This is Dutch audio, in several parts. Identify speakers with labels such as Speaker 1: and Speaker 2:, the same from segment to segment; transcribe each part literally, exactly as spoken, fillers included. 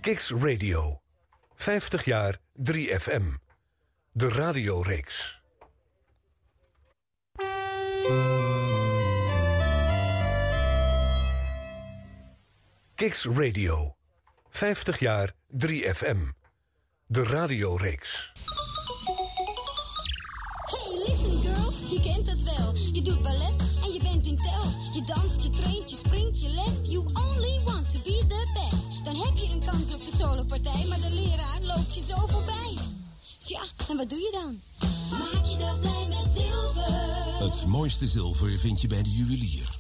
Speaker 1: Kicks Radio. vijftig jaar drie F M. De radioreeks. Kicks Radio. vijftig jaar drie F M. De radioreeks.
Speaker 2: Hey, listen girls, je kent het wel. Je doet ballet en je bent in tel. Je danst, je traint, je springt, je lest. You only want to be the best. Dan heb je een kans op de solopartij, maar de leraar loopt je zo voorbij. Tja, en wat doe je dan? Maak jezelf blij met zilver.
Speaker 3: Het mooiste zilver vind je bij de juwelier.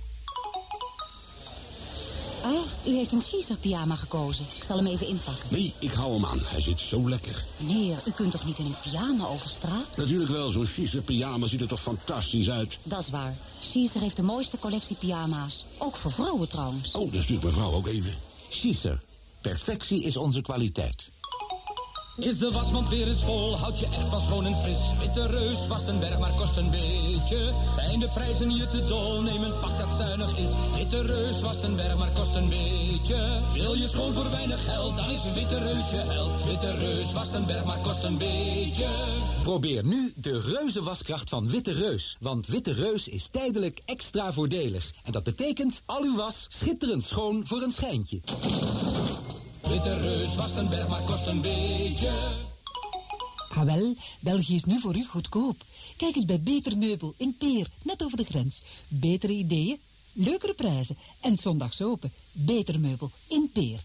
Speaker 4: Ah, u heeft een Caesar pyjama gekozen. Ik zal hem even inpakken.
Speaker 3: Nee, ik hou hem aan. Hij zit zo lekker.
Speaker 4: Meneer, u kunt toch niet in een pyjama over straat?
Speaker 3: Natuurlijk wel, zo'n Caesar pyjama ziet er toch fantastisch uit.
Speaker 4: Dat is waar. Caesar heeft de mooiste collectie pyjama's. Ook voor vrouwen trouwens.
Speaker 3: Oh, dat stuurt mevrouw ook even.
Speaker 5: Caesar. Perfectie is onze kwaliteit.
Speaker 6: Is de wasmand weer eens vol, houd je echt van schoon en fris. Witte Reus wast een berg, maar kost een beetje. Zijn de prijzen je te dol, neem een pak dat zuinig is. Witte Reus wast een berg, maar kost een beetje. Wil je schoon voor weinig geld, dan is Witte Reus je held. Witte Reus wast een berg, maar kost een beetje.
Speaker 7: Probeer nu de reuzenwaskracht van Witte Reus. Want Witte Reus is tijdelijk extra voordelig. En dat betekent al uw was schitterend schoon voor een schijntje.
Speaker 6: Witte Reus wast een berg, maar kost een beetje.
Speaker 8: Ah wel, België is nu voor u goedkoop. Kijk eens bij Beter Meubel in Peer, net over de grens. Betere ideeën, leukere prijzen en zondags open. Beter Meubel in Peer.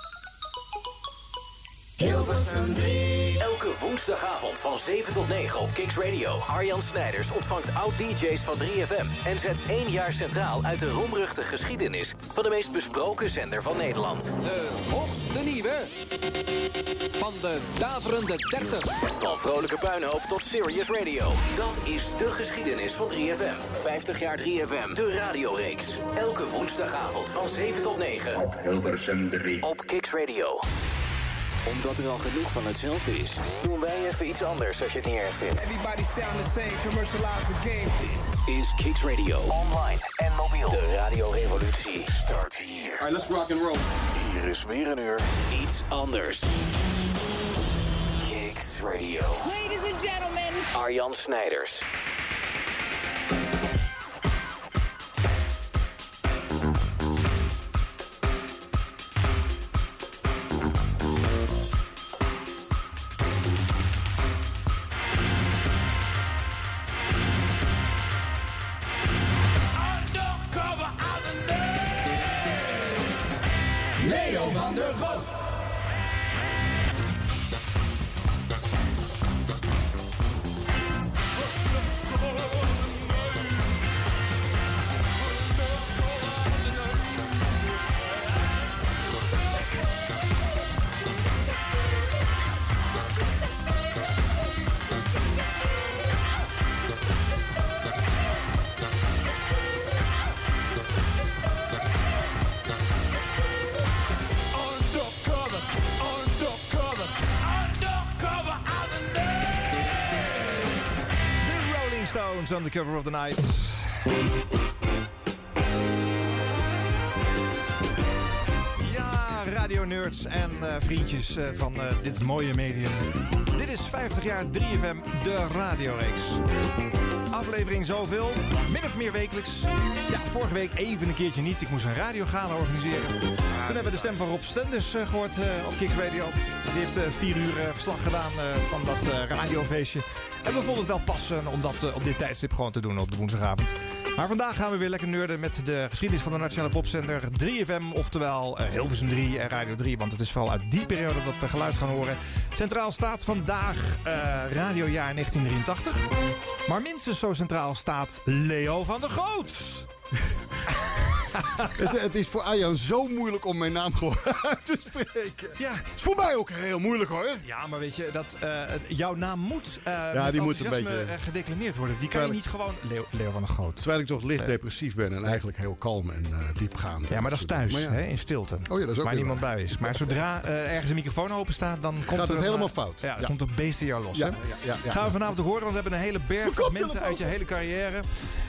Speaker 9: Hilversum drie. Elke woensdagavond van zeven tot negen op Kicks Radio. Arjan Snijders ontvangt oud-D J's van drie F M... en zet één jaar centraal uit de roemruchte geschiedenis... van de meest besproken zender van Nederland.
Speaker 10: De hoogste nieuwe van de daverende dertig.
Speaker 9: Van vrolijke puinhoop tot serious radio. Dat is de geschiedenis van drie F M. vijftig jaar drie F M, de radioreeks. Elke woensdagavond van zeven tot negen. Op Hilversum drie. Op Kicks Radio. Omdat er al genoeg van hetzelfde is, doen wij even iets anders als je het niet erg vindt.
Speaker 11: Everybody sound the same, commercialize the game.
Speaker 9: Dit is Kicks Radio. Online en mobiel. De radiorevolutie start hier.
Speaker 11: Alright, let's rock and roll.
Speaker 9: Hier is weer een uur iets anders. Kicks Radio.
Speaker 12: Ladies and gentlemen.
Speaker 9: Arjan Snijders.
Speaker 11: Leo van der Goot.
Speaker 13: Stones on the cover of the night. Ja, radio-nerds en uh, vriendjes uh, van uh, dit mooie medium. Dit is vijftig jaar drie F M, de radioreeks. Aflevering zoveel, min of meer wekelijks. Ja, vorige week even een keertje niet. Ik moest een radiogala organiseren. Toen hebben we de stem van Rob Stenders uh, gehoord uh, op Kicks Radio. Die heeft uh, vier uur uh, verslag gedaan uh, van dat uh, radiofeestje. En we vonden het wel passen om dat uh, op dit tijdstip gewoon te doen op de woensdagavond. Maar vandaag gaan we weer lekker nerden met de geschiedenis van de nationale popzender drie F M. Oftewel uh, Hilversum drie en Radio drie. Want het is vooral uit die periode dat we geluid gaan horen. Centraal staat vandaag uh, radiojaar negentien drieëntachtig. Maar minstens zo centraal staat Leo van der Goot.
Speaker 14: Het is voor Arjan zo moeilijk om mijn naam gewoon uit te spreken.
Speaker 13: Ja.
Speaker 14: Het is voor mij ook heel moeilijk hoor.
Speaker 13: Ja, maar weet je, dat, uh, jouw naam moet uh,
Speaker 14: ja,
Speaker 13: met
Speaker 14: die moet een beetje
Speaker 13: gedeclameerd worden. Die kan je niet gewoon... Leo, Leo van der Goot.
Speaker 14: Terwijl ik toch licht depressief ben en eigenlijk heel kalm en uh, diepgaand.
Speaker 13: Ja, maar dat is thuis, ja. Hè, in stilte.
Speaker 14: Oh ja, dat is ook
Speaker 13: waar niemand
Speaker 14: waar.
Speaker 13: bij is. Maar zodra uh, ergens een microfoon open staat, dan komt
Speaker 14: gaat
Speaker 13: er
Speaker 14: het
Speaker 13: een,
Speaker 14: helemaal fout.
Speaker 13: Ja, dan
Speaker 14: ja.
Speaker 13: komt er beest in jou los.
Speaker 14: Ja,
Speaker 13: hè?
Speaker 14: ja, ja, ja.
Speaker 13: Gaan we vanavond horen, want we hebben een hele berg fragmenten uit je hele carrière.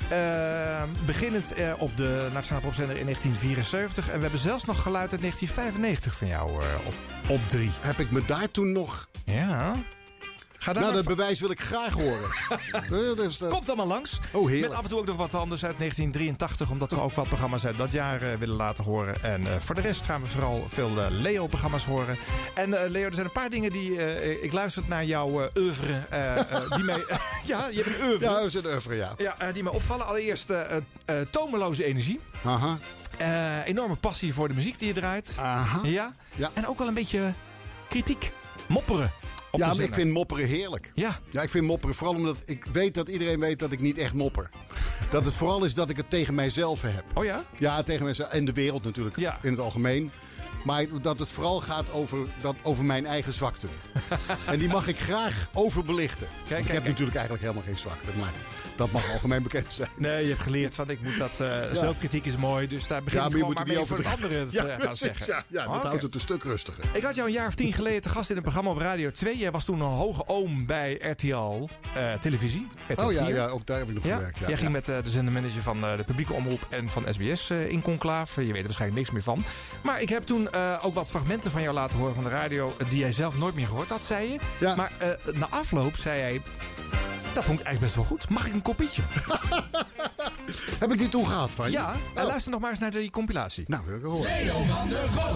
Speaker 13: Uh, beginnend uh, op de Nationale Popzender in negentien vierenzeventig. En we hebben zelfs nog geluid uit negentien vijfennegentig van jou uh, op, op drie.
Speaker 14: Heb ik me daar toen nog...
Speaker 13: Ja... Ga
Speaker 14: nou, dat bewijs wil ik graag horen.
Speaker 13: dus, uh... Komt allemaal langs.
Speaker 14: Oh, heerlijk.
Speaker 13: Met af en toe ook nog wat anders uit negentien drieëntachtig. Omdat we ook wat programma's uit dat jaar uh, willen laten horen. En uh, voor de rest gaan we vooral veel uh, Leo-programma's horen. En uh, Leo, er zijn een paar dingen die... Uh, ik luister naar jouw uh, oeuvre. Uh, uh, die mij... ja, je hebt een oeuvre.
Speaker 14: Ja, dat is een oeuvre, ja.
Speaker 13: ja uh, die mij opvallen. Allereerst uh, uh, tomeloze energie.
Speaker 14: Aha.
Speaker 13: Uh, enorme passie voor de muziek die je draait.
Speaker 14: Aha.
Speaker 13: Ja. ja. En ook wel een beetje kritiek. Mopperen.
Speaker 14: Ja, maar ik vind mopperen heerlijk.
Speaker 13: Ja.
Speaker 14: ja, ik vind mopperen vooral omdat ik weet dat iedereen weet dat ik niet echt mopper. Dat het vooral is dat ik het tegen mijzelf heb.
Speaker 13: Oh ja?
Speaker 14: Ja, tegen mijzelf. En de wereld natuurlijk, ja. in het algemeen. Maar dat het vooral gaat over, dat, over mijn eigen zwakte. En die mag ik graag overbelichten. Kijk, kijk, ik heb kijk. natuurlijk eigenlijk helemaal geen zwakte. Maar dat mag algemeen bekend zijn.
Speaker 13: Nee, je hebt geleerd van ik moet dat... Uh, ja. Zelfkritiek is mooi, dus daar begin ja, ik gewoon maar mee voor de anderen te
Speaker 14: ja,
Speaker 13: gaan zeggen.
Speaker 14: Ja, ja dat oh, okay. houdt het een stuk rustiger.
Speaker 13: Ik had jou een jaar of tien geleden te gast in een programma op Radio twee. Jij was toen een hoge oom bij R T L uh, Televisie. R T L
Speaker 14: oh ja, ja, ook daar heb ik nog
Speaker 13: ja?
Speaker 14: gewerkt. Ja.
Speaker 13: Jij ging
Speaker 14: ja.
Speaker 13: met uh, de zendermanager van uh, de publieke omroep en van S B S uh, in conclave. Je weet er waarschijnlijk niks meer van. Maar ik heb toen uh, ook wat fragmenten van jou laten horen van de radio... die jij zelf nooit meer gehoord had, zei je. Ja. Maar uh, na afloop zei hij... Dat vond ik eigenlijk best wel goed. Mag ik een kopietje?
Speaker 14: Heb ik die toen gehad van je?
Speaker 13: Ja, oh. Luister nog maar eens naar die compilatie.
Speaker 14: Nou, wil ik horen.
Speaker 11: Leo van der Goot.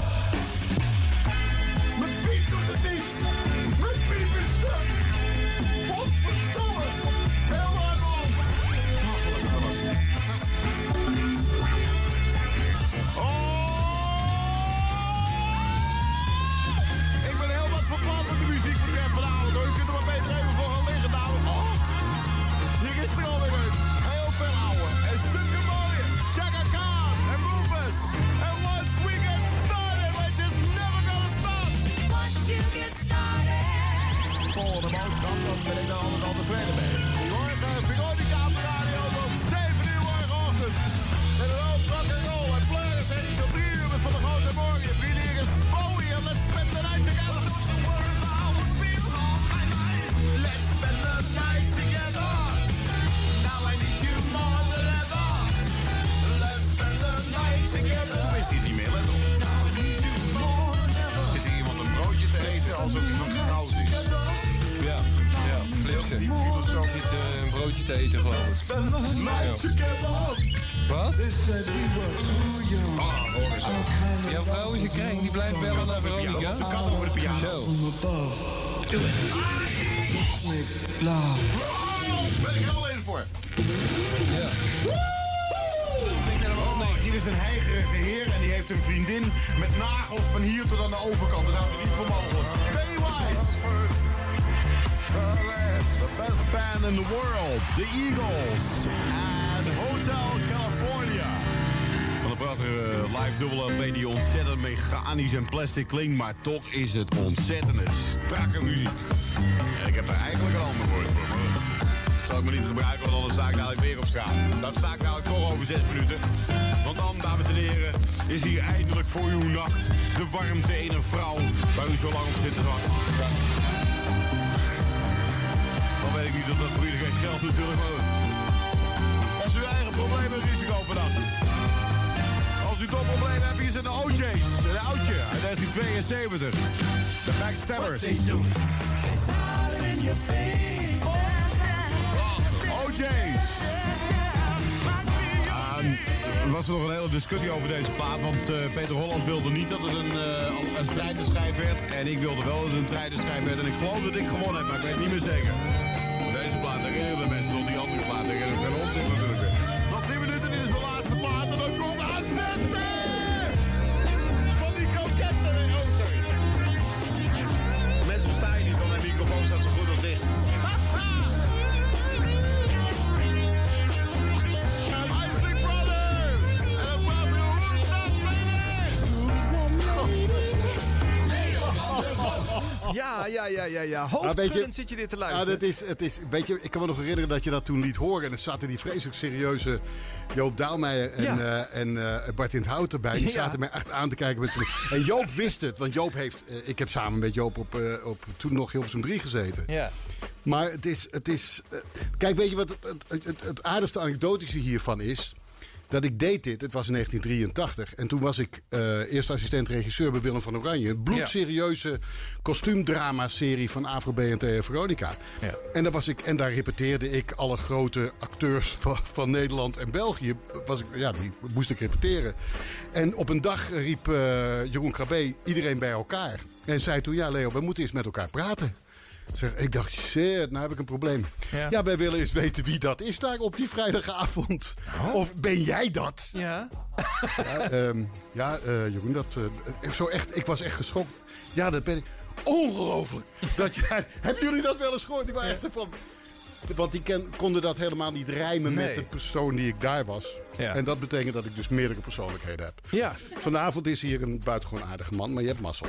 Speaker 11: Mijn piep doet het niet. Mijn piep is stuk. Godverdomme. Heel hard op. Oh! Ik ben heel wat verplaatst met de muziek betreft vanavond. Je kunt er maar beter even voor gaan liggen, dames. Oh! Hier is er alweer een. Heel veel ouwe. En zulke mooie. Chaka Khan en Rufus. And once we get started, we're just never gonna stop. Once you get started. Volgende boodschap, dan ben ik daar altijd al tevreden mee. Morgen Veronica op de radio tot zeven uur morgenochtend. Met een hoop rock and roll en fleurs en tot drie uur met van de grote morgen. Vrienden, hier is Bowie en let's spend the night together. Let's spend the night together. Now I need you more than ever. Let's spend the night together. Toen is hij niet meer, let op. Zit hier iemand een broodje te eten alsof iemand getrouwd is?
Speaker 12: Ja, ja, flipsen. Die zit uh, een broodje te eten, geloof ik. Ja. Wat?
Speaker 11: Ah, hoor eens.
Speaker 12: Jouw vrouw is een kring, die blijft bellen naar Veronica.
Speaker 11: De kat over de piano.
Speaker 12: Zo.
Speaker 11: Doe het. Ben ik er al even voor?
Speaker 12: Ja.
Speaker 11: Oh nee, hier is een heigerige heer en die heeft een vriendin met nagels van hier tot aan de overkant. Dat houden we niet voor mogelijk. Pennywise! The best band in the world, the Eagles and Hotel California. Van de prachtige live dubbele L P die ontzettend mechanisch en plastic klinkt, maar toch is het ontzettende strakke muziek. En ik heb er eigenlijk een ander woord voor. Dat zal ik me niet gebruiken, want anders sta ik dadelijk weer op straat. Dat sta ik dadelijk toch over zes minuten. Want dan, dames en heren, is hier eindelijk voor uw nacht de warmte in een vrouw waar u zo lang op zit te wachten. Dan weet ik niet of dat voor iedereen geldt natuurlijk, maar als u eigen problemen en risico verdacht. Als u toch problemen hebt, hier zijn de O J's. Een oudje uit negentien tweeënzeventig. De Backstabbers. O J's. Um, er was er nog een hele discussie over deze plaat, want uh, Peter Holland wilde niet dat het een, uh, een treitenschijf werd. En ik wilde wel dat het een treitenschijf werd. En ik geloof dat ik gewonnen heb, maar ik weet niet meer zeker. Deze plaat herinneren de mensen tot die andere plaat. Dat is geen onzin natuurlijk. Nog drie minuten, dit is de laatste plaat. En dan komt Annette! Van die kroketten. Oh, sorry. Mensen verstaan je niet, want mijn microfoon staat zo goed als dicht. Isley Brothers! En dan vraag je hoe staat
Speaker 13: Ja, ja, ja, ja, ja. Hoofdschuddend zit je dit te luisteren.
Speaker 14: Ja, dat is, het is, weet je, ik kan me nog herinneren dat je dat toen liet horen. En er zaten die vreselijk serieuze Joop Daalmeijer en, ja. uh, en uh, Bart in het Hout erbij. Die zaten ja. mij echt aan te kijken. Met en Joop wist het, want Joop heeft... Uh, ik heb samen met Joop op, uh, op toen nog Hilversum drie gezeten.
Speaker 13: Ja.
Speaker 14: Maar het is... Het is uh, kijk, weet je wat het, het, het, het aardigste anekdotische hiervan is? Dat ik deed dit, het was in negentien drieëntachtig. En toen was ik uh, eerste assistent-regisseur bij Willem van Oranje. Een bloedserieuze ja. kostuumdrama-serie van Afro B N T en Veronica. Ja. En, daar was ik, en daar repeteerde ik alle grote acteurs van, van Nederland en België. Was ik, ja, die moest ik repeteren. En op een dag riep uh, Jeroen Krabbe iedereen bij elkaar. En zei toen, ja Leo, we moeten eens met elkaar praten. Zeg, ik dacht, shit, nou heb ik een probleem. Ja. ja, wij willen eens weten wie dat is daar op die vrijdagavond. Oh. Of ben jij dat?
Speaker 13: Ja.
Speaker 14: Ja, um, ja uh, Jeroen, dat, uh, zo echt, ik was echt geschokt. Ja, dat ben ik. Ongelooflijk. Dat jij, hebben jullie dat wel eens gehoord? Ik was echt van... Want die ken, konden dat helemaal niet rijmen nee. met de persoon die ik daar was. Ja. En dat betekent dat ik dus meerdere persoonlijkheden heb.
Speaker 13: Ja.
Speaker 14: Vanavond is hier een buitengewoon aardige man, maar je hebt mazzel.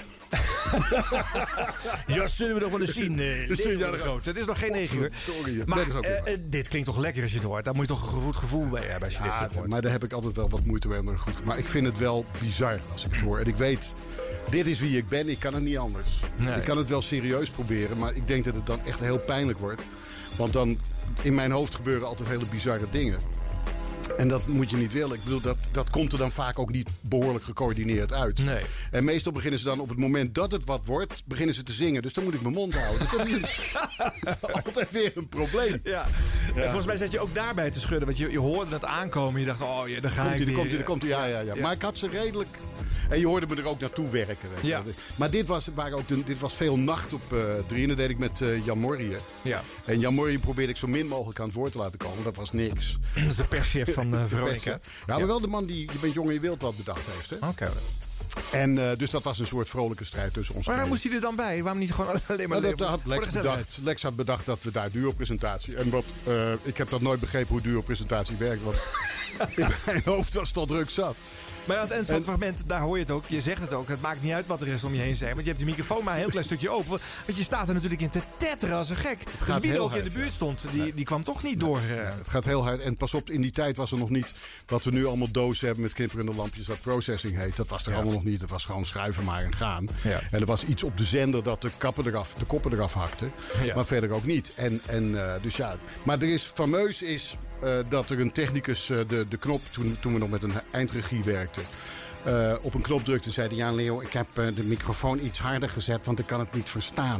Speaker 13: Ja, zullen we nog wel eens zien. Uh, dus, ja, de groot. Het is nog geen negen uur. Sorry, maar uh, uh, dit klinkt toch lekker als je het hoort. Daar moet je toch een goed gevoel bij hebben als je ja, dit hoort.
Speaker 14: Maar daar heb ik altijd wel wat moeite mee. Maar, goed. maar ik vind het wel bizar als ik het hoor. En ik weet, dit is wie ik ben. Ik kan het niet anders. Nee. Ik kan het wel serieus proberen. Maar ik denk dat het dan echt heel pijnlijk wordt. Want dan, in mijn hoofd gebeuren altijd hele bizarre dingen. En dat moet je niet willen. Ik bedoel, dat, dat komt er dan vaak ook niet behoorlijk gecoördineerd uit.
Speaker 13: Nee.
Speaker 14: En meestal beginnen ze dan op het moment dat het wat wordt, beginnen ze te zingen. Dus dan moet ik mijn mond houden. Dus dat is altijd weer een probleem.
Speaker 13: Ja. Ja. En volgens mij zat je ook daarbij te schudden. Want je, je hoorde het aankomen. Je dacht, oh ja, daar ga
Speaker 14: komt
Speaker 13: ik
Speaker 14: weer.
Speaker 13: Komt
Speaker 14: ie, komt ie, ja, ja, ja, ja. Maar ik had ze redelijk... En je hoorde me er ook naartoe werken. Weet je. Ja. Maar dit was, waren ook de, dit was veel nacht op uh, drie. En dat deed ik met uh, Jan Morrië.
Speaker 13: Ja.
Speaker 14: En Jan Morrië probeerde ik zo min mogelijk aan het woord te laten komen. Dat was niks.
Speaker 13: Dat is de perschef van uh, Veronica.
Speaker 14: Ja, maar ja. wel de man die Je bent jong en je wilt wat bedacht heeft. Oké.
Speaker 13: Okay.
Speaker 14: En uh, dus dat was een soort vrolijke strijd tussen ons.
Speaker 13: Maar waar moest hij er dan bij? Waarom niet gewoon alleen maar...
Speaker 14: Nou, dat had Lex bedacht. Lex had bedacht dat we daar duo-presentatie... En wat, uh, ik heb dat nooit begrepen hoe duo-presentatie werkt. Want in mijn hoofd was het al druk zat.
Speaker 13: Maar aan het eind van het en, fragment, daar hoor je het ook. Je zegt het ook. Het maakt niet uit wat er is om je heen zijn. Want je hebt die microfoon maar een heel klein stukje open. Want je staat er natuurlijk in te tetteren als een gek. Dus wie er ook hard, in de buurt stond, die, ja. die kwam toch niet door. Uh...
Speaker 14: Ja, het gaat heel hard. En pas op, in die tijd was er nog niet... wat we nu allemaal dozen hebben met knipperende lampjes... dat processing heet. Dat was er ja. allemaal nog niet. Het was gewoon schuiven maar en gaan. Ja. En er was iets op de zender dat de, kappen eraf, de koppen eraf hakte. Ja. Maar verder ook niet. En, en, uh, dus ja. Maar er is fameus is... Uh, dat er een technicus uh, de, de knop, toen, toen we nog met een eindregie werkten... Uh, op een knop drukte en zei: ja, Leo, ik heb uh, de microfoon iets harder gezet, want ik kan het niet verstaan.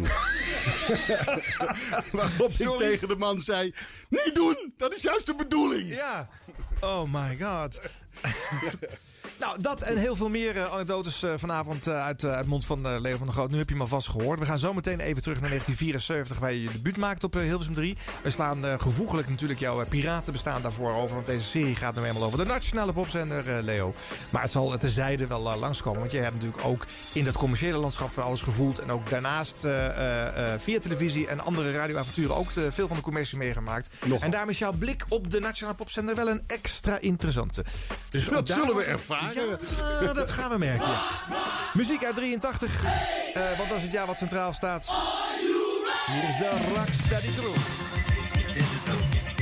Speaker 14: Waarop Sorry. ik tegen de man zei: niet doen, dat is juist de bedoeling.
Speaker 13: Ja, oh my god. Nou, dat en heel veel meer uh, anekdotes uh, vanavond uh, uit, uh, uit mond van uh, Leo van der Groot. Nu heb je hem alvast gehoord. We gaan zo meteen even terug naar negentien vierenzeventig... waar je je debuut maakt op uh, Hilversum drie. We slaan uh, gevoeglijk natuurlijk jouw uh, piratenbestaan daarvoor over. Want deze serie gaat nu eenmaal over de nationale popzender, uh, Leo. Maar het zal uh, terzijde wel uh, langskomen. Want jij hebt natuurlijk ook in dat commerciële landschap van alles gevoeld. En ook daarnaast uh, uh, uh, via televisie en andere radioavonturen ook uh, veel van de commercie meegemaakt. Nogal. En daarom is jouw blik op de nationale popzender wel een extra interessante.
Speaker 14: Dus dat zullen we ervaren.
Speaker 13: Ja, dat gaan we merken. Ja. Muziek uit drieëntachtig, uh, want dat is het jaar wat centraal staat. Hier is de Rocksteady Crew. Digital.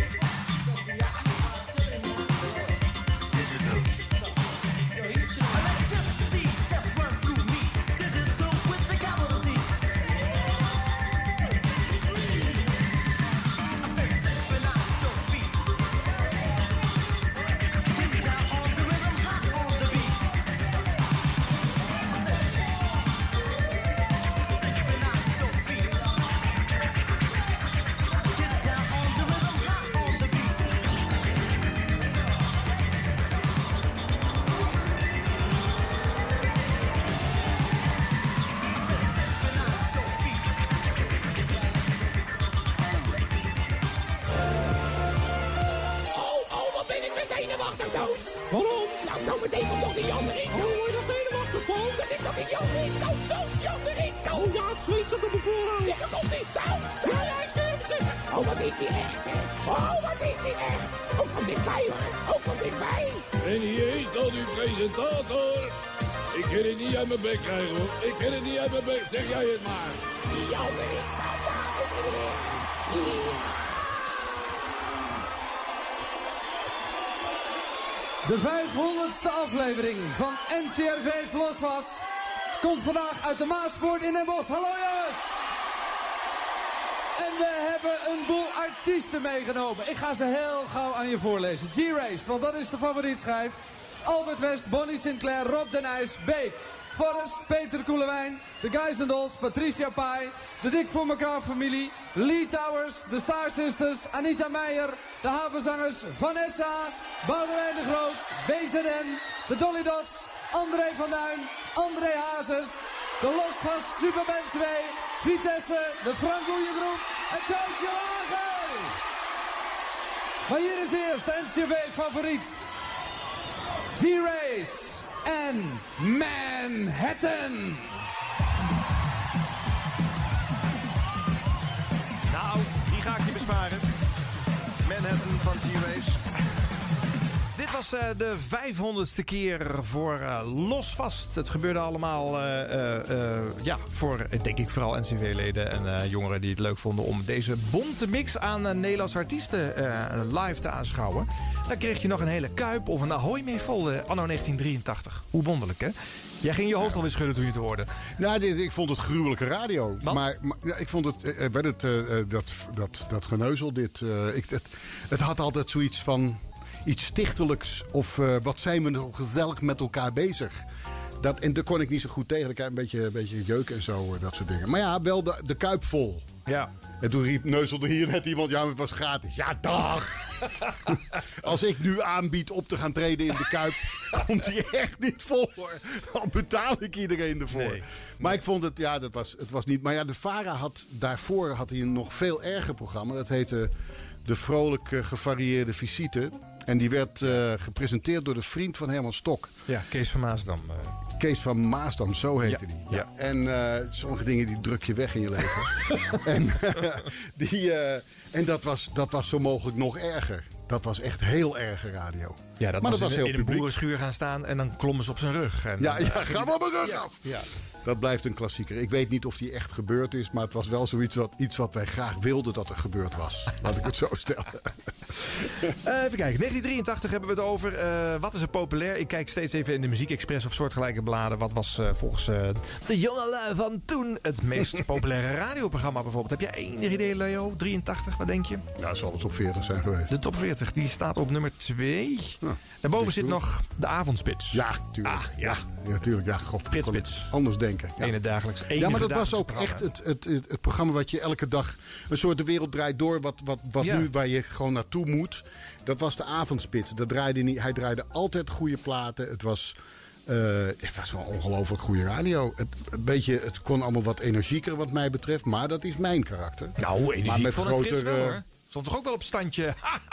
Speaker 15: Waarom? Nou, nou meteen komt toch die Jan erin. Oh, word je nog zenuwachtig van? Dat is toch niet Jan erin? Nou, dood Jan erin. Nou. Oh ja, het zweet zit op mijn voorhoofd. Ja, komt ie. Nou, ja, ja, ik zie hem zitten. Oh, wat is die echt, hè? Oh, wat is die echt? Ook van dichtbij, hoor. Ook van dichtbij.
Speaker 16: En hier is dan uw presentator. Ik kan het niet uit mijn bek krijgen, hoor. Ik kan het niet uit mijn bek. Zeg jij het maar.
Speaker 15: Die Jan erin. Nou, daar is hij weer. Ja.
Speaker 17: De vijfhonderdste aflevering van N C R V's Losvast komt vandaag uit de Maaspoort in Den Bosch. Hallo jongens! En we hebben een boel artiesten meegenomen. Ik ga ze heel gauw aan je voorlezen. G-Race, want dat is de favorietschijf. Albert West, Bonnie Sinclair, Rob de Nijs, Beek. Forrest, Peter Koelewijn, de Guys and Dolls, Patricia Pai, de Dik voor elkaar familie, Lee Towers, de Star Sisters, Anita Meijer, de havenzangers Vanessa, Boudewijn de Groot, B Z N, de Dolly Dots, André van Duin, André Hazes, de Losvast Superband twee, Vitesse, de Frank Goeiegroep en Tootje Lager. Maar hier is eerst de N C V favoriet. G-Race en Manhattan.
Speaker 13: Nou, die ga ik je besparen. Manhattan van G-Race. Dit was uh, de vijfhonderdste keer voor uh, Losvast. Het gebeurde allemaal uh, uh, uh, ja, voor, denk ik, vooral N C V-leden en uh, jongeren die het leuk vonden om deze bonte mix aan uh, Nederlandse artiesten uh, live te aanschouwen. Dan kreeg je nog een hele kuip of een Ahoy mee vol, uh, anno negentien drieëntachtig. Hoe wonderlijk, hè? Jij ging je hoofd alweer schudden toen je het hoorde.
Speaker 14: Nou, dit, ik vond het gruwelijke radio.
Speaker 13: Wat? Maar,
Speaker 14: maar ja, ik vond het, uh, bij het, uh, dat, dat, dat geneuzel, dit, uh, ik, het, het had altijd zoiets van iets stichtelijks. Of uh, wat zijn we nog gezellig met elkaar bezig. Dat, en daar kon ik niet zo goed tegen. Ik had een beetje, een beetje jeuk en zo, uh, dat soort dingen. Maar ja, wel de, de kuip vol.
Speaker 13: Ja.
Speaker 14: En toen riep, neuzelde hier net iemand, ja, het was gratis. Ja, dag! Als ik nu aanbied op te gaan treden in de Kuip, komt hij echt niet voor. Dan betaal ik iedereen ervoor. Nee. Maar ik vond het, ja, dat was, het was niet. Maar ja, de VARA had daarvoor had hij een nog veel erger programma. Dat heette De Vrolijke Gevarieerde Visite. En die werd uh, gepresenteerd door de vriend van Herman Stok.
Speaker 13: Ja, Kees van Maasdam. Uh...
Speaker 14: Kees van Maasdam, zo heette
Speaker 13: ja,
Speaker 14: die.
Speaker 13: Ja.
Speaker 14: En uh, sommige dingen die druk je weg in je leven. en uh, die, uh, en dat, was, dat was zo mogelijk nog erger. Dat was echt heel erge radio.
Speaker 13: Ja, dat
Speaker 14: maar
Speaker 13: was,
Speaker 14: dat
Speaker 13: in,
Speaker 14: was heel
Speaker 13: in een boerenschuur gaan staan en dan klommen ze op zijn rug. En
Speaker 14: ja,
Speaker 13: dan,
Speaker 14: ja,
Speaker 13: uh,
Speaker 14: ga maar mijn rug
Speaker 13: ja,
Speaker 14: af!
Speaker 13: Ja.
Speaker 14: Dat blijft een klassieker. Ik weet niet of die echt gebeurd is, maar het was wel zoiets wat, iets wat wij graag wilden dat er gebeurd was. Laat ik het zo stellen.
Speaker 13: Uh, even kijken, negentien drieëntachtig hebben we het over. Uh, wat is er populair? Ik kijk steeds even in de Muziek Express of soortgelijke bladen. Wat was uh, volgens uh, de jongelui van toen het meest populaire radioprogramma bijvoorbeeld? Heb jij enig idee, Leo? drieëntachtig, wat denk je?
Speaker 14: Ja, het zal de top veertig zijn geweest.
Speaker 13: De top veertig, die staat op nummer twee. Ja, Daarboven zit nog de Avondspits.
Speaker 14: Ja, tuurlijk.
Speaker 13: Ah, ja.
Speaker 14: Ja, natuurlijk. Ja, god.
Speaker 13: Spits.
Speaker 14: Anders denken.
Speaker 13: Ja. Ene dagelijks.
Speaker 14: Ja, maar dat was ook echt het, het, het, het programma wat je elke dag een soort de wereld draait door. Wat, wat, wat ja. nu waar je gewoon naartoe moet. Dat was de Avondspits. Dat draaide niet, hij draaide altijd goede platen. Het was, uh, het was wel ongelooflijk goede radio. Het, een beetje, het kon allemaal wat energieker wat mij betreft. Maar dat is mijn karakter.
Speaker 13: Nou, energiek van het Frits wel,
Speaker 14: uh,
Speaker 13: hoor. Stond toch ook wel op standje?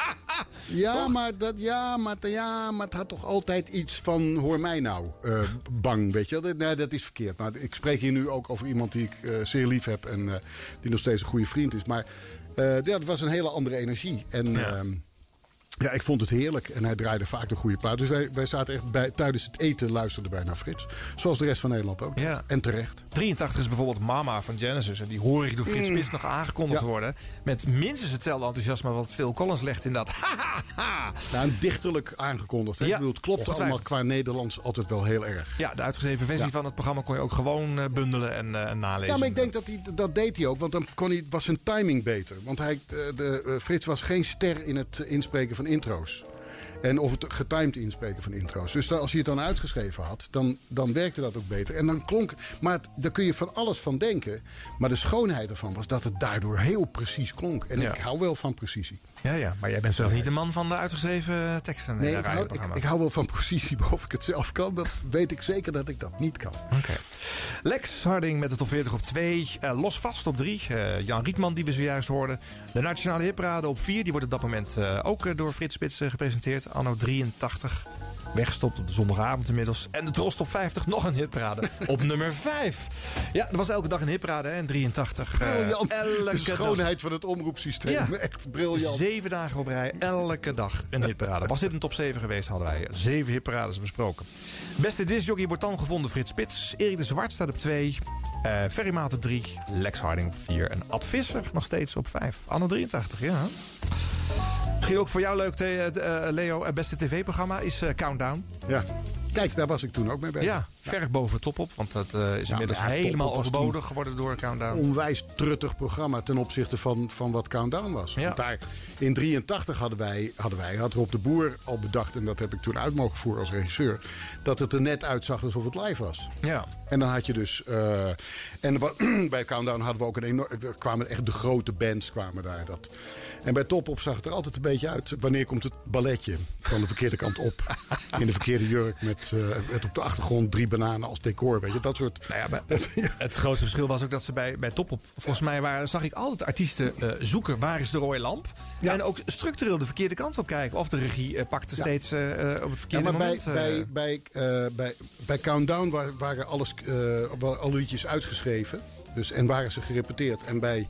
Speaker 14: ja, maar dat, ja, maar, ja, maar het had toch altijd iets van, hoor mij nou, uh, bang, weet je wel. Nee, dat is verkeerd. Maar ik spreek hier nu ook over iemand die ik uh, zeer lief heb en uh, die nog steeds een goede vriend is. Maar uh, ja, het was een hele andere energie. En ja. Uh, ja, ik vond het heerlijk. En hij draaide vaak de goede plaat. Dus wij, wij zaten echt bij, tijdens het eten luisterden wij naar Frits. Zoals de rest van Nederland ook.
Speaker 13: Ja.
Speaker 14: En terecht.
Speaker 13: drieëntachtig is bijvoorbeeld Mama van Genesis. En die hoor ik door Frits Spits mm. nog aangekondigd ja. worden. Met minstens hetzelfde enthousiasme wat Phil Collins legt in dat.
Speaker 14: Ja, een dichterlijk aangekondigd. Hè? Ja. Ik bedoel, het klopt allemaal qua Nederlands altijd wel heel erg.
Speaker 13: Ja, de uitgeschreven versie ja. van het programma kon je ook gewoon uh, bundelen en uh, nalezen.
Speaker 14: Ja, maar ik denk dat hij, dat deed hij ook. Want dan kon hij, was zijn timing beter. Want hij, de, de, uh, Frits was geen ster in het inspreken van intro's. En of het getimed inspreken van intro's. Dus dan, als je het dan uitgeschreven had, dan, dan werkte dat ook beter. En dan klonk. Maar het, daar kun je van alles van denken. Maar de schoonheid ervan was dat het daardoor heel precies klonk. En ja. ik hou wel van precisie.
Speaker 13: Ja, ja, maar jij bent zelf niet de man van de uitgeschreven teksten.
Speaker 14: Nee, ik hou, ik, ik hou wel van precisie boven ik het zelf kan. Dat weet ik zeker dat ik dat niet kan.
Speaker 13: Oké. Okay. Lex Harding met de top veertig op twee. Uh, Losvast op drie. Uh, Jan Rietman die we zojuist hoorden. De Nationale Hitparade op vier. Die wordt op dat moment uh, ook uh, door Frits Spits uh, gepresenteerd. Anno drieëntachtig. Weggestopt op de zondagavond inmiddels. En de Tros Top vijftig, nog een hitparade. Op nummer vijf. Ja, er was elke dag een hitparade hè, in drieëntachtig.
Speaker 14: Briljant.
Speaker 13: Uh, elke
Speaker 14: de schoonheid
Speaker 13: dag.
Speaker 14: van het omroepsysteem.
Speaker 13: Ja.
Speaker 14: Echt briljant.
Speaker 13: Zeven dagen op rij, elke dag een hitparade. Was dit een top zeven geweest, hadden wij zeven hitparades besproken. Beste discjockey wordt dan gevonden Frits Spits. Erik de Zwart staat op twee. Uh, Ferry Maat op drie. Lex Harding op vier. En Ad Visser nog steeds op vijf. Anno drieëntachtig, ja. Misschien ook voor jou leuk, uh, Leo. Het beste tv-programma is uh, Countdown.
Speaker 14: Ja. Kijk, daar was ik toen ook mee bezig.
Speaker 13: Ja, ver boven Top op. Want dat uh, is inmiddels ja, helemaal overbodig geworden door Countdown.
Speaker 14: Een onwijs truttig programma ten opzichte van, van wat Countdown was. Ja. Want daar in drieëntachtig hadden wij, hadden wij, had Rob de Boer al bedacht... en dat heb ik toen uit mogen voeren als regisseur... dat het er net uitzag alsof het live was.
Speaker 13: Ja.
Speaker 14: En dan had je dus... Uh, en wat, bij Countdown hadden we ook een enorm... Er kwamen echt de grote bands kwamen daar. Dat, en bij Top op zag het er altijd een beetje uit... wanneer komt het balletje van de verkeerde kant op. In de verkeerde jurk met, uh, met op de achtergrond drie bananen als decor. Weet je, dat soort...
Speaker 13: Nou ja, maar het, het grootste verschil was ook dat ze bij, bij Top op... Volgens mij waren, zag ik altijd artiesten uh, zoeken... waar is de rode lamp? Ja. En ook structureel de verkeerde kant op kijken. Of de regie uh, pakte ja. steeds uh, op het verkeerde
Speaker 14: ja, maar
Speaker 13: moment.
Speaker 14: Bij, uh, bij, bij, uh, bij, bij Countdown waren, waren alles, uh, alle liedjes uitgeschreven. Dus, en waren ze gerepeteerd. En bij,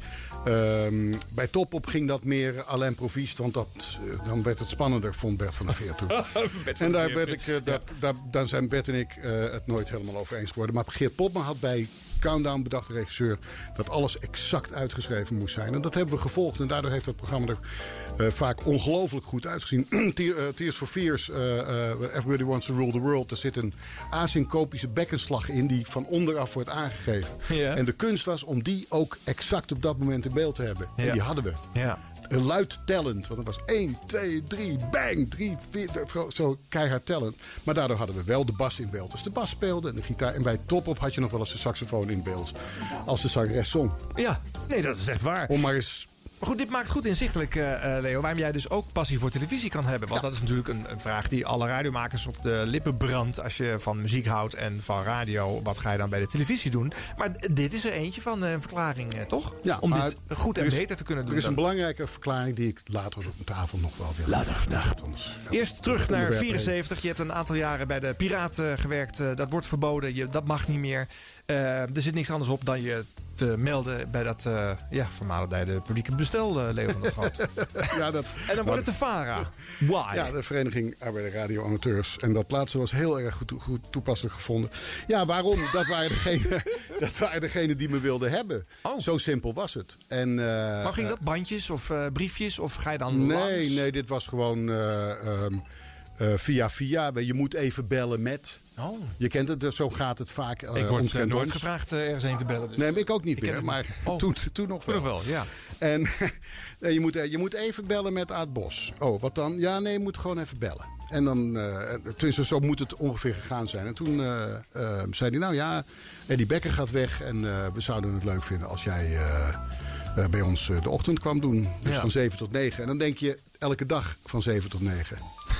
Speaker 14: uh, bij Top op ging dat meer à l'improviste. Want dat, uh, dan werd het spannender, vond Bert van der Veer toen. En daar, werd ik, uh, dat, ja. daar, daar zijn Bert en ik uh, het nooit helemaal over eens geworden. Maar Geert Popma had bij Countdown bedacht de regisseur... dat alles exact uitgeschreven moest zijn. En dat hebben we gevolgd. En daardoor heeft dat programma er uh, vaak ongelooflijk goed uitgezien. Tears for Fears, uh, uh, Everybody Wants to Rule the World. Er zit een asyncopische bekkenslag in die van onderaf wordt aangegeven. Ja. En de kunst was om die ook exact op dat moment in beeld te hebben. Ja. En die hadden we.
Speaker 13: Ja.
Speaker 14: Luid tellend. Want het was één, twee, drie, bang, drie, vier, zo keihard tellend. Maar daardoor hadden we wel de bas in beeld. Dus de bas speelde en de gitaar. En bij Top op had je nog wel eens de saxofoon in beeld. Als de zangeres zong.
Speaker 13: Ja, nee, dat is echt waar.
Speaker 14: Om maar eens...
Speaker 13: Maar goed, dit maakt goed inzichtelijk, uh, Leo, waarom jij dus ook passie voor televisie kan hebben. Want ja. dat is natuurlijk een, een vraag die alle radiomakers op de lippen brandt. Als je van muziek houdt en van radio, wat ga je dan bij de televisie doen? Maar d- dit is er eentje van uh, een verklaring, uh, toch?
Speaker 14: Ja,
Speaker 13: om dit goed en is, beter te kunnen doen.
Speaker 14: Er is
Speaker 13: dan.
Speaker 14: een belangrijke verklaring die ik later op tafel nog wel wil.
Speaker 13: Later vandaag. Eerst terug naar vierenzeventig. Je hebt een aantal jaren bij de Piraten gewerkt. Uh, dat wordt verboden. Je, dat mag niet meer. Uh, er zit niks anders op dan je te melden bij dat uh, ja, vermalendijde publieke bestel, uh, Leo van der Groot.
Speaker 14: ja, dat,
Speaker 13: en dan wordt het de VARA. Why?
Speaker 14: Ja, de Vereniging Arbeider Radio Amateurs. En dat laatste was heel erg goed, goed toepasselijk gevonden. Ja, waarom? Dat waren degenen dat waren degene die me wilden hebben. Oh. Zo simpel was het. En, uh,
Speaker 13: maar ging dat bandjes of uh, briefjes? Of ga je dan
Speaker 14: nee,
Speaker 13: langs?
Speaker 14: Nee, dit was gewoon uh, um, uh, via via. Je moet even bellen met...
Speaker 13: Oh.
Speaker 14: Je kent het, dus zo gaat het vaak. Uh,
Speaker 13: ik word uh, nooit gevraagd uh, ergens heen te bellen. Dus.
Speaker 14: Nee, ik ook niet ik meer. Maar
Speaker 13: oh.
Speaker 14: toen, toen nog wel.
Speaker 13: Toen nog wel, ja.
Speaker 14: En je, moet, je moet even bellen met Aad Bos. Oh, wat dan? Ja, nee, je moet gewoon even bellen. En dan, uh, tenminste, zo moet het ongeveer gegaan zijn. En toen uh, uh, zei hij, nou ja, Eddie Becker gaat weg. En uh, we zouden het leuk vinden als jij uh, uh, bij ons uh, de ochtend kwam doen. Dus ja. van zeven tot negen. En dan denk je, elke dag van zeven tot negen.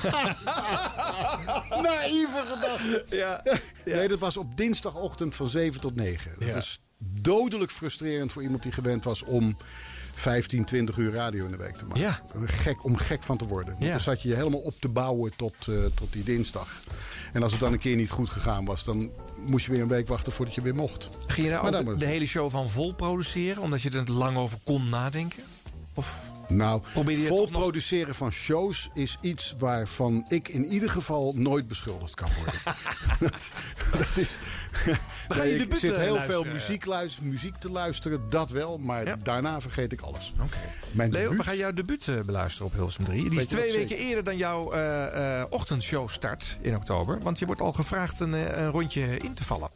Speaker 14: Naïeve gedachte. Ja, ja. Nee, dat was op dinsdagochtend van zeven tot negen. Dat ja. is dodelijk frustrerend voor iemand die gewend was om vijftien, twintig uur radio in de week te maken.
Speaker 13: Ja.
Speaker 14: Gek, om gek van te worden. Ja. Dan zat je je helemaal op te bouwen tot, uh, tot die dinsdag. En als het dan een keer niet goed gegaan was, dan moest je weer een week wachten voordat je weer mocht.
Speaker 13: Ging je daar ook de, de hele show van vol produceren, omdat je er lang over kon nadenken? Of...
Speaker 14: Nou, vol produceren nog... van shows is iets waarvan ik in ieder geval nooit beschuldigd kan worden. dat, dat is...
Speaker 13: Dan ga je
Speaker 14: ik zit heel
Speaker 13: luisteren.
Speaker 14: veel muziek, luisteren, muziek te luisteren, dat wel. Maar ja. daarna vergeet ik alles.
Speaker 13: Okay. Leo, debuut? We gaan jouw debuut uh, beluisteren op Hilversum drie. Die is twee weken zeker? eerder dan jouw uh, uh, ochtendshow start in oktober. Want je wordt al gevraagd een, een rondje in te vallen.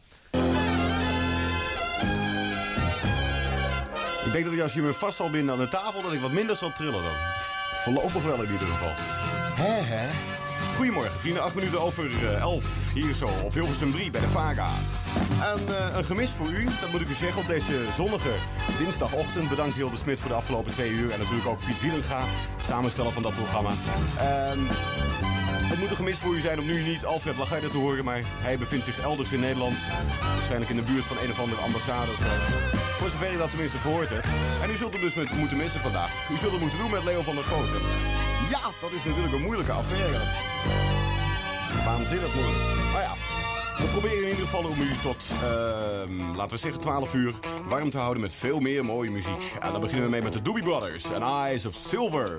Speaker 18: Ik denk dat als je me vast zal binden aan de tafel, dat ik wat minder zal trillen dan. Voorlopig wel in ieder geval.
Speaker 13: Hè, hè?
Speaker 18: Goedemorgen, vrienden. Acht minuten over uh, elf. Hier zo op Hilversum drie bij de VARA. En uh, een gemis voor u, dat moet ik u zeggen, op deze zonnige dinsdagochtend. Bedankt Hilde Smit voor de afgelopen twee uur. En natuurlijk ook Piet Wielenga, samensteller van dat programma. Um, Het moet een gemis voor u zijn om nu niet Alfred Lagarde te horen, maar hij bevindt zich elders in Nederland. Waarschijnlijk in de buurt van een of andere ambassade. Voor zover je dat tenminste gehoord hebt. En u zult hem dus met moeten missen vandaag. U zult het moeten doen met Leo van der Groot. Ja, dat is natuurlijk een moeilijke affaire. Waanzinnig moeilijk. Maar ja, we proberen in ieder geval om u tot, uh, laten we zeggen, twaalf uur warm te houden met veel meer mooie muziek. En dan beginnen we mee met de Doobie Brothers en Eyes of Silver.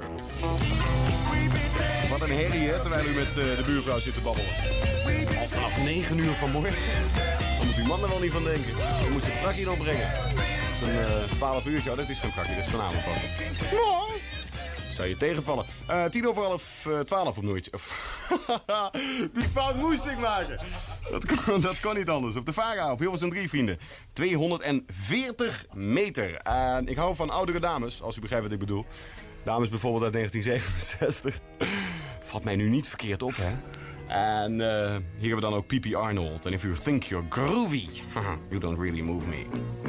Speaker 18: Wat een herrie, hè, terwijl u met uh, de buurvrouw zit te babbelen. Al vanaf negen uur vanmorgen. Dan moet uw man er wel niet van denken. Je moet het prakje nog brengen. Dat is een uh, twaalf uurtje. Oh, dat is geen prakje, dat is vanavond pas. zou je tegenvallen. Uh, tien over half, uh, twaalf op nooit. Die fout moest ik maken. Dat kon, dat kon niet anders. Op de Vara, op Hilversum drie, vrienden. tweehonderdveertig meter. En ik hou van oudere dames, als u begrijpt wat ik bedoel. Dames bijvoorbeeld uit negentien zevenenzestig. Valt mij nu niet verkeerd op, hè? En uh, hier hebben we dan ook P P Arnold. And if you think you're groovy, you don't really move me.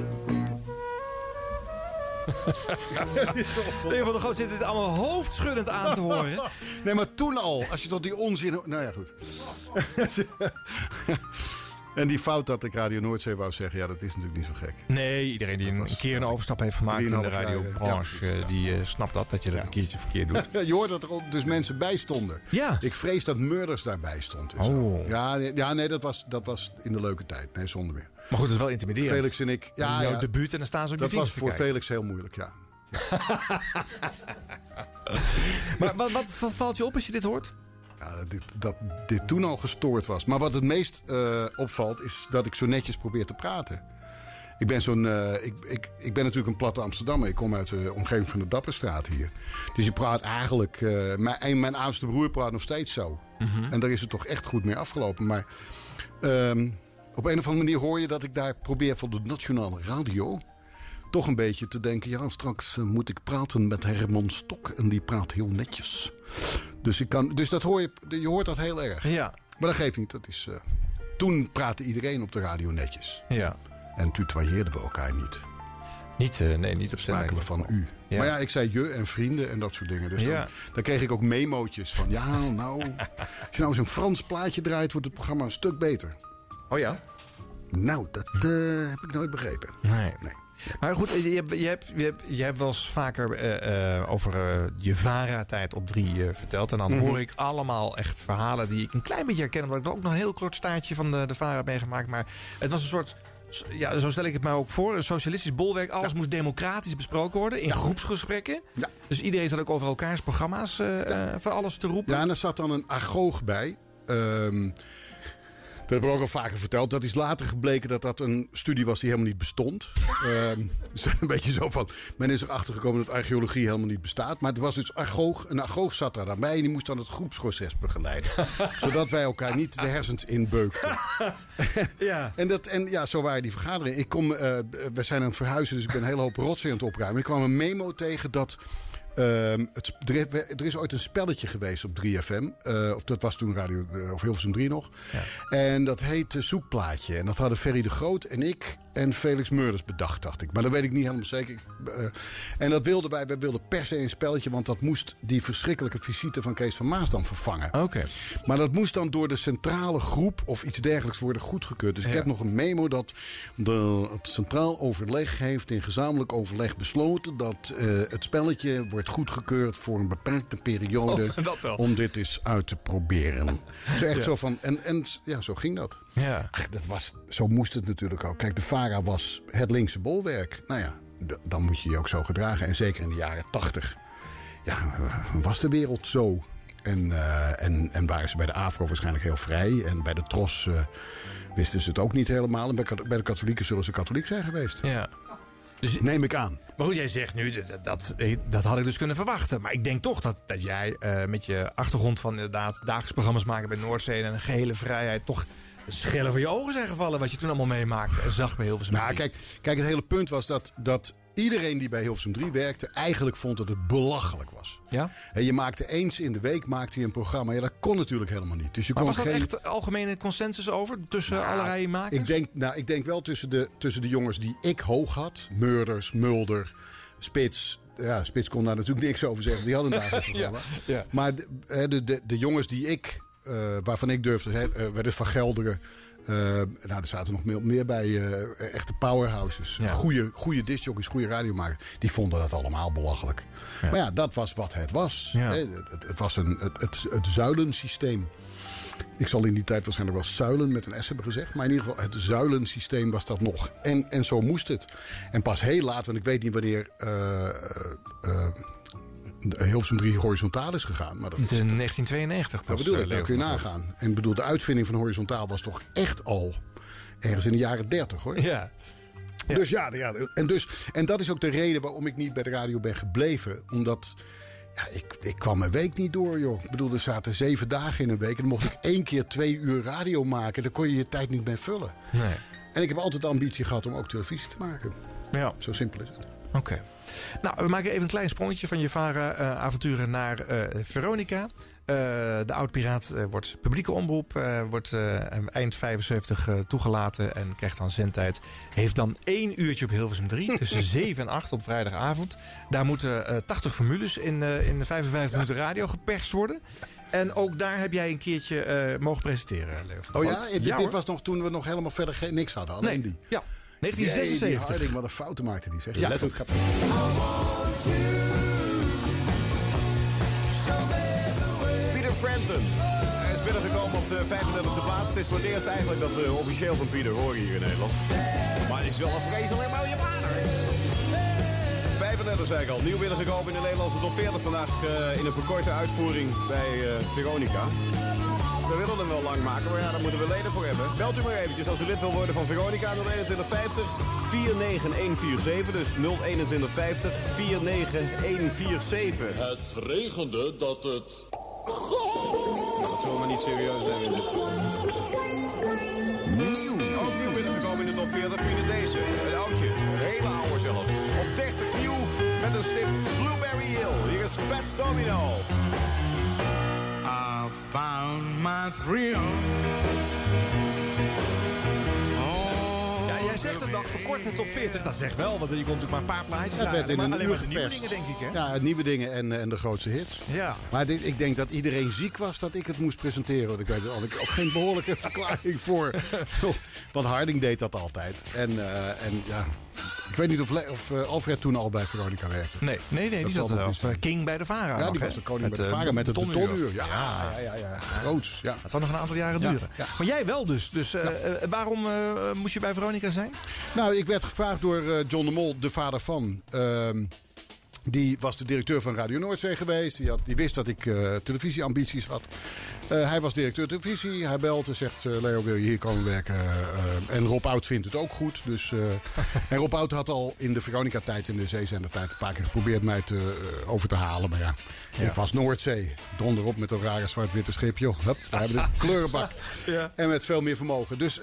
Speaker 13: Nee, van de Groot zit dit allemaal hoofdschuddend aan te horen.
Speaker 14: Nee, maar toen al, als je tot die onzin... Nou ja, goed. En die fout dat ik Radio Noordzee wou zeggen, ja, dat is natuurlijk niet zo gek.
Speaker 13: Nee, iedereen die een, een keer een overstap heeft gemaakt in de radiobranche, ja. die uh, snapt dat, dat je dat ja. een keertje verkeerd doet.
Speaker 14: Je hoort dat er dus mensen bij stonden.
Speaker 13: Ja.
Speaker 14: Ik vrees dat Murders daarbij stond.
Speaker 13: Oh.
Speaker 14: Ja, ja, nee, dat was, dat was in de leuke tijd. Nee, zonder meer.
Speaker 13: Maar goed, dat is wel intimiderend.
Speaker 14: Felix en ik... Ja,
Speaker 13: jouw
Speaker 14: ja,
Speaker 13: debuut en dan staan ze op je
Speaker 14: dat was voor
Speaker 13: kijken.
Speaker 14: Felix heel moeilijk, ja. ja.
Speaker 13: Maar wat, wat, wat valt je op als je dit hoort?
Speaker 14: Ja, dit, dat dit toen al gestoord was. Maar wat het meest uh, opvalt, is dat ik zo netjes probeer te praten. Ik ben, zo'n, uh, ik, ik, ik ben natuurlijk een platte Amsterdammer. Ik kom uit de omgeving van de Dapperstraat hier. Dus je praat eigenlijk... Uh, mijn, mijn oudste broer praat nog steeds zo. Mm-hmm. En daar is het toch echt goed mee afgelopen. Maar um, op een of andere manier hoor je dat ik daar probeer voor de Nationale Radio... toch een beetje te denken... ja, straks uh, moet ik praten met Herman Stok. En die praat heel netjes. Dus, ik kan, dus dat hoor je, je hoort dat heel erg.
Speaker 13: Ja.
Speaker 14: Maar dat geeft niet. Dat is, uh, toen praatte iedereen op de radio netjes.
Speaker 13: Ja.
Speaker 14: En tutoyeerden we elkaar niet.
Speaker 13: Niet, uh, nee, niet op zender.
Speaker 14: Spraken we van u. Ja. Maar ja, ik zei je en vrienden en dat soort dingen. Dus
Speaker 13: ja.
Speaker 14: dan, dan kreeg ik ook memootjes van... ja, nou, als je nou eens een Frans plaatje draait... wordt het programma een stuk beter.
Speaker 13: Oh ja?
Speaker 14: Nou, dat uh, heb ik nooit begrepen.
Speaker 13: Nee. nee. Maar goed, je hebt, je hebt, je hebt, je hebt wel eens vaker uh, uh, over uh, je VARA-tijd op drie uh, verteld. En dan mm-hmm. hoor ik allemaal echt verhalen die ik een klein beetje herken. Omdat ik er ook nog een heel kort staartje van de, de VARA heb meegemaakt. Maar het was een soort... Ja, zo stel ik het mij ook voor. Een socialistisch bolwerk. Alles ja. moest democratisch besproken worden. In ja. groepsgesprekken. Ja. Dus iedereen zat ook over elkaars programma's uh, ja. uh, van alles te roepen.
Speaker 14: Ja, en er zat dan een agoog bij. Um, dat heb ik ook al vaker verteld. Dat is later gebleken dat dat een studie was die helemaal niet bestond. um, dus een beetje zo van... Men is erachter gekomen dat archeologie helemaal niet bestaat. Maar het was dus agoog. Een agoog zat daar daarbij. En die moest dan het groepsproces begeleiden. Zodat wij elkaar niet de hersens inbeukten.
Speaker 13: Ja.
Speaker 14: en, dat, en ja, zo waren die vergaderingen. Ik kom, uh, we zijn aan het verhuizen, dus ik ben een hele hoop rotzooi aan het opruimen. Ik kwam een memo tegen dat... Um, het, er, er is ooit een spelletje geweest op drie F M. Uh, of dat was toen Radio uh, of Hilversum drie nog. Ja. En dat heette Zoekplaatje. En dat hadden Ferry de Groot en ik en Felix Murders bedacht, dacht ik. Maar dat weet ik niet helemaal zeker. Uh, en dat wilden wij. Wij wilden per se een spelletje. Want dat moest die verschrikkelijke visite van Kees van Maas dan vervangen.
Speaker 13: Oké. Okay.
Speaker 14: Maar dat moest dan door de centrale groep of iets dergelijks worden goedgekeurd. Dus ja. ik heb nog een memo dat de, het centraal overleg heeft in gezamenlijk overleg besloten dat uh, het spelletje wordt goedgekeurd voor een beperkte periode.
Speaker 13: Oh,
Speaker 14: om dit eens uit te proberen. Zo echt ja. zo van. En, en ja, zo ging dat.
Speaker 13: Ja.
Speaker 14: Ach, dat was, zo moest het natuurlijk ook. Kijk, de VARA was het linkse bolwerk. Nou ja, d- dan moet je je ook zo gedragen. En zeker in de jaren tachtig. Ja, was de wereld zo. En, uh, en, en waren ze bij de AVRO waarschijnlijk heel vrij. En bij de TROS uh, wisten ze het ook niet helemaal. En bij, bij de katholieken zullen ze katholiek zijn geweest.
Speaker 13: Ja.
Speaker 14: Dus, neem ik aan.
Speaker 13: Maar goed, jij zegt nu, dat, dat, dat had ik dus kunnen verwachten. Maar ik denk toch dat, dat jij uh, met je achtergrond van inderdaad dagelijks programma's maken bij Noordzee en een gehele vrijheid toch schellen voor je ogen zijn gevallen wat je toen allemaal meemaakte en zag bij Hilversum drie.
Speaker 14: Nou, kijk, kijk, het hele punt was dat, dat iedereen die bij Hilversum drie werkte eigenlijk vond dat het belachelijk was.
Speaker 13: Ja?
Speaker 14: En je maakte eens in de week maakte je een programma. Ja, dat kon natuurlijk helemaal niet. Dus je
Speaker 13: maar
Speaker 14: kon
Speaker 13: was dat
Speaker 14: geen...
Speaker 13: echt algemene consensus over tussen nou, allerlei makers?
Speaker 14: Ik denk, nou, ik denk wel tussen de, tussen de jongens die ik hoog had. Murders, Mulder, Spits. Ja, Spits kon daar natuurlijk niks over zeggen. Die hadden een dagelijks programma.
Speaker 13: ja, ja.
Speaker 14: Maar de, de, de, de jongens die ik, uh, waarvan ik durfde, hè, uh, werden Van Gelderen. Uh, nou, er zaten nog meer, meer bij. Uh, echte powerhouses. Ja. Goeie, goeie discjockeys, goede radiomakers. Die vonden dat allemaal belachelijk. Ja. Maar ja, dat was wat het was. Ja. Hè. Het, het was een, het, het, het zuilensysteem. Ik zal in die tijd waarschijnlijk wel zuilen met een S hebben gezegd. Maar in ieder geval, het zuilensysteem was dat nog. En, en zo moest het. En pas heel laat, want ik weet niet wanneer uh, uh, Hilversum drie horizontaal is gegaan. Maar dat
Speaker 13: is in negentien tweeënnegentig pas.
Speaker 14: Dat bedoel ik, dat kun je nagaan. En bedoel, de uitvinding van horizontaal was toch echt al ergens in de jaren dertig, hoor.
Speaker 13: Ja.
Speaker 14: Ja. Dus ja, ja en, dus, en dat is ook de reden waarom ik niet bij de radio ben gebleven. Omdat... Ja, ik, ik kwam een week niet door, joh. Ik bedoel, er zaten zeven dagen in een week. En dan mocht ik één keer twee uur radio maken. Daar kon je je tijd niet mee vullen.
Speaker 13: Nee.
Speaker 14: En ik heb altijd de ambitie gehad om ook televisie te maken.
Speaker 13: Ja.
Speaker 14: Zo simpel is het.
Speaker 13: Oké. Okay. Nou, we maken even een klein sprongetje van je VARA-avonturen uh, naar uh, Veronica. Uh, de oud-piraat uh, wordt publieke omroep. Uh, wordt uh, eind vijfenzeventig uh, toegelaten en krijgt dan zendtijd. Heeft dan één uurtje op Hilversum drie. Tussen zeven en acht op vrijdagavond. Daar moeten uh, tachtig formules in, uh, in vijfenvijftig minuten radio geperst worden. En ook daar heb jij een keertje uh, mogen presenteren, Leo van der
Speaker 14: Oh
Speaker 13: Goot.
Speaker 14: ja? Dit,
Speaker 13: ja,
Speaker 14: dit was nog toen we nog helemaal verder geen, niks hadden. Alleen
Speaker 13: nee.
Speaker 14: die.
Speaker 13: Ja, negentien zesenzeventig.
Speaker 14: Jee, die Harding, wat een fouten maakte die, zeg.
Speaker 13: Ja,
Speaker 14: Let
Speaker 13: goed.
Speaker 14: op, gaat
Speaker 18: Peter Frampton. Hij is binnengekomen op de vijfendertigste plaats. Het is voor het eerst eigenlijk dat we officieel van Pieter horen hier in Nederland. Maar het is wel een vreselijk mooie vader. vijfendertig zei ik al. Nieuw binnengekomen in de Nederlandse top veertig vandaag uh, in een verkorte uitvoering bij uh, Veronica. We willen hem wel lang maken, maar ja, daar moeten we leden voor hebben. Belt u maar eventjes als u lid wil worden van Veronica. nul eenentwintig vijftig vier negen een vier zeven. Dus nul eenentwintig vijftig vier negen een vier zeven.
Speaker 16: Het regende dat het...
Speaker 18: Nou, dat zullen we maar niet serieus zijn in dit geval. Nieuw. Ook nieuw binnengekomen in de top veertig. Vrienden deze. Een oudje. Een hele oude zelfs. Op dertig nieuw met een stip Blueberry Hill. Hier is Fats Domino.
Speaker 19: I found my thrill.
Speaker 13: Ja, jij zegt een dag verkorte top veertig. Dat zegt wel, want je komt natuurlijk maar een paar plaatjes
Speaker 14: Het werd in
Speaker 13: maar
Speaker 14: een
Speaker 13: alleen
Speaker 14: uur
Speaker 13: maar de nieuwe
Speaker 14: geperst.
Speaker 13: dingen, denk ik, hè?
Speaker 14: Ja, nieuwe dingen en, en de grootste hits.
Speaker 13: Ja.
Speaker 14: Maar dit, ik denk dat iedereen ziek was dat ik het moest presenteren. Want ik weet er ook geen behoorlijke verklaring voor. Want Harding deed dat altijd. En, uh, en ja, ik weet niet of, Le of uh, Alfred toen al bij Veronica werkte.
Speaker 13: Nee, nee, nee die zat er als King bij de VARA.
Speaker 14: Ja,
Speaker 13: nog,
Speaker 14: die
Speaker 13: hè?
Speaker 14: was de koning
Speaker 13: met,
Speaker 14: bij de VARA met het betonuur.
Speaker 13: Ja,
Speaker 14: ja, ja, ja, ja. Groots. Ja.
Speaker 13: Dat zou nog een aantal jaren
Speaker 14: Ja,
Speaker 13: duren.
Speaker 14: ja.
Speaker 13: Maar jij wel dus. Dus uh,
Speaker 14: Ja.
Speaker 13: uh, waarom uh, moest je bij Veronica zijn?
Speaker 14: Nou, ik werd gevraagd door uh, John de Mol, de vader van. Uh, die was de directeur van Radio Noordzee geweest. Die, had, die wist dat ik uh, televisieambities had. Uh, hij was directeur televisie. Hij belt en zegt, uh, Leo, wil je hier komen werken? Uh, en Rob Oud vindt het ook goed. Dus, uh, en Rob Oud had al in de Veronica-tijd, in de zeezendertijd, een paar keer geprobeerd mij te, uh, over te halen. Maar ja, ja, ik was Noordzee. Donder op met een rare zwart-witte schip. Joh, hup, daar hebben we de kleurenbak. Ja. En met veel meer vermogen. Dus, uh,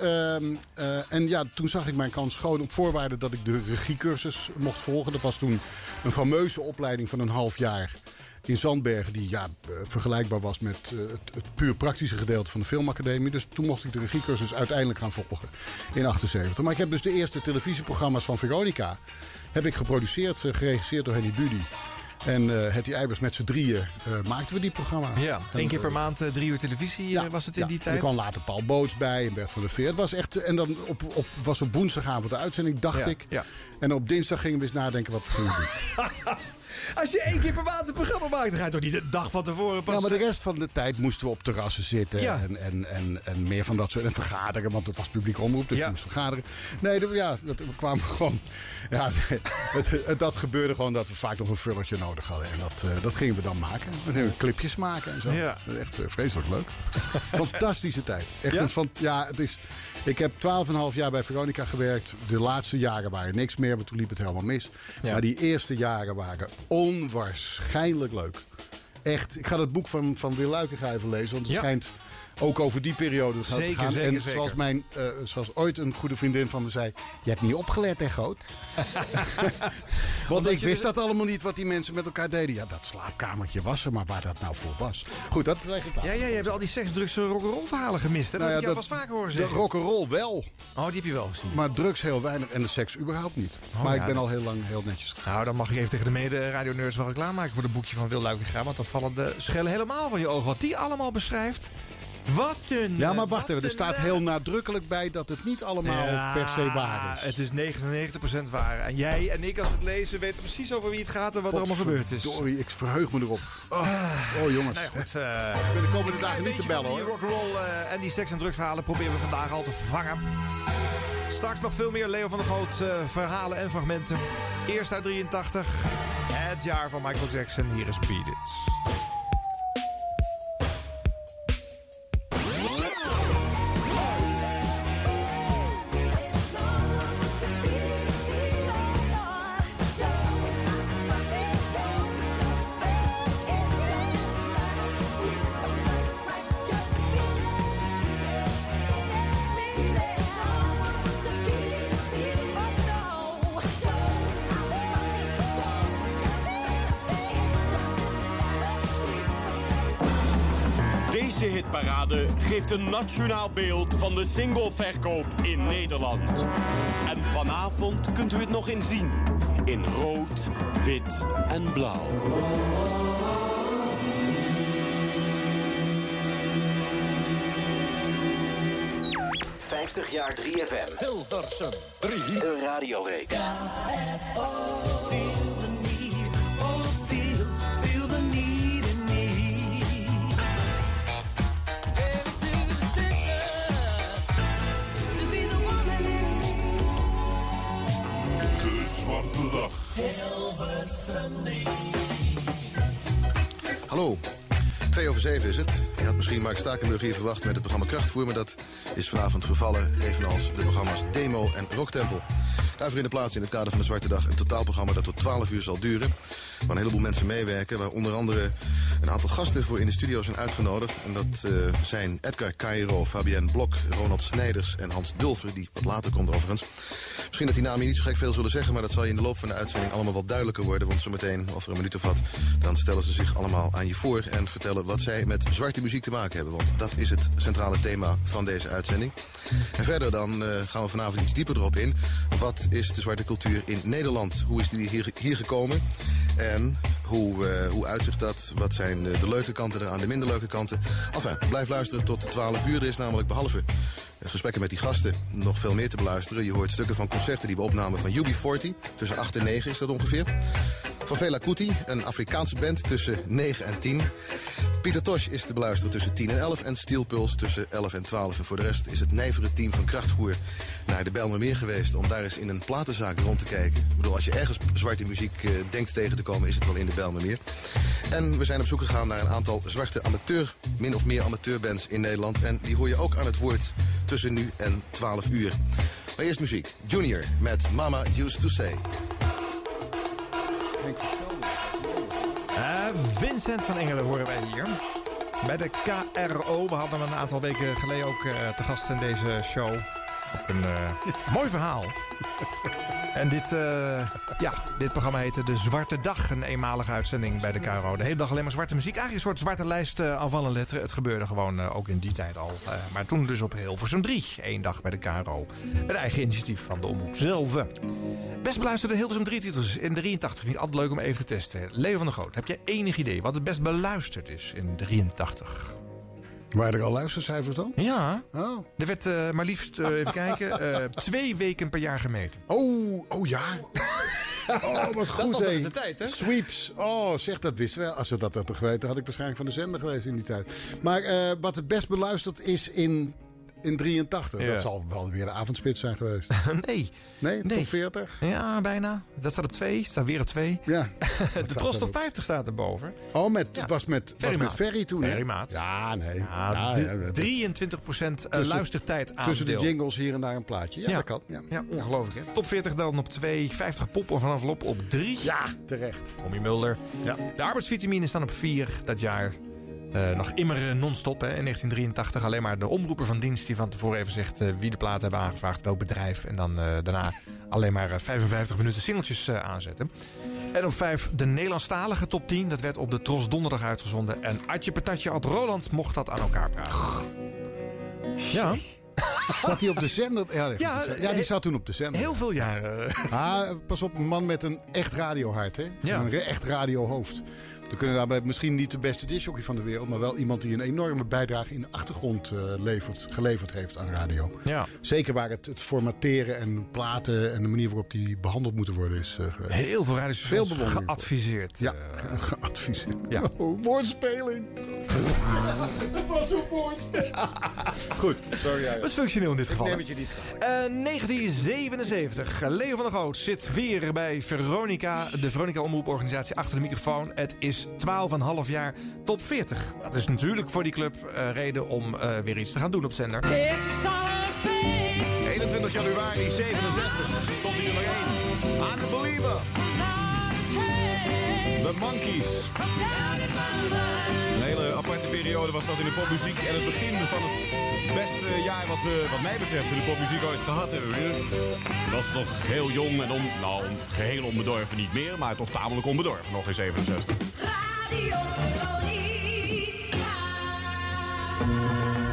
Speaker 14: uh, en ja, toen zag ik mijn kans gewoon op voorwaarde dat ik de regiecursus mocht volgen. Dat was toen een fameuze opleiding van een half jaar in Zandbergen, die ja, vergelijkbaar was met uh, het, het puur praktische gedeelte van de filmacademie. Dus toen mocht ik de regiecursus uiteindelijk gaan volgen in achtenzeventig. Maar ik heb dus de eerste televisieprogramma's van Veronica heb ik geproduceerd, uh, geregisseerd door Henny Buddy. En uh, Hetty Eibers met z'n drieën uh, maakten we die programma's.
Speaker 13: Ja, één keer per maand uh, drie uur televisie ja, uh, was het in
Speaker 14: ja,
Speaker 13: die tijd.
Speaker 14: Er kwam later Paul Boots bij en Bert van der Veer. Het was echt, en dan op, op, was op woensdagavond de uitzending, dacht
Speaker 13: ja,
Speaker 14: ik.
Speaker 13: Ja.
Speaker 14: En op dinsdag gingen we eens nadenken wat we gingen doen.
Speaker 13: Als je één keer per maand een programma maakt, dan ga je toch niet de dag van tevoren pas...
Speaker 14: Ja, maar de rest van de tijd moesten we op terrassen zitten. Ja. En, en, en, en meer van dat soort. En vergaderen, want het was publieke omroep. Dus ja. we moesten vergaderen. Nee, de, ja, dat, we kwamen gewoon... Ja, het, het, dat gebeurde gewoon dat we vaak nog een vullertje nodig hadden. En dat, uh, dat gingen we dan maken. We gingen we clipjes maken en zo. Ja. Dat is echt uh, vreselijk leuk. Fantastische tijd. Echt ja? Een van, ja, het is... Ik heb twaalf en een half jaar bij Veronica gewerkt. De laatste jaren waren niks meer, want toen liep het helemaal mis. Ja. Maar die eerste jaren waren onwaarschijnlijk leuk. Echt. Ik ga het boek van, van Wil Luikenga even lezen, want het ja. schijnt ook over die periode te gaan.
Speaker 13: Zeker, zeker,
Speaker 14: en
Speaker 13: zeker.
Speaker 14: Zoals, mijn, uh, zoals ooit een goede vriendin van me zei, je hebt niet opgelet, hè, Goot? Want ik wist dat allemaal niet, wat die mensen met elkaar deden. Ja, dat slaapkamertje was er, maar waar dat nou voor was. Goed, dat leg ik klaar.
Speaker 13: Ja, ja, je hebt al die seks, drugs, rock'n'roll verhalen gemist. Hè? Dat nou ja, heb ik jou pas vaker horen zeggen.
Speaker 14: De rock'n'roll wel.
Speaker 13: Oh, die heb je wel gezien.
Speaker 14: Maar drugs heel weinig en de seks überhaupt niet. Oh, maar ja, ik ben al heel lang heel netjes gegaan.
Speaker 13: Nou, dan mag ik even tegen de mede-radio-nerds wel reclame maken voor het boekje van Wil Luikenga. Want dan vallen de schellen helemaal van je ogen. Wat die allemaal beschrijft. Wat een...
Speaker 14: Ja, maar wacht even. Er staat heel nadrukkelijk bij dat het niet allemaal ja, per se waar is.
Speaker 13: Het is negenennegentig procent waar. En jij en ik, als we het lezen, weten precies over wie het gaat en wat er allemaal gebeurd is.
Speaker 14: Sorry, ik verheug me erop. Oh, oh jongens.
Speaker 13: Nou ja, goed, uh,
Speaker 14: ik ben de komende dagen niet te bellen, hoor.
Speaker 13: Die rock'n'roll uh, en die seks- en drugsverhalen proberen we vandaag al te vervangen. Straks nog veel meer Leo van der Goot uh, verhalen en fragmenten. Eerst uit drieëntachtig. Het jaar van Michael Jackson. Hier is Beat It.
Speaker 18: Parade geeft een nationaal beeld van de singleverkoop in Nederland. En vanavond kunt u het nog eens zien. In rood, wit en blauw.
Speaker 9: vijftig jaar drie F M.
Speaker 10: Hilversum drie.
Speaker 9: De radioreeks.
Speaker 20: Hallo, twee over zeven is het. Je had misschien Mark Stakenburg hier verwacht met het programma Krachtvoer, maar dat is vanavond vervallen, evenals de programma's Demo en Rocktempel. Daarvoor in de plaats in het kader van de Zwarte Dag een totaalprogramma dat tot twaalf uur zal duren. Waar een heleboel mensen meewerken, waar onder andere een aantal gasten voor in de studio zijn uitgenodigd. En dat uh, zijn Edgar Cairo, Fabienne Blok, Ronald Snijders en Hans Dulfer, die wat later komt overigens. Misschien dat die namen je niet zo gek veel zullen zeggen, maar dat zal je in de loop van de uitzending allemaal wat duidelijker worden. Want zometeen, over een minuut of wat, dan stellen ze zich allemaal aan je voor en vertellen wat zij met zwarte muziek te maken hebben. Want dat is het centrale thema van deze uitzending. En verder dan uh, gaan we vanavond iets dieper erop in. Wat is de zwarte cultuur in Nederland? Hoe is die hier, hier gekomen? En hoe, uh, hoe uitzicht dat? Wat zijn uh, de leuke kanten eraan, de minder leuke kanten? Enfin, blijf luisteren tot twaalf uur. Er is namelijk behalve gesprekken met die gasten nog veel meer te beluisteren. Je hoort stukken van concerten die we opnamen van U B veertig. Tussen acht en negen is dat ongeveer. Van Fela Kuti, een Afrikaanse band, tussen negen en tien. Pieter Tosh is te beluisteren tussen tien en elf. En Steel Pulse tussen elf en twaalf. En voor de rest is het nijvere team van Krachtvoer naar de Bijlmermeer geweest om daar eens in een platenzaak rond te kijken. Ik bedoel, als je ergens zwarte muziek uh, denkt tegen te komen, is het wel in de Bijlmermeer. En we zijn op zoek gegaan naar een aantal zwarte amateur, min of meer amateurbands in Nederland. En die hoor je ook aan het woord tussen nu en twaalf uur. Maar eerst muziek. Junior met Mama Used to Say.
Speaker 13: Uh, Vincent van Engelen horen wij hier. Bij de K R O. We hadden hem een aantal weken geleden ook uh, te gast in deze show. Ook een uh, mooi verhaal. En dit, uh, ja, dit programma heette De Zwarte Dag. Een eenmalige uitzending bij de K R O. De hele dag alleen maar zwarte muziek. Eigenlijk een soort zwarte lijst uh, aan vallen letteren. Het gebeurde gewoon uh, ook in die tijd al. Uh, maar toen dus op Hilversum drie. Eén dag bij de K R O. Een eigen initiatief van de omroep zelf. Best beluisterde Hilversum drie titels in drieëntachtig. Vind ik altijd leuk om even te testen. Leo van der Groot, heb jij enig idee wat het best beluisterd is in drieëntachtig?
Speaker 14: Waren er al luistercijfers dan?
Speaker 13: Ja.
Speaker 14: Oh.
Speaker 13: Er werd uh, maar liefst, uh, even kijken, uh, twee weken per jaar gemeten.
Speaker 14: Oh, oh ja. Oh, wat goed,
Speaker 13: dat was in de tijd, hè?
Speaker 14: Sweeps. Oh, zeg, dat wisten we. Als we dat hadden geweten, had ik waarschijnlijk van de zender geweest in die tijd. Maar uh, wat het best beluisterd is in... In drieëntachtig, ja. Dat zal wel weer de avondspits zijn geweest.
Speaker 13: nee.
Speaker 14: Nee,
Speaker 13: nee.
Speaker 14: top veertig?
Speaker 13: Ja, bijna. Dat staat op twee, staat weer op twee.
Speaker 14: Ja.
Speaker 13: De Tros top vijftig staat erboven.
Speaker 14: Oh, met, ja. was met Ferry, was met Ferry toen, hè?
Speaker 13: Ferry Maat.
Speaker 14: Ja, nee.
Speaker 13: Ja, ja, ja, drieëntwintig procent tussen, luistertijd aandeel.
Speaker 14: Tussen de jingles hier en daar een plaatje. Ja, ja. dat kan. Ja,
Speaker 13: ja ongelooflijk, hè? Top veertig dan op twee, vijftig pop en vanaf lop op drie.
Speaker 14: Ja, terecht.
Speaker 13: Tommy Mulder. Ja. De arbeidsvitamine staan op vier dat jaar. Uh, nog immer non-stop hè, in negentien drieëntachtig. Alleen maar de omroeper van dienst die van tevoren even zegt uh, wie de plaat hebben aangevraagd, welk bedrijf. En dan uh, daarna alleen maar uh, vijfenvijftig minuten singeltjes uh, aanzetten. En op vijf de Nederlandstalige top tien. Dat werd op de Tros donderdag uitgezonden. En Adje Patatje Ad Roland mocht dat aan elkaar praten.
Speaker 14: Ja. Zat hij op de zender? Ja,
Speaker 13: ja,
Speaker 14: ja, die zat toen op de zender.
Speaker 13: Heel veel jaren.
Speaker 14: Ah, pas op, een man met een echt radiohart, hè?
Speaker 13: Ja.
Speaker 14: Een echt radiohoofd. We kunnen daarbij misschien niet de beste discjockey van de wereld, maar wel iemand die een enorme bijdrage in de achtergrond uh, levert, geleverd heeft aan radio.
Speaker 13: Ja.
Speaker 14: Zeker waar het, het formateren en platen en de manier waarop die behandeld moeten worden is. Uh,
Speaker 13: Heel veel radiostations geadviseerd.
Speaker 14: Ja, uh, geadviseerd.
Speaker 13: Ja.
Speaker 14: Oh, woordspeling. Het was zo'n woordspeling. Goed, sorry. Ja, ja.
Speaker 13: Dat is functioneel in dit geval.
Speaker 14: Ik neem het je niet
Speaker 13: uh, negentien zevenenzeventig. Leo van der Goot zit weer bij Veronica, de Veronica omroeporganisatie achter de microfoon. Het is twaalf en een half jaar top veertig. Dat is natuurlijk voor die club uh, reden om uh, weer iets te gaan doen op zender.
Speaker 18: eenentwintig januari zevenenzestig stond hij nummer één. Unbeliever. The Monkees. Een hele aparte periode was dat in de popmuziek. En het begin van het beste jaar wat, uh, wat mij betreft in de popmuziek ooit gehad hebben. Ik was nog heel jong en on, nou, geheel onbedorven niet meer. Maar toch tamelijk onbedorven nog in zevenenzestig. Radio Veronica.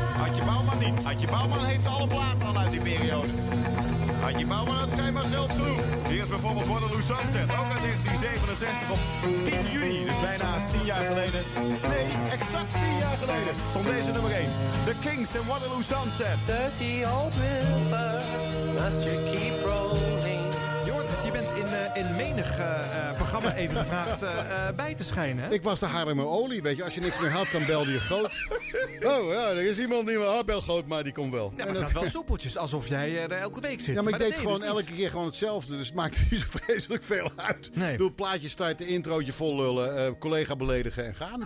Speaker 11: niet. Adje Bouwman heeft alle platen al uit die periode. Adje Bouwman had schijnbaar geld genoeg. Hier is bijvoorbeeld Waterloo Sunset, ook uit negentien zevenenzestig op tien juni. Dus bijna tien jaar geleden. Nee, exact tien jaar geleden stond deze nummer één. The Kings en Waterloo Sunset.
Speaker 15: Dirty old river, must you keep rolling.
Speaker 13: Je bent in, uh, in menig uh, uh, programma even gevraagd uh, uh, bij te schijnen, hè?
Speaker 14: Ik was de Haarlemmer Olie, weet je. Als je niks meer had, dan belde je Groot. Oh ja, er is iemand die me had, bel Groot, maar die komt wel.
Speaker 13: Ja, maar het gaat wel soepeltjes, alsof jij uh, er elke week zit.
Speaker 14: Ja, maar, maar ik deed gewoon
Speaker 13: dus
Speaker 14: elke keer gewoon hetzelfde. Dus het maakte niet zo vreselijk veel uit.
Speaker 13: Nee.
Speaker 14: Ik bedoel, plaatje starten, introotje vol lullen, uh, collega beledigen en gaan.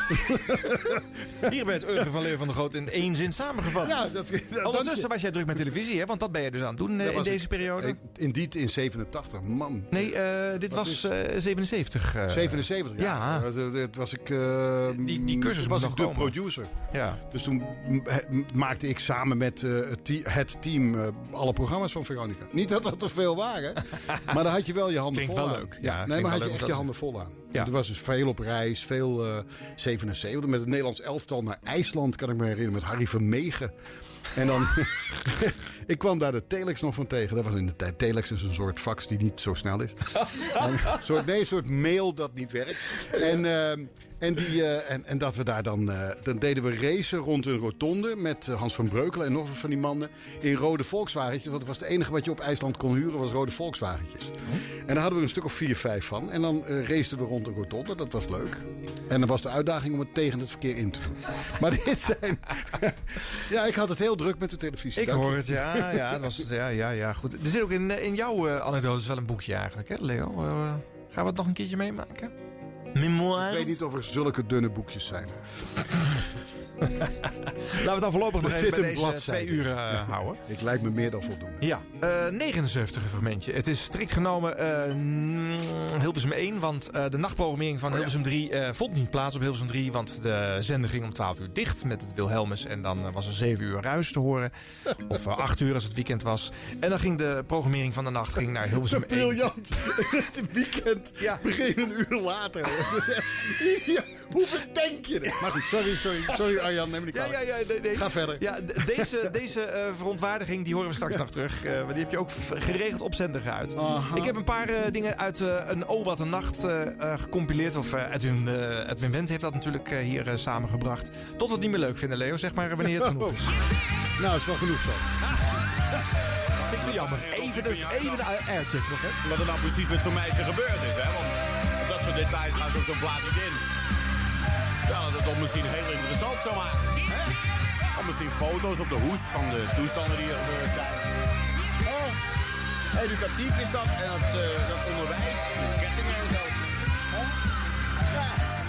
Speaker 13: Hier bij het oeuvre van Leo van der Groot in één zin samengevat.
Speaker 14: Ja, dat, dat,
Speaker 13: Ondertussen was jij druk met televisie, hè? Want dat ben je dus aan het doen uh, in deze
Speaker 14: ik,
Speaker 13: periode.
Speaker 14: Ik, in die in zevenentachtig, man.
Speaker 13: Nee, uh, dit Wat was uh, zevenenzeventig. Uh,
Speaker 14: zevenenzeventig, ja. ja. Dat, dat was ik... Uh,
Speaker 13: die, die cursus
Speaker 14: was
Speaker 13: ik
Speaker 14: ik de
Speaker 13: komen.
Speaker 14: producer.
Speaker 13: Ja.
Speaker 14: Dus toen maakte ik samen met uh, het, te het team uh, alle programma's van Veronica. Niet dat dat er veel waren, maar daar had je wel je handen
Speaker 13: klinkt
Speaker 14: vol
Speaker 13: wel
Speaker 14: aan.
Speaker 13: leuk.
Speaker 14: Ja,
Speaker 13: ja,
Speaker 14: nee, maar had je
Speaker 13: leuk,
Speaker 14: echt je handen vol aan.
Speaker 13: Ja.
Speaker 14: Er was dus veel op reis, veel uh, zevenenzeventig. Met het Nederlands elftal naar IJsland, kan ik me herinneren, met Harry Vermegen. En dan, ik kwam daar de telex nog van tegen. Dat was in de tijd. Telex is een soort fax die niet zo snel is. een soort, nee, een soort mail dat niet werkt. En, uh, en, die, uh, en, en dat we daar dan... Uh, dan deden we racen rond een rotonde met uh, Hans van Breukelen en nog wat van die mannen. In rode Volkswagentjes. Want dat was het enige wat je op IJsland kon huren, was rode Volkswagentjes. En daar hadden we een stuk of vier, vijf van. En dan uh, raceten we rond een rotonde. Dat was leuk. En dan was de uitdaging om het tegen het verkeer in te doen. Maar dit zijn... ja, ik had het heel druk met de televisie.
Speaker 13: Ik Dank hoor het, ja. Ja, het was, ja, ja, ja, goed. Er zit ook in, in jouw uh, anekdotes wel een boekje eigenlijk, hè, Leo? Uh, gaan we het nog een keertje meemaken? Memoires?
Speaker 14: Ik weet niet of er zulke dunne boekjes zijn.
Speaker 13: Laten we het dan voorlopig nog even bij deze bladzijde. twee uur uh, ja, houden.
Speaker 14: Ik lijkt me meer dan voldoende.
Speaker 13: Ja, uh, negenenzeventig fragmentje. Het is strikt genomen uh, Hilversum één, want uh, de nachtprogrammering van oh, Hilversum drie uh, vond niet plaats op Hilversum drie, want de zender ging om twaalf uur dicht met het Wilhelmus en dan uh, was er zeven uur ruis te horen. Of uh, acht uur als het weekend was. En dan ging de programmering van de nacht ging naar Hilversum één.
Speaker 14: Briljant. Het weekend ja. begin een uur later. Ja, hoe bedenk je het? Maar goed, sorry, sorry, sorry Arjan, neem me niet kwalijk.
Speaker 13: Ja, ja, ja, nee, nee.
Speaker 14: Ga verder.
Speaker 13: Ja, deze deze uh, verontwaardiging die horen we straks nog terug. Uh, die heb je ook geregeld op zender geuit. Aha. Ik heb een paar uh, dingen uit uh, een Oh Wat Een Nacht uh, uh, gecompileerd. Of uh, Edwin, uh, Edwin Wendt heeft dat natuurlijk uh, hier uh, samengebracht. Tot we het niet meer leuk vinden, Leo. Zeg maar wanneer het genoeg is.
Speaker 14: Nou, is wel genoeg zo.
Speaker 13: Vind ik te jammer. Even, dus, even de aircheck nog, hè.
Speaker 11: Wat er nou precies met zo'n meisje gebeurd is, hè. Want op dat soort details gaat ook zo'n plaat niet in. Ja, dat het toch misschien heel interessant zou maken. Hè? Of misschien foto's op de hoes van de toestanden die er gebeurd zijn. Oh, educatief is dat. En dat, uh, dat onderwijs, de kettingen en zo. Huh? Ja.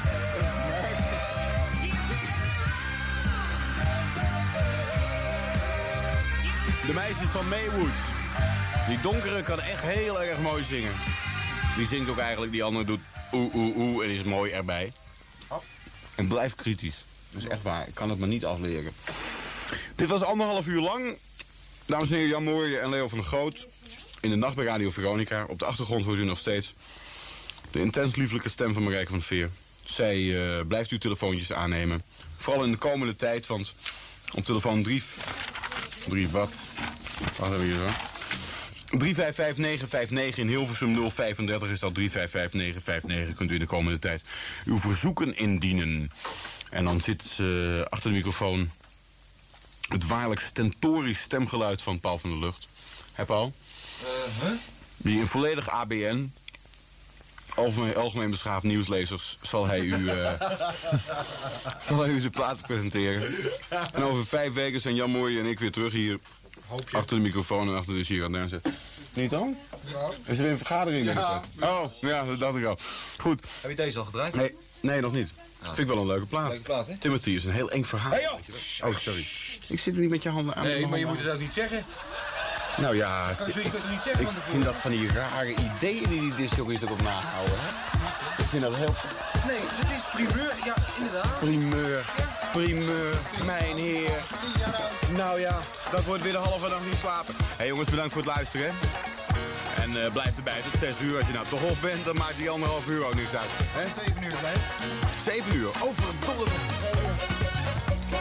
Speaker 11: De meisjes van Maywood. Die donkere kan echt heel erg mooi zingen. Die zingt ook eigenlijk, die andere doet oeh oeh oeh en is mooi erbij. En blijf kritisch. Dat is echt waar. Ik kan het maar niet afleren. Dit was anderhalf uur lang. Dames en heren, Jan Mooijen en Leo van der Groot. In de nacht bij Radio Veronica. Op de achtergrond hoort u nog steeds de intens lieflijke stem van Marijke van der Veer. Zij uh, blijft uw telefoontjes aannemen. Vooral in de komende tijd, want op telefoon drie... drie wat? Wat hebben we hier zo? drie vijf vijf negen vijf negen in Hilversum nul vijfendertig is dat drie vijf vijf negen vijf negen. Kunt u in de komende tijd uw verzoeken indienen. En dan zit uh, achter de microfoon het waarlijk stentorisch stemgeluid van Paul van der Lucht. Hè Paul? Uh, huh? Die in volledig A B N, algemeen, algemeen beschaafd nieuwslezers, zal hij u, uh, zal hij u zijn platen presenteren. En over vijf weken zijn Jan Mooijen en ik weer terug hier. Achter de microfoon en achter de Girardin. Niet dan? Ja. Is er een vergadering? Ja. Oh, ja, dat dacht ik al. Goed.
Speaker 10: Heb je deze al gedraaid?
Speaker 11: Nee, nee nog niet. Ja. Vind ik wel een leuke plaat.
Speaker 10: Leuke plaat, hè?
Speaker 11: Timothy is een heel eng verhaal.
Speaker 10: Hey, joh.
Speaker 11: Oh, sorry. Ik zit er niet met je handen aan.
Speaker 10: Nee, maar je moet het ook niet zeggen.
Speaker 11: Nou ja,
Speaker 10: oh, je het niet zeggen
Speaker 11: ik vind dat van die rare ideeën die die discjockeys erop nahouden. Hè? Ik vind dat heel...
Speaker 10: Nee, dit is primeur. Ja, inderdaad.
Speaker 11: Primeur. Primeur. Mijn heer. Nou ja, dat wordt weer de halve dag niet slapen. Hé hey jongens, bedankt voor het luisteren. En uh, blijf erbij tot zes uur. Als je nou toch op bent, dan maakt die anderhalf uur ook niks uit. Hè?
Speaker 10: Zeven uur, blijf.
Speaker 11: Zeven uur. Over een dolle.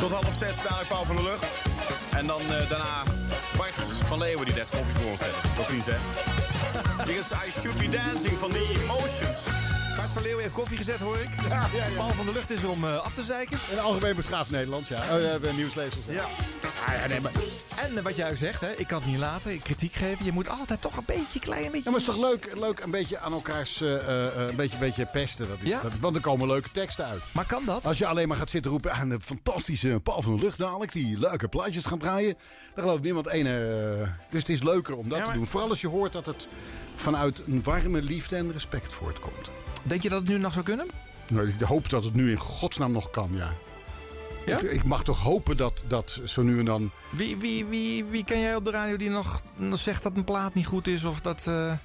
Speaker 18: Tot half zes, dadelijk Paul van der Lucht. En dan uh, daarna Bart van Leeuwen die net koffie voor ons zet. Tot ziens, hè. Hier is I Should Be Dancing van The Emotions.
Speaker 13: Bart van Leeuwen heeft koffie gezet, hoor ik.
Speaker 14: Ja, ja, ja.
Speaker 13: Paul van der Lucht is er om uh, af te zeiken.
Speaker 14: In algemeen beschaafd Nederlands, ja. Oh, ja, we hebben nieuwslezers.
Speaker 13: Ja. Ah, ja nee, maar... En uh, wat jij zegt, hè, ik kan het niet laten, kritiek geven. Je moet altijd toch een beetje, klein beetje...
Speaker 14: Ja, maar het is toch leuk, leuk een beetje aan elkaars, uh, uh, een beetje, beetje pesten. Dat is,
Speaker 13: ja?
Speaker 14: dat, want er komen leuke teksten uit.
Speaker 13: Maar kan dat?
Speaker 14: Als je alleen maar gaat zitten roepen aan de fantastische Paul van der Lucht dadelijk, die leuke plaatjes gaan draaien, dan gelooft niemand ene. Uh, dus het is leuker om dat ja, maar... te doen. Vooral als je hoort dat het vanuit een warme liefde en respect voortkomt.
Speaker 13: Denk je dat het nu nog zou kunnen?
Speaker 14: Nou, ik hoop dat het nu in godsnaam nog kan, ja.
Speaker 13: Ja?
Speaker 14: Ik, ik mag toch hopen dat, dat zo nu en dan...
Speaker 13: Wie, wie, wie, wie ken jij op de radio die nog, nog zegt dat een plaat niet goed is of dat... Uh...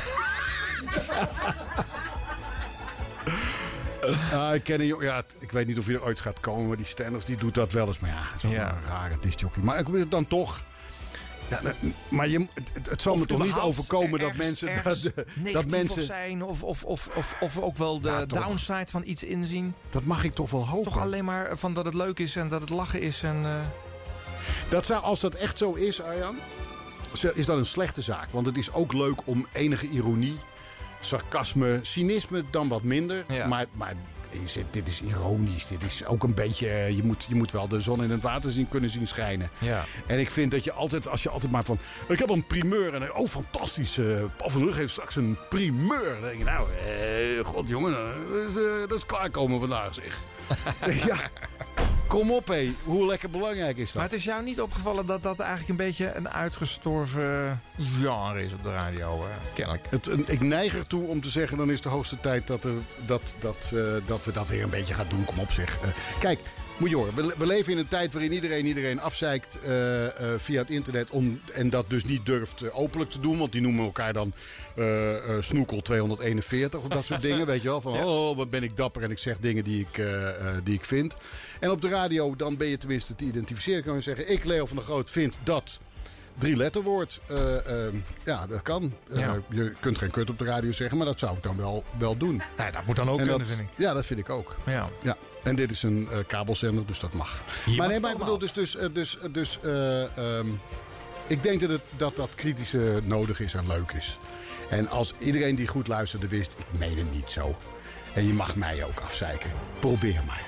Speaker 14: uh, ik ken een jongen, ja, ik weet niet of hij er ooit gaat komen, maar die Stenders die doet dat wel eens. Maar ja, zo'n ja. rare discjockey. Maar ik wil dan toch... Ja, maar je, het, het zal of me toch niet overkomen dat mensen... Dat, dat mensen
Speaker 13: zijn of, of, of, of, of ook wel de ja, downside van iets inzien.
Speaker 14: Dat mag ik toch wel hopen.
Speaker 13: Toch alleen maar van dat het leuk is en dat het lachen is. En, uh...
Speaker 14: dat zou, als dat echt zo is, Arjan, is dat een slechte zaak. Want het is ook leuk om enige ironie, sarcasme, cynisme dan wat minder. Ja. Maar... maar dit is ironisch. Dit is ook een beetje... Je moet, je moet wel de zon in het water zien, kunnen zien schijnen. Ja. En ik vind dat je altijd... Als je altijd maar van... Ik heb een primeur. En oh, fantastisch. Uh, Paul van der Lucht heeft straks een primeur. Dan denk je, nou... Eh, God, jongen. Uh, dat is klaarkomen vandaag, zeg. Ja. Kom op, hé. Hoe lekker belangrijk is dat?
Speaker 13: Maar het is jou niet opgevallen dat dat eigenlijk een beetje een uitgestorven genre is op de radio, hè? Kennelijk.
Speaker 14: Het, ik neig ertoe om te zeggen, dan is de hoogste tijd dat, er, dat, dat, uh, dat we dat weer een beetje gaan doen. Kom op, zeg. Uh, kijk, moet je horen. We, we leven in een tijd waarin iedereen iedereen afzeikt uh, uh, via het internet. Om, en dat dus niet durft uh, openlijk te doen. Want die noemen elkaar dan uh, uh, Snoekel tweehonderdeenenveertig of dat soort dingen. Weet je wel? Van, oh, wat ben ik dapper en ik zeg dingen die ik, uh, uh, die ik vind. En op de radio, dan ben je tenminste te identificeren. Kan je zeggen, ik, Leo van der Groot, vind dat... Drie letterwoord. Uh, uh, ja, dat kan. Uh, ja. Je kunt geen kut op de radio zeggen, maar dat zou ik dan wel, wel doen.
Speaker 13: Nee, dat moet dan ook en kunnen,
Speaker 14: dat,
Speaker 13: vind ik.
Speaker 14: Ja, dat vind ik ook.
Speaker 13: Ja.
Speaker 14: Ja. En dit is een uh, kabelzender, dus dat mag.
Speaker 13: Hier
Speaker 14: maar
Speaker 13: mag
Speaker 14: nee, maar ik bedoel dus... dus, uh, dus, uh, dus uh, um, ik denk dat, het, dat dat kritische nodig is en leuk is. En als iedereen die goed luisterde wist, ik meen het niet zo. En je mag mij ook afzeiken. Probeer maar.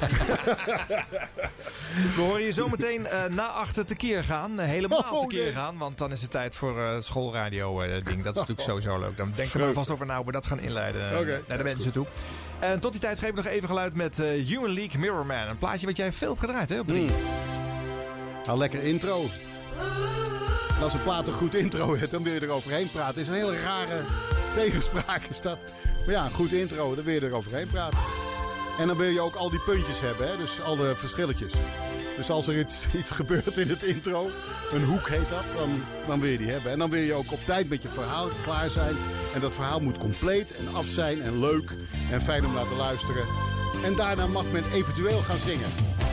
Speaker 13: We horen je zometeen uh, na achter tekeer gaan. Uh, helemaal oh, tekeer nee. gaan. Want dan is het tijd voor uh, het schoolradio uh, ding. Dat is natuurlijk sowieso leuk. Dan denken we er vast over na hoe we dat gaan inleiden uh, okay. naar de mensen toe. En tot die tijd geven we nog even geluid met uh, Human League Mirror Man. Een plaatje wat jij veel hebt gedraaid, hè, op drie. Mm.
Speaker 14: Nou, lekker intro. En als een plaat een goed intro heeft, dan wil je er overheen praten. Het is een hele rare tegenspraak is dat. Maar ja, een goed intro, dan wil je er overheen praten. En dan wil je ook al die puntjes hebben, hè? Dus al de verschilletjes. Dus als er iets, iets gebeurt in het intro, een hoek heet dat, dan, dan wil je die hebben. En dan wil je ook op tijd met je verhaal klaar zijn. En dat verhaal moet compleet en af zijn en leuk en fijn om naar te luisteren. En daarna mag men eventueel gaan zingen.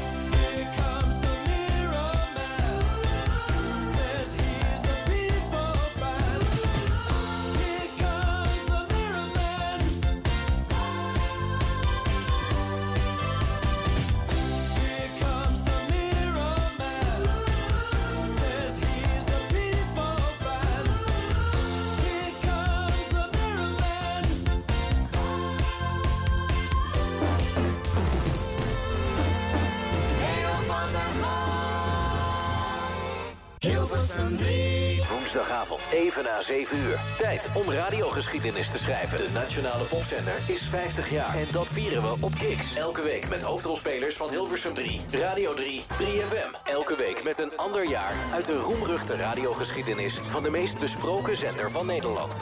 Speaker 9: Woensdagavond, even na zeven uur. Tijd om radiogeschiedenis te schrijven. De Nationale Popzender is vijftig jaar. En dat vieren we op Kicks. Elke week met hoofdrolspelers van Hilversum drie, Radio drie, drie F M. Elke week met een ander jaar uit de roemruchte radiogeschiedenis van de meest besproken zender van Nederland.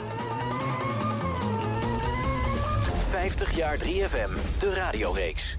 Speaker 9: vijftig jaar drie F M, de radioreeks.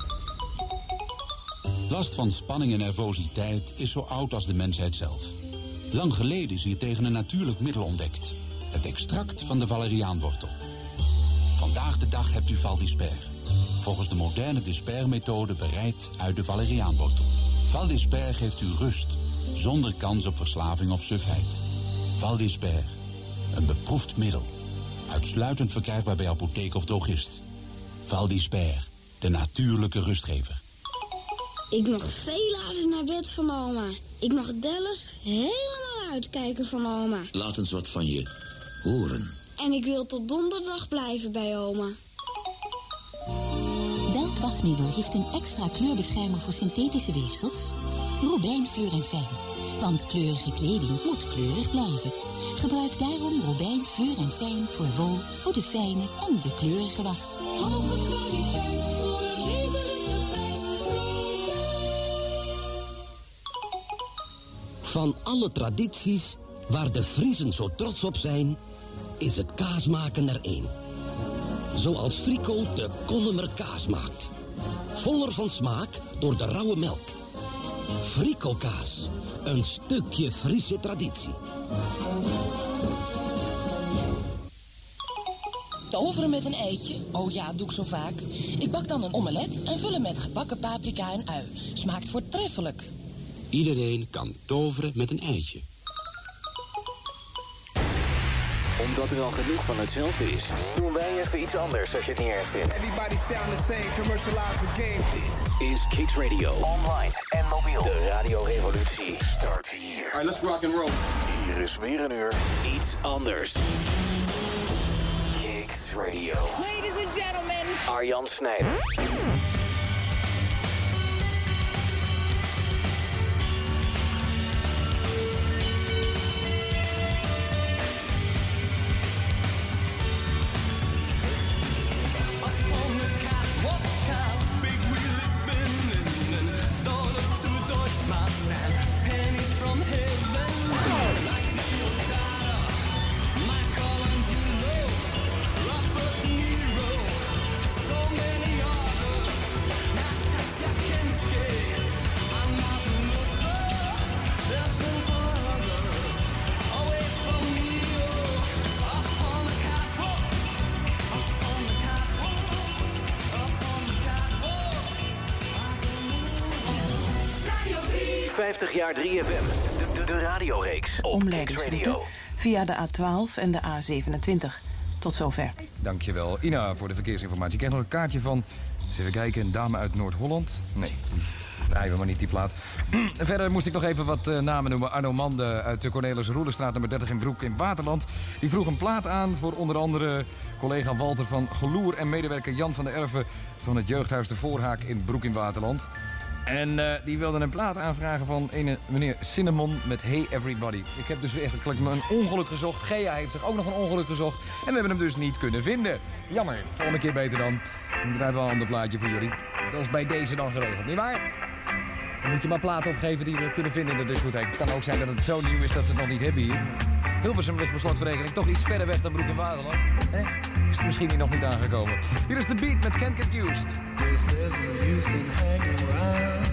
Speaker 5: Last van spanning en nervositeit is zo oud als de mensheid zelf. Lang geleden is hier tegen een natuurlijk middel ontdekt. Het extract van de valeriaanwortel. Vandaag de dag hebt u Valdisper. Volgens de moderne Disper-methode bereid uit de valeriaanwortel. Valdisper geeft u rust, zonder kans op verslaving of sufheid. Valdisper, een beproefd middel. Uitsluitend verkrijgbaar bij apotheek of drogist. Valdisper, de natuurlijke rustgever.
Speaker 2: Ik mag veel later naar bed van oma. Ik mag Dallas helemaal uitkijken van oma.
Speaker 3: Laat eens wat van je horen.
Speaker 2: En ik wil tot donderdag blijven bij oma.
Speaker 4: Welk wasmiddel heeft een extra kleurbeschermer voor synthetische weefsels? Robijn Fleur en Fijn. Want kleurige kleding moet kleurig blijven. Gebruik daarom Robijn Fleur en Fijn voor wol, voor de fijne en de kleurige was.
Speaker 15: Hoge kwaliteit voor een redelijke prijs.
Speaker 21: Van alle tradities waar de Friezen zo trots op zijn, is het kaasmaken er één. Zoals Frico de Kollemer kaas maakt. Voller van smaak door de rauwe melk. Frico kaas, een stukje Friese traditie.
Speaker 22: Toveren met een eitje? Oh ja, doe ik zo vaak. Ik bak dan een omelet en vul hem met gebakken paprika en ui. Smaakt voortreffelijk.
Speaker 3: Iedereen kan toveren met een eitje.
Speaker 9: Omdat er al genoeg van hetzelfde is, doen wij even iets anders als je het niet erg vindt.
Speaker 15: Everybody sound the same, commercialize the game.
Speaker 9: Dit is Kicks Radio. Online en mobiel. De radiorevolutie start hier.
Speaker 23: Alright, let's rock and roll.
Speaker 9: Hier is weer een uur iets anders. Kicks Radio.
Speaker 15: Ladies and gentlemen.
Speaker 9: Arjan Snijder. vijftig jaar drie F M, de, de, de radioreeks op Kicks Radio.
Speaker 24: Via de A twaalf en de A zevenentwintig. Tot zover.
Speaker 25: Dankjewel, Ina, voor de verkeersinformatie. Ik kreeg nog een kaartje van, eens even kijken, een dame uit Noord-Holland. Nee, die draaien we maar niet, die plaat. Verder moest ik nog even wat uh, namen noemen. Arno Mande uit de Cornelis Roelenstraat nummer dertig in Broek in Waterland. Die vroeg een plaat aan voor onder andere collega Walter van Geloer en medewerker Jan van der Erven van het jeugdhuis De Voorhaak in Broek in Waterland. En uh, die wilde een plaat aanvragen van een meneer Cinnamon met Hey Everybody. Ik heb dus eigenlijk een ongeluk gezocht. Gea heeft zich ook nog een ongeluk gezocht. En we hebben hem dus niet kunnen vinden. Jammer, volgende keer beter dan. Dan krijgen we wel een ander plaatje voor jullie. Dat is bij deze dan geregeld, nietwaar? Dan moet je maar platen opgeven die we kunnen vinden in de discotheek. Het kan ook zijn dat het zo nieuw is dat ze het nog niet hebben hier. Hilversum ligt per slotverrekening toch iets verder weg dan Broek en Waterland. Hè? Is het misschien nog niet aangekomen. Hier is de beat met Can't Get Used.
Speaker 15: Yes, there's no use in hanging around.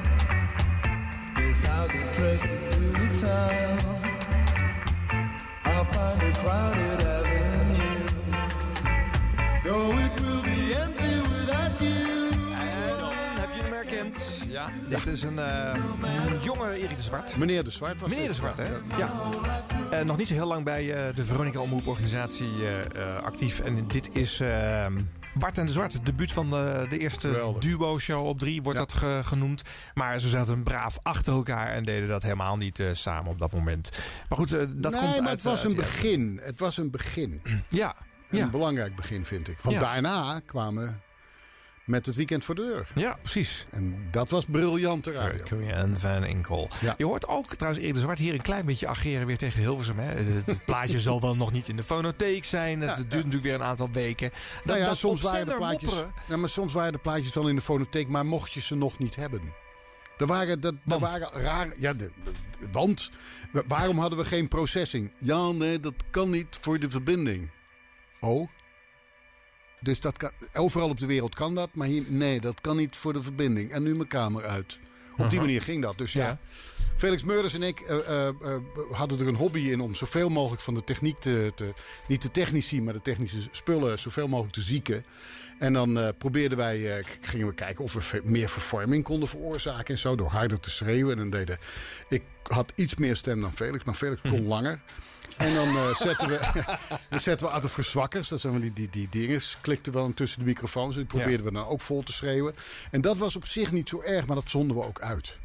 Speaker 15: Yes, I'll get dressed through the town. I'll find a crowded avenue. Though it will be empty without you.
Speaker 13: Heb je hem herkend? Ja, dit is een, uh, een jonge Erik de Zwart.
Speaker 14: Meneer de Zwart was
Speaker 13: Meneer de Zwart, hè? Ja. Uh, nog niet zo heel lang bij uh, de Veronica Omroeporganisatie uh, uh, actief. En dit is uh, Bart en de Zwart. Het debuut van de, de eerste duo-show op drie wordt ja. dat ge, genoemd. Maar ze zaten braaf achter elkaar en deden dat helemaal niet uh, samen op dat moment. Maar goed, uh, dat
Speaker 14: nee,
Speaker 13: komt
Speaker 14: maar
Speaker 13: uit...
Speaker 14: het was
Speaker 13: uh,
Speaker 14: een begin. Het was een begin.
Speaker 13: Ja.
Speaker 14: Een
Speaker 13: ja.
Speaker 14: belangrijk begin, vind ik. Want ja. daarna kwamen... met het weekend voor de deur.
Speaker 13: Ja, precies.
Speaker 14: En dat was briljante radio.
Speaker 13: En Van Inkel. Ja. Je hoort ook trouwens Erik de Zwart hier een klein beetje ageren weer tegen Hilversum. Hè? Het, het plaatje zal wel nog niet in de fonotheek zijn. Het ja, duurt ja. natuurlijk weer een aantal weken. Dat,
Speaker 14: nou ja,
Speaker 13: dat
Speaker 14: soms waren de plaatjes. Ja, maar soms waren de plaatjes wel in de fonotheek, maar mocht je ze nog niet hebben. Er waren, dat, er waren raar. Ja, de, de, want waarom hadden we geen processing? Ja, nee, dat kan niet voor de verbinding. Oh. Dus dat kan, overal op de wereld kan dat, maar hier, nee, dat kan niet voor de verbinding. En nu mijn kamer uit. Op die uh-huh. manier ging dat. Dus ja, ja. Felix Meurders en ik uh, uh, uh, hadden er een hobby in om zoveel mogelijk van de techniek te, te... niet de technici, maar de technische spullen zoveel mogelijk te zieken. En dan uh, probeerden wij, uh, gingen we kijken of we meer vervorming konden veroorzaken en zo, door harder te schreeuwen. En dan deden, ik had iets meer stem dan Felix, maar Felix kon langer. En dan uh, zetten we, dan zetten we uit de verzwakkers. Dat zijn die, die, die dingen. Klikten we dan tussen de microfoons. Die probeerden ja. we dan ook vol te schreeuwen. En dat was op zich niet zo erg, maar dat zonden we ook uit.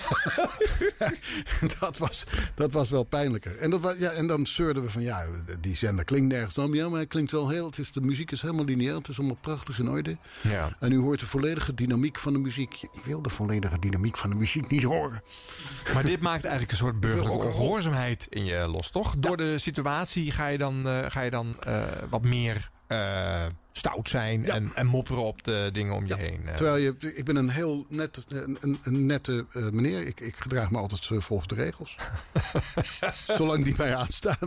Speaker 14: dat, was, dat was wel pijnlijker. En, dat was, ja, en dan zeurden we van, ja, die zender klinkt nergens dan. Ja, maar het klinkt wel heel... Het is, de muziek is helemaal lineair. Het is allemaal prachtig in orde. Ja. En u hoort de volledige dynamiek van de muziek. Ik wil de volledige dynamiek van de muziek niet horen.
Speaker 13: Maar dit maakt eigenlijk een soort burgerlijke gehoorzaamheid in je los, toch? Door ja. de situatie ga je dan, uh, ga je dan uh, wat meer... Uh, stout zijn ja. en, en mopperen op de dingen om je ja. heen.
Speaker 14: Terwijl je, ik ben een heel net, een, een nette uh, meneer. Ik, ik gedraag me altijd uh, volgens de regels. Zolang die mij aanstaan.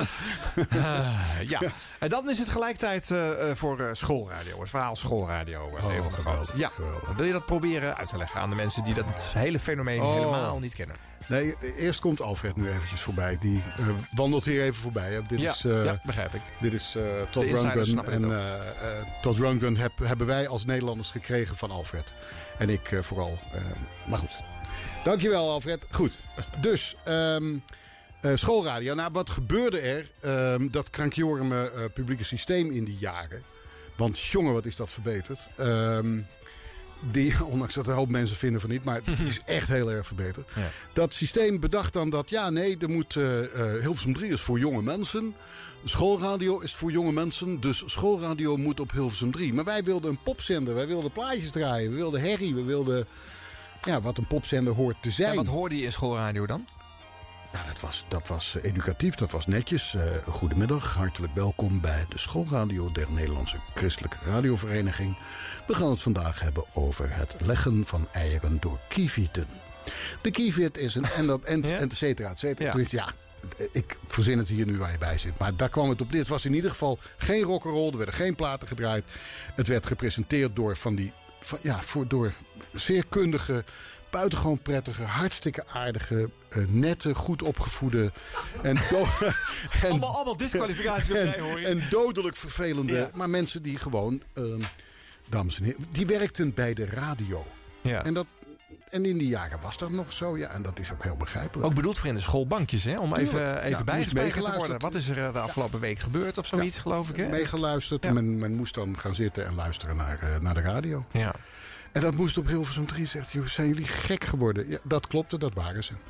Speaker 13: uh, ja. ja, en dan is het gelijktijd uh, voor uh, schoolradio. Het verhaal schoolradio. Uh,
Speaker 14: oh, geweldig,
Speaker 13: ja.
Speaker 14: geweldig.
Speaker 13: Wil je dat proberen uit te leggen aan de mensen die dat hele fenomeen oh. helemaal niet kennen?
Speaker 14: Nee, eerst komt Alfred nu eventjes voorbij. Die uh, wandelt hier even voorbij. Hè. Dit
Speaker 13: ja,
Speaker 14: is, uh,
Speaker 13: ja, begrijp ik.
Speaker 14: Dit is uh, Todd Rundgren. En uh, uh, Todd Rundgren heb, hebben wij als Nederlanders gekregen van Alfred. En ik uh, vooral. Uh, maar goed. Dankjewel, Alfred. Goed. Dus, um, uh, schoolradio. Nou, wat gebeurde er? Um, dat krankjorme uh, publieke systeem in die jaren. Want jongen, wat is dat verbeterd. Um, Die, ondanks dat een hoop mensen vinden van niet, maar het is echt heel erg verbeterd. Ja. Dat systeem bedacht dan dat, ja nee, er moet uh, uh, Hilversum drie is voor jonge mensen. Schoolradio is voor jonge mensen, dus schoolradio moet op Hilversum drie. Maar wij wilden een popzender, wij wilden plaatjes draaien, we wilden herrie, we wilden ja, wat een popzender hoort te zijn.
Speaker 13: En wat hoorde je in schoolradio dan?
Speaker 14: Nou, dat was, dat was educatief, dat was netjes. Uh, goedemiddag, hartelijk welkom bij de schoolradio der Nederlandse Christelijke Radiovereniging. We gaan het vandaag hebben over het leggen van eieren door kievieten. De kieviet is een... En, dat, en, ja? en et cetera, et cetera. Ja. Dus ja, ik verzin het hier nu waar je bij zit. Maar daar kwam het op. Dit was in ieder geval geen rock'n'roll. Er werden geen platen gedraaid. Het werd gepresenteerd door van die... Van, ja, voor, door zeer kundige... buitengewoon prettige, hartstikke aardige, uh, nette, goed opgevoede... en, do- en
Speaker 13: allemaal, allemaal disqualificaties erbij, hoor je.
Speaker 14: En dodelijk vervelende... Ja. Maar mensen die gewoon, uh, dames en heren... die werkten bij de radio. Ja. En, dat, en in die jaren was dat nog zo. Ja, en dat is ook heel begrijpelijk.
Speaker 13: Ook bedoeld voor in de schoolbankjes, hè? Om even, even ja, bijgespijkerd te worden. Wat is er de afgelopen ja. week gebeurd of zoiets, ja. geloof ik, hè?
Speaker 14: Meegeluisterd. Ja. Men, men moest dan gaan zitten en luisteren naar, uh, naar de radio.
Speaker 13: Ja. En
Speaker 14: dat moest op Hilversum drie. Zegt, zijn jullie gek geworden? Ja, dat klopte, dat waren ze.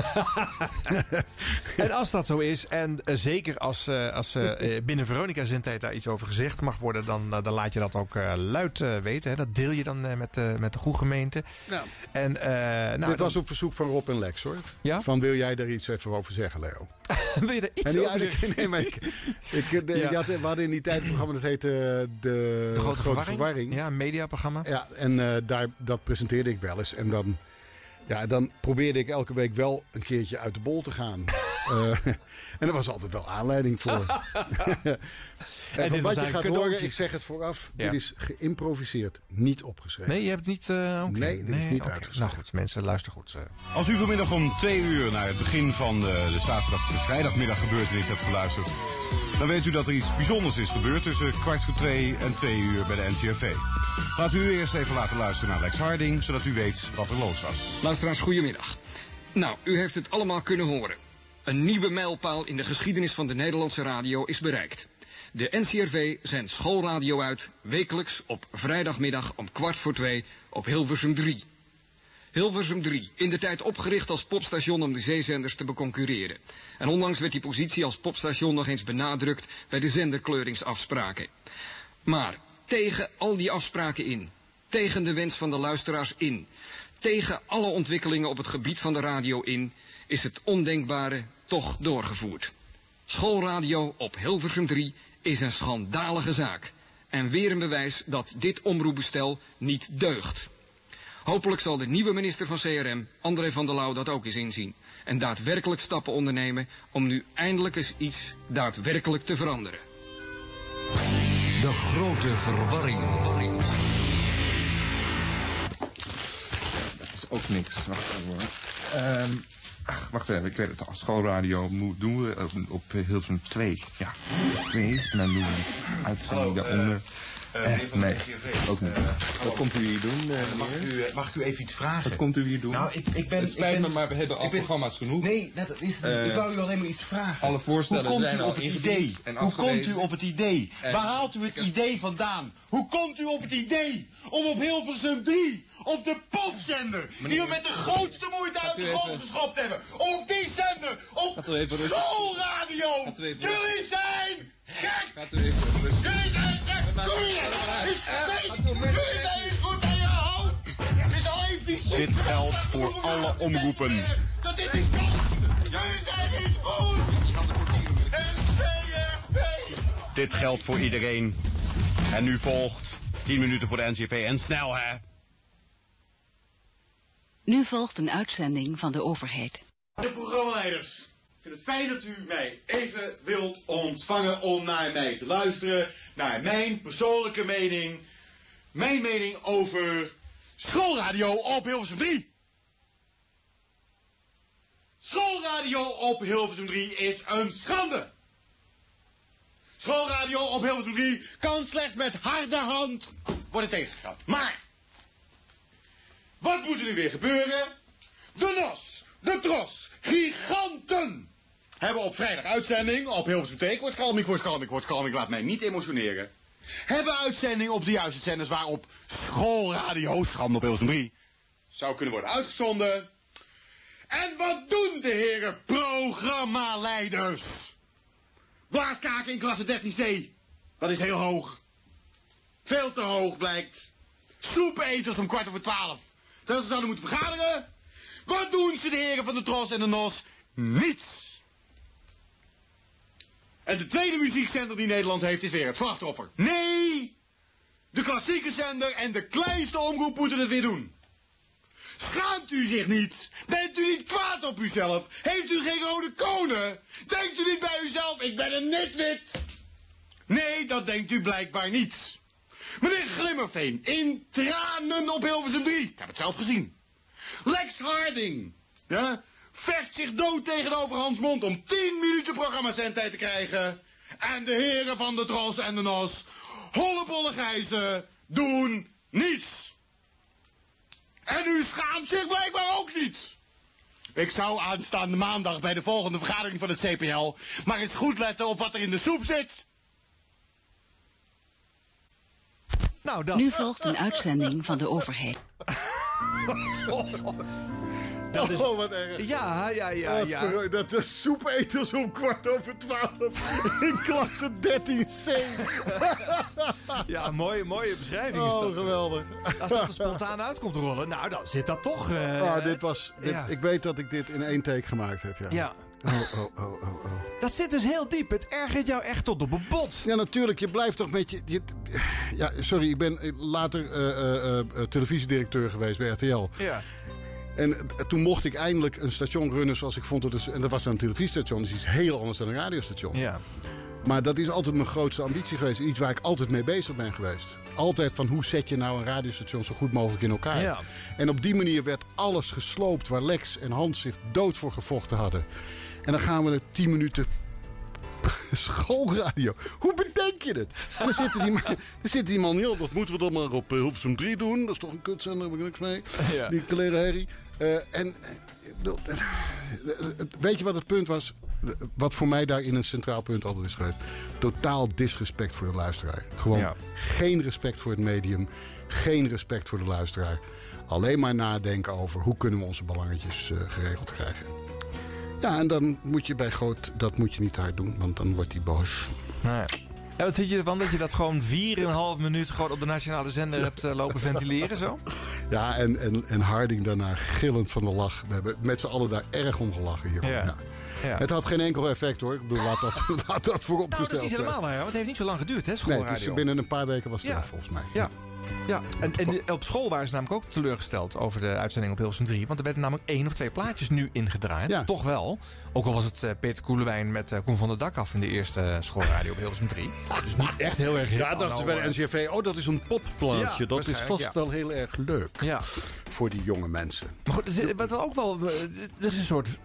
Speaker 13: En als dat zo is, en uh, zeker als, uh, als uh, binnen Veronica's zendtijd daar iets over gezegd mag worden... dan, uh, dan laat je dat ook uh, luid uh, weten. Hè? Dat deel je dan uh, met, uh, met de goede gemeente. Ja. En, uh, nou,
Speaker 14: Dit dan... was op verzoek van Rob en Lex, hoor. Ja? Van, wil jij daar iets even over zeggen, Leo?
Speaker 13: Wil je er iets
Speaker 14: en,
Speaker 13: over zeggen?
Speaker 14: Nee, maar ik, ik, de, ja. had, we hadden in die tijd een programma dat heette De,
Speaker 13: de Grote, grote Verwarring.
Speaker 14: Verwarring.
Speaker 13: Ja, een mediaprogramma.
Speaker 14: Ja, en uh, daar, dat presenteerde ik wel eens. En dan, ja, dan probeerde ik elke week wel een keertje uit de bol te gaan. uh, en er was altijd wel aanleiding voor. En, en van wat je gaat horen, ik zeg het vooraf, ja. dit is geïmproviseerd, niet opgeschreven.
Speaker 13: Nee, je hebt het niet... Uh, okay.
Speaker 14: Nee, dit
Speaker 13: nee,
Speaker 14: is niet
Speaker 13: okay.
Speaker 14: uitgeschreven.
Speaker 13: Nou goed, mensen, luister goed. Uh.
Speaker 18: Als u vanmiddag om twee uur naar het begin van de, de zaterdag, de vrijdagmiddag gebeurtenis hebt geluisterd, dan weet u dat er iets bijzonders is gebeurd tussen kwart voor twee en twee uur bij de N C R V. Laat u eerst even laten luisteren naar Lex Harding, zodat u weet wat er los was.
Speaker 1: Luisteraars, goedemiddag. Nou, u heeft het allemaal kunnen horen. Een nieuwe mijlpaal in de geschiedenis van de Nederlandse radio is bereikt. De N C R V zendt schoolradio uit, wekelijks op vrijdagmiddag om kwart voor twee op Hilversum drie. Hilversum drie, in de tijd opgericht als popstation om de zeezenders te beconcurreren. En onlangs werd die positie als popstation nog eens benadrukt bij de zenderkleuringsafspraken. Maar tegen al die afspraken in, tegen de wens van de luisteraars in, tegen alle ontwikkelingen op het gebied van de radio in, is het ondenkbare toch doorgevoerd. Schoolradio op Hilversum drie is een schandalige zaak. En weer een bewijs dat dit omroepbestel niet deugt. Hopelijk zal de nieuwe minister van C R M, André van der Lauw, dat ook eens inzien. En daadwerkelijk stappen ondernemen om nu eindelijk eens iets daadwerkelijk te veranderen.
Speaker 6: De grote verwarring.
Speaker 7: Dat is ook niks. Wacht even hoor. Um, ach, wacht even, ik weet het al. Schoolradio doen we op, op Hilversum twee. Ja, twee. En dan doen we een uitzending daaronder. Uh, meneer van de
Speaker 8: nee,
Speaker 7: N C R V.
Speaker 8: ook niet.
Speaker 7: Uh,
Speaker 8: Wat komt u hier doen, uh,
Speaker 7: mag, ik u, mag ik u even iets vragen?
Speaker 8: Wat komt u hier doen?
Speaker 7: Nou, ik, ik ben...
Speaker 8: Het spijt
Speaker 7: ik ben,
Speaker 8: me, maar we hebben al
Speaker 7: ben,
Speaker 8: programma's genoeg.
Speaker 7: Nee, dat is het niet. Uh, ik wou u alleen maar iets vragen.
Speaker 8: Alle voorstellen
Speaker 7: Hoe komt
Speaker 8: zijn
Speaker 7: u
Speaker 8: al
Speaker 7: op het
Speaker 8: ingediend
Speaker 7: idee?
Speaker 8: en
Speaker 7: Hoe
Speaker 8: afgewezen.
Speaker 7: komt u op het idee?
Speaker 8: En
Speaker 7: Waar haalt u het idee vandaan? Hoe komt u op het idee om op Hilversum drie, op de popzender, die we met de grootste moeite uit de grond geschopt hebben, om op die zender, op schoolradio, jullie zijn gek!
Speaker 8: Gaat u even rustig.
Speaker 7: Jullie zijn gek! Jullie zijn niet goed bij je hoofd! Het is al één fysiek.
Speaker 18: Dit geldt voor alle omroepen.
Speaker 7: Dat dit niet kan! Jullie zijn niet goed! N C R V!
Speaker 18: Dit geldt voor iedereen. En nu volgt tien minuten voor de N C R V. En snel, hè?
Speaker 4: Nu volgt een uitzending van de overheid.
Speaker 7: De programmaleiders, ik vind het fijn dat u mij even wilt ontvangen om naar mij te luisteren. Naar mijn persoonlijke mening. Mijn mening over schoolradio op Hilversum drie. Schoolradio op Hilversum drie is een schande. Schoolradio op Hilversum drie kan slechts met harde hand worden tegengegaan. Maar, wat moet er nu weer gebeuren? De N O S, de Tros, giganten, hebben op vrijdag uitzending op Hilversum twee. Ik word kalm, ik word kalm, ik word kalm, ik laat mij niet emotioneren. Hebben uitzending op de juiste zenders waarop schoolradio, schande op Hilversum drie, zou kunnen worden uitgezonden. En wat doen de heren programmaleiders? Blaaskaken in klasse dertien C. Dat is heel hoog. Veel te hoog blijkt. Soepeters om kwart over twaalf. Terwijl ze zouden moeten vergaderen. Wat doen ze, de heren van de Tros en de N O S? Niets. En de tweede muziekzender die Nederland heeft is weer het slachtoffer. Nee! De klassieke zender en de kleinste omroep moeten het weer doen. Schaamt u zich niet? Bent u niet kwaad op uzelf? Heeft u geen rode konen? Denkt u niet bij uzelf, ik ben een nitwit? Nee, dat denkt u blijkbaar niet. Meneer Glimmerveen, in tranen op Hilversum drie. Ik heb het zelf gezien. Lex Harding, ja, vecht zich dood tegenover Hans Mond om tien minuten programmazendtijd te krijgen. En de heren van de Tros en de N O S, hollebolle gijzen, doen niets. En u schaamt zich blijkbaar ook niet. Ik zou aanstaande maandag bij de volgende vergadering van het C P L maar eens goed letten op wat er in de soep zit.
Speaker 4: Nou, dat. Nu volgt een uitzending van de overheid.
Speaker 13: Dat is...
Speaker 14: Oh, wat erg.
Speaker 13: Ja, ja, ja,
Speaker 14: Wat
Speaker 13: ja.
Speaker 14: ver- Dat is soepeters om kwart over twaalf in klasse dertien C.
Speaker 13: Ja, mooie, mooie beschrijving is
Speaker 14: Oh,
Speaker 13: dat.
Speaker 14: geweldig.
Speaker 13: Als dat er spontaan uit komt rollen, nou, dan zit dat toch... Uh,
Speaker 14: Ah, dit was, dit,
Speaker 13: ja.
Speaker 14: Ik weet dat ik dit in één take gemaakt heb, ja.
Speaker 13: Ja.
Speaker 14: Oh, oh, oh, oh, oh.
Speaker 13: Dat zit dus heel diep. Het ergert jou echt tot op een bot.
Speaker 14: Ja, natuurlijk. Je blijft toch met je... je ja, sorry, ik ben later uh, uh, uh, televisiedirecteur geweest bij R T L.
Speaker 13: Ja.
Speaker 14: En uh, toen mocht ik eindelijk een station runnen zoals ik vond. Dat is, en dat was dan een televisiestation. Dat is iets heel anders dan een radiostation.
Speaker 13: Ja.
Speaker 14: Maar dat is altijd mijn grootste ambitie geweest. Iets waar ik altijd mee bezig ben geweest. Altijd van hoe zet je nou een radiostation zo goed mogelijk in elkaar.
Speaker 13: Ja.
Speaker 14: En op die manier werd alles gesloopt waar Lex en Hans zich dood voor gevochten hadden. En dan gaan we er tien minuten schoolradio. Hoe bedenk je het? En dan zitten die, dan zitten die man niet op. Dat moeten we dan maar op Hilversum drie doen. Dat is toch een kutzender, daar heb ik niks mee.
Speaker 13: Ja.
Speaker 14: Die kleren herrie. Uh, en uh, weet je wat het punt was? Wat voor mij daarin een centraal punt altijd is geweest. Totaal disrespect voor de luisteraar. Gewoon
Speaker 13: Ja.
Speaker 14: geen respect voor het medium. Geen respect voor de luisteraar. Alleen maar nadenken over hoe kunnen we onze belangetjes uh, geregeld krijgen. Ja, en dan moet je bij Groot, dat moet je niet hard doen, want dan wordt hij boos.
Speaker 13: Nee. Ja, wat vind je ervan dat je dat gewoon vier en een half minuut gewoon op de nationale zender hebt uh, lopen ventileren zo?
Speaker 14: Ja, en, en, en Harding daarna gillend van de lach. We hebben met z'n allen daar erg om gelachen hier.
Speaker 13: Ja.
Speaker 14: Ja.
Speaker 13: Ja.
Speaker 14: Het had geen enkel effect hoor. Ik bedoel, laat dat, laat dat voorop
Speaker 13: Nou, dat is niet
Speaker 14: zijn.
Speaker 13: helemaal waar, want het heeft niet zo lang geduurd, hè,
Speaker 14: Nee,
Speaker 13: schoolradio.
Speaker 14: het is binnen een paar weken was het
Speaker 13: Ja.
Speaker 14: er volgens mij.
Speaker 13: Ja. Ja, en, en op school waren ze namelijk ook teleurgesteld over de uitzending op Hilversum drie. Want er werden namelijk één of twee plaatjes nu ingedraaid.
Speaker 14: Ja.
Speaker 13: Toch wel. Ook al was het uh, Peter Koelewijn met uh, Koen van der Dak af in de eerste uh, schoolradio op Hilversum drie. Dus niet echt heel erg hip.
Speaker 14: Ja, dachten ze bij de N C R V, oh dat is een popplaatje.
Speaker 13: Ja,
Speaker 14: dat is
Speaker 13: waarschijnlijk,
Speaker 14: vast
Speaker 13: ja.
Speaker 14: wel heel erg leuk
Speaker 13: Ja.
Speaker 14: voor die jonge mensen.
Speaker 13: Maar goed, er zit- wat er ook wel... uh, Er is een soort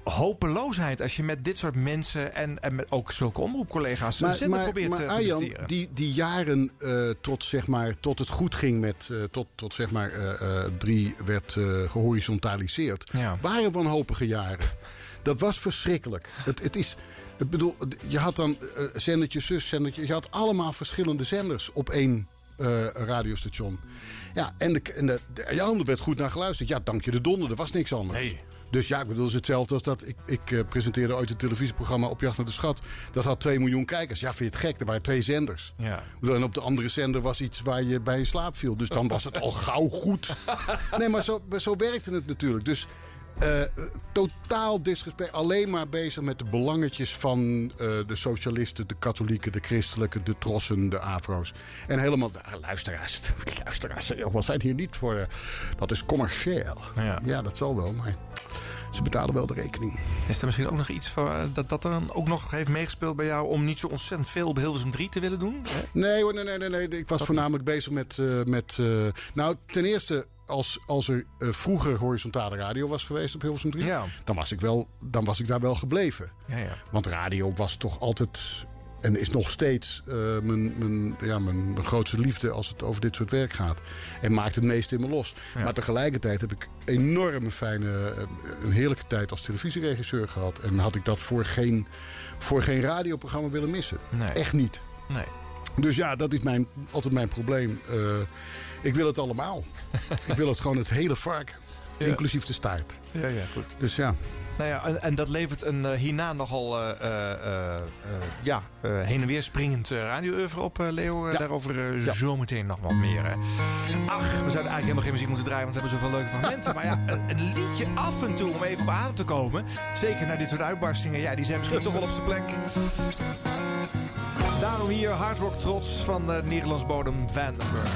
Speaker 13: hopeloosheid als je met dit soort mensen en, en met ook zulke omroepcollega's een zender probeert
Speaker 14: maar,
Speaker 13: te, te
Speaker 14: Arjan,
Speaker 13: besteren.
Speaker 14: Die, die jaren uh, tot, zeg maar, tot het goed ging met, uh, tot, tot zeg maar uh, uh, drie werd uh, gehorizontaliseerd, ja. waren wanhopige jaren. Dat was verschrikkelijk. Het, het is, ik bedoel, je had dan uh, zendertje zus, zendertje, je had allemaal verschillende zenders op één uh, radiostation. Ja, en, de, en de, de, ja, er werd goed naar geluisterd. Ja, dank je de donder, er was niks anders.
Speaker 13: Nee.
Speaker 14: Dus ja, ik bedoel, het is hetzelfde als dat. Ik, ik uh, presenteerde ooit een televisieprogramma Op jacht naar de schat. Dat had twee miljoen kijkers. Ja, vind je het gek? Er waren twee zenders.
Speaker 13: Ja.
Speaker 14: Bedoel, en op de andere zender was iets waar je bij in slaap viel. Dus dan was het al gauw goed. Nee, maar zo, zo werkte het natuurlijk. Dus uh, totaal disrespect. Alleen maar bezig met de belangetjes van uh, de socialisten, de katholieken, de christelijke, de trossen, de afro's. En helemaal, de luisteraars, luisteraars we zijn hier niet voor. Uh, dat is commercieel.
Speaker 13: Ja.
Speaker 14: Ja, dat zal wel, maar ze betalen wel de rekening.
Speaker 13: Is er misschien ook nog iets voor, uh, dat, dat er dan ook nog heeft meegespeeld bij jou om niet zo ontzettend veel op Hilversum drie te willen doen? Hè?
Speaker 14: Nee hoor, nee, nee, nee, nee. Ik was dat voornamelijk niet bezig met... Uh, met uh, nou, ten eerste, als, als er uh, vroeger horizontale radio was geweest op Hilversum drie, ja. dan, was ik wel, dan was ik daar wel gebleven.
Speaker 13: Ja, ja. Want
Speaker 14: radio was toch altijd... En is nog steeds uh, mijn, mijn, ja, mijn, mijn grootste liefde als het over dit soort werk gaat. En maakt het meeste in me los. Ja. Maar tegelijkertijd heb ik enorm fijne, een heerlijke tijd als televisieregisseur gehad. En had ik dat voor geen, voor geen radioprogramma willen missen.
Speaker 13: Nee.
Speaker 14: Echt niet.
Speaker 13: Nee.
Speaker 14: Dus ja, dat is mijn, altijd mijn probleem. Uh, ik wil het allemaal. Ik wil het gewoon het hele varken. Ja. Inclusief de staart.
Speaker 13: Ja, ja, goed.
Speaker 14: Dus ja.
Speaker 13: Nou ja, en, en dat levert een uh, hierna nogal uh, uh, uh, ja, uh, heen en weer springend uh, radio-oeuvre op, uh, Leo. Uh, ja. Daarover uh, ja. zometeen nog wat meer. Hè. Ach, we zouden eigenlijk helemaal geen muziek moeten draaien, want we hebben zoveel leuke fragmenten. Maar ja, een, een liedje af en toe om even op adem te komen. Zeker naar dit soort uitbarstingen. Ja, die zijn misschien toch wel op zijn plek. Daarom hier Hard Rock Trots van uh, Nederlands bodem Vandenberg.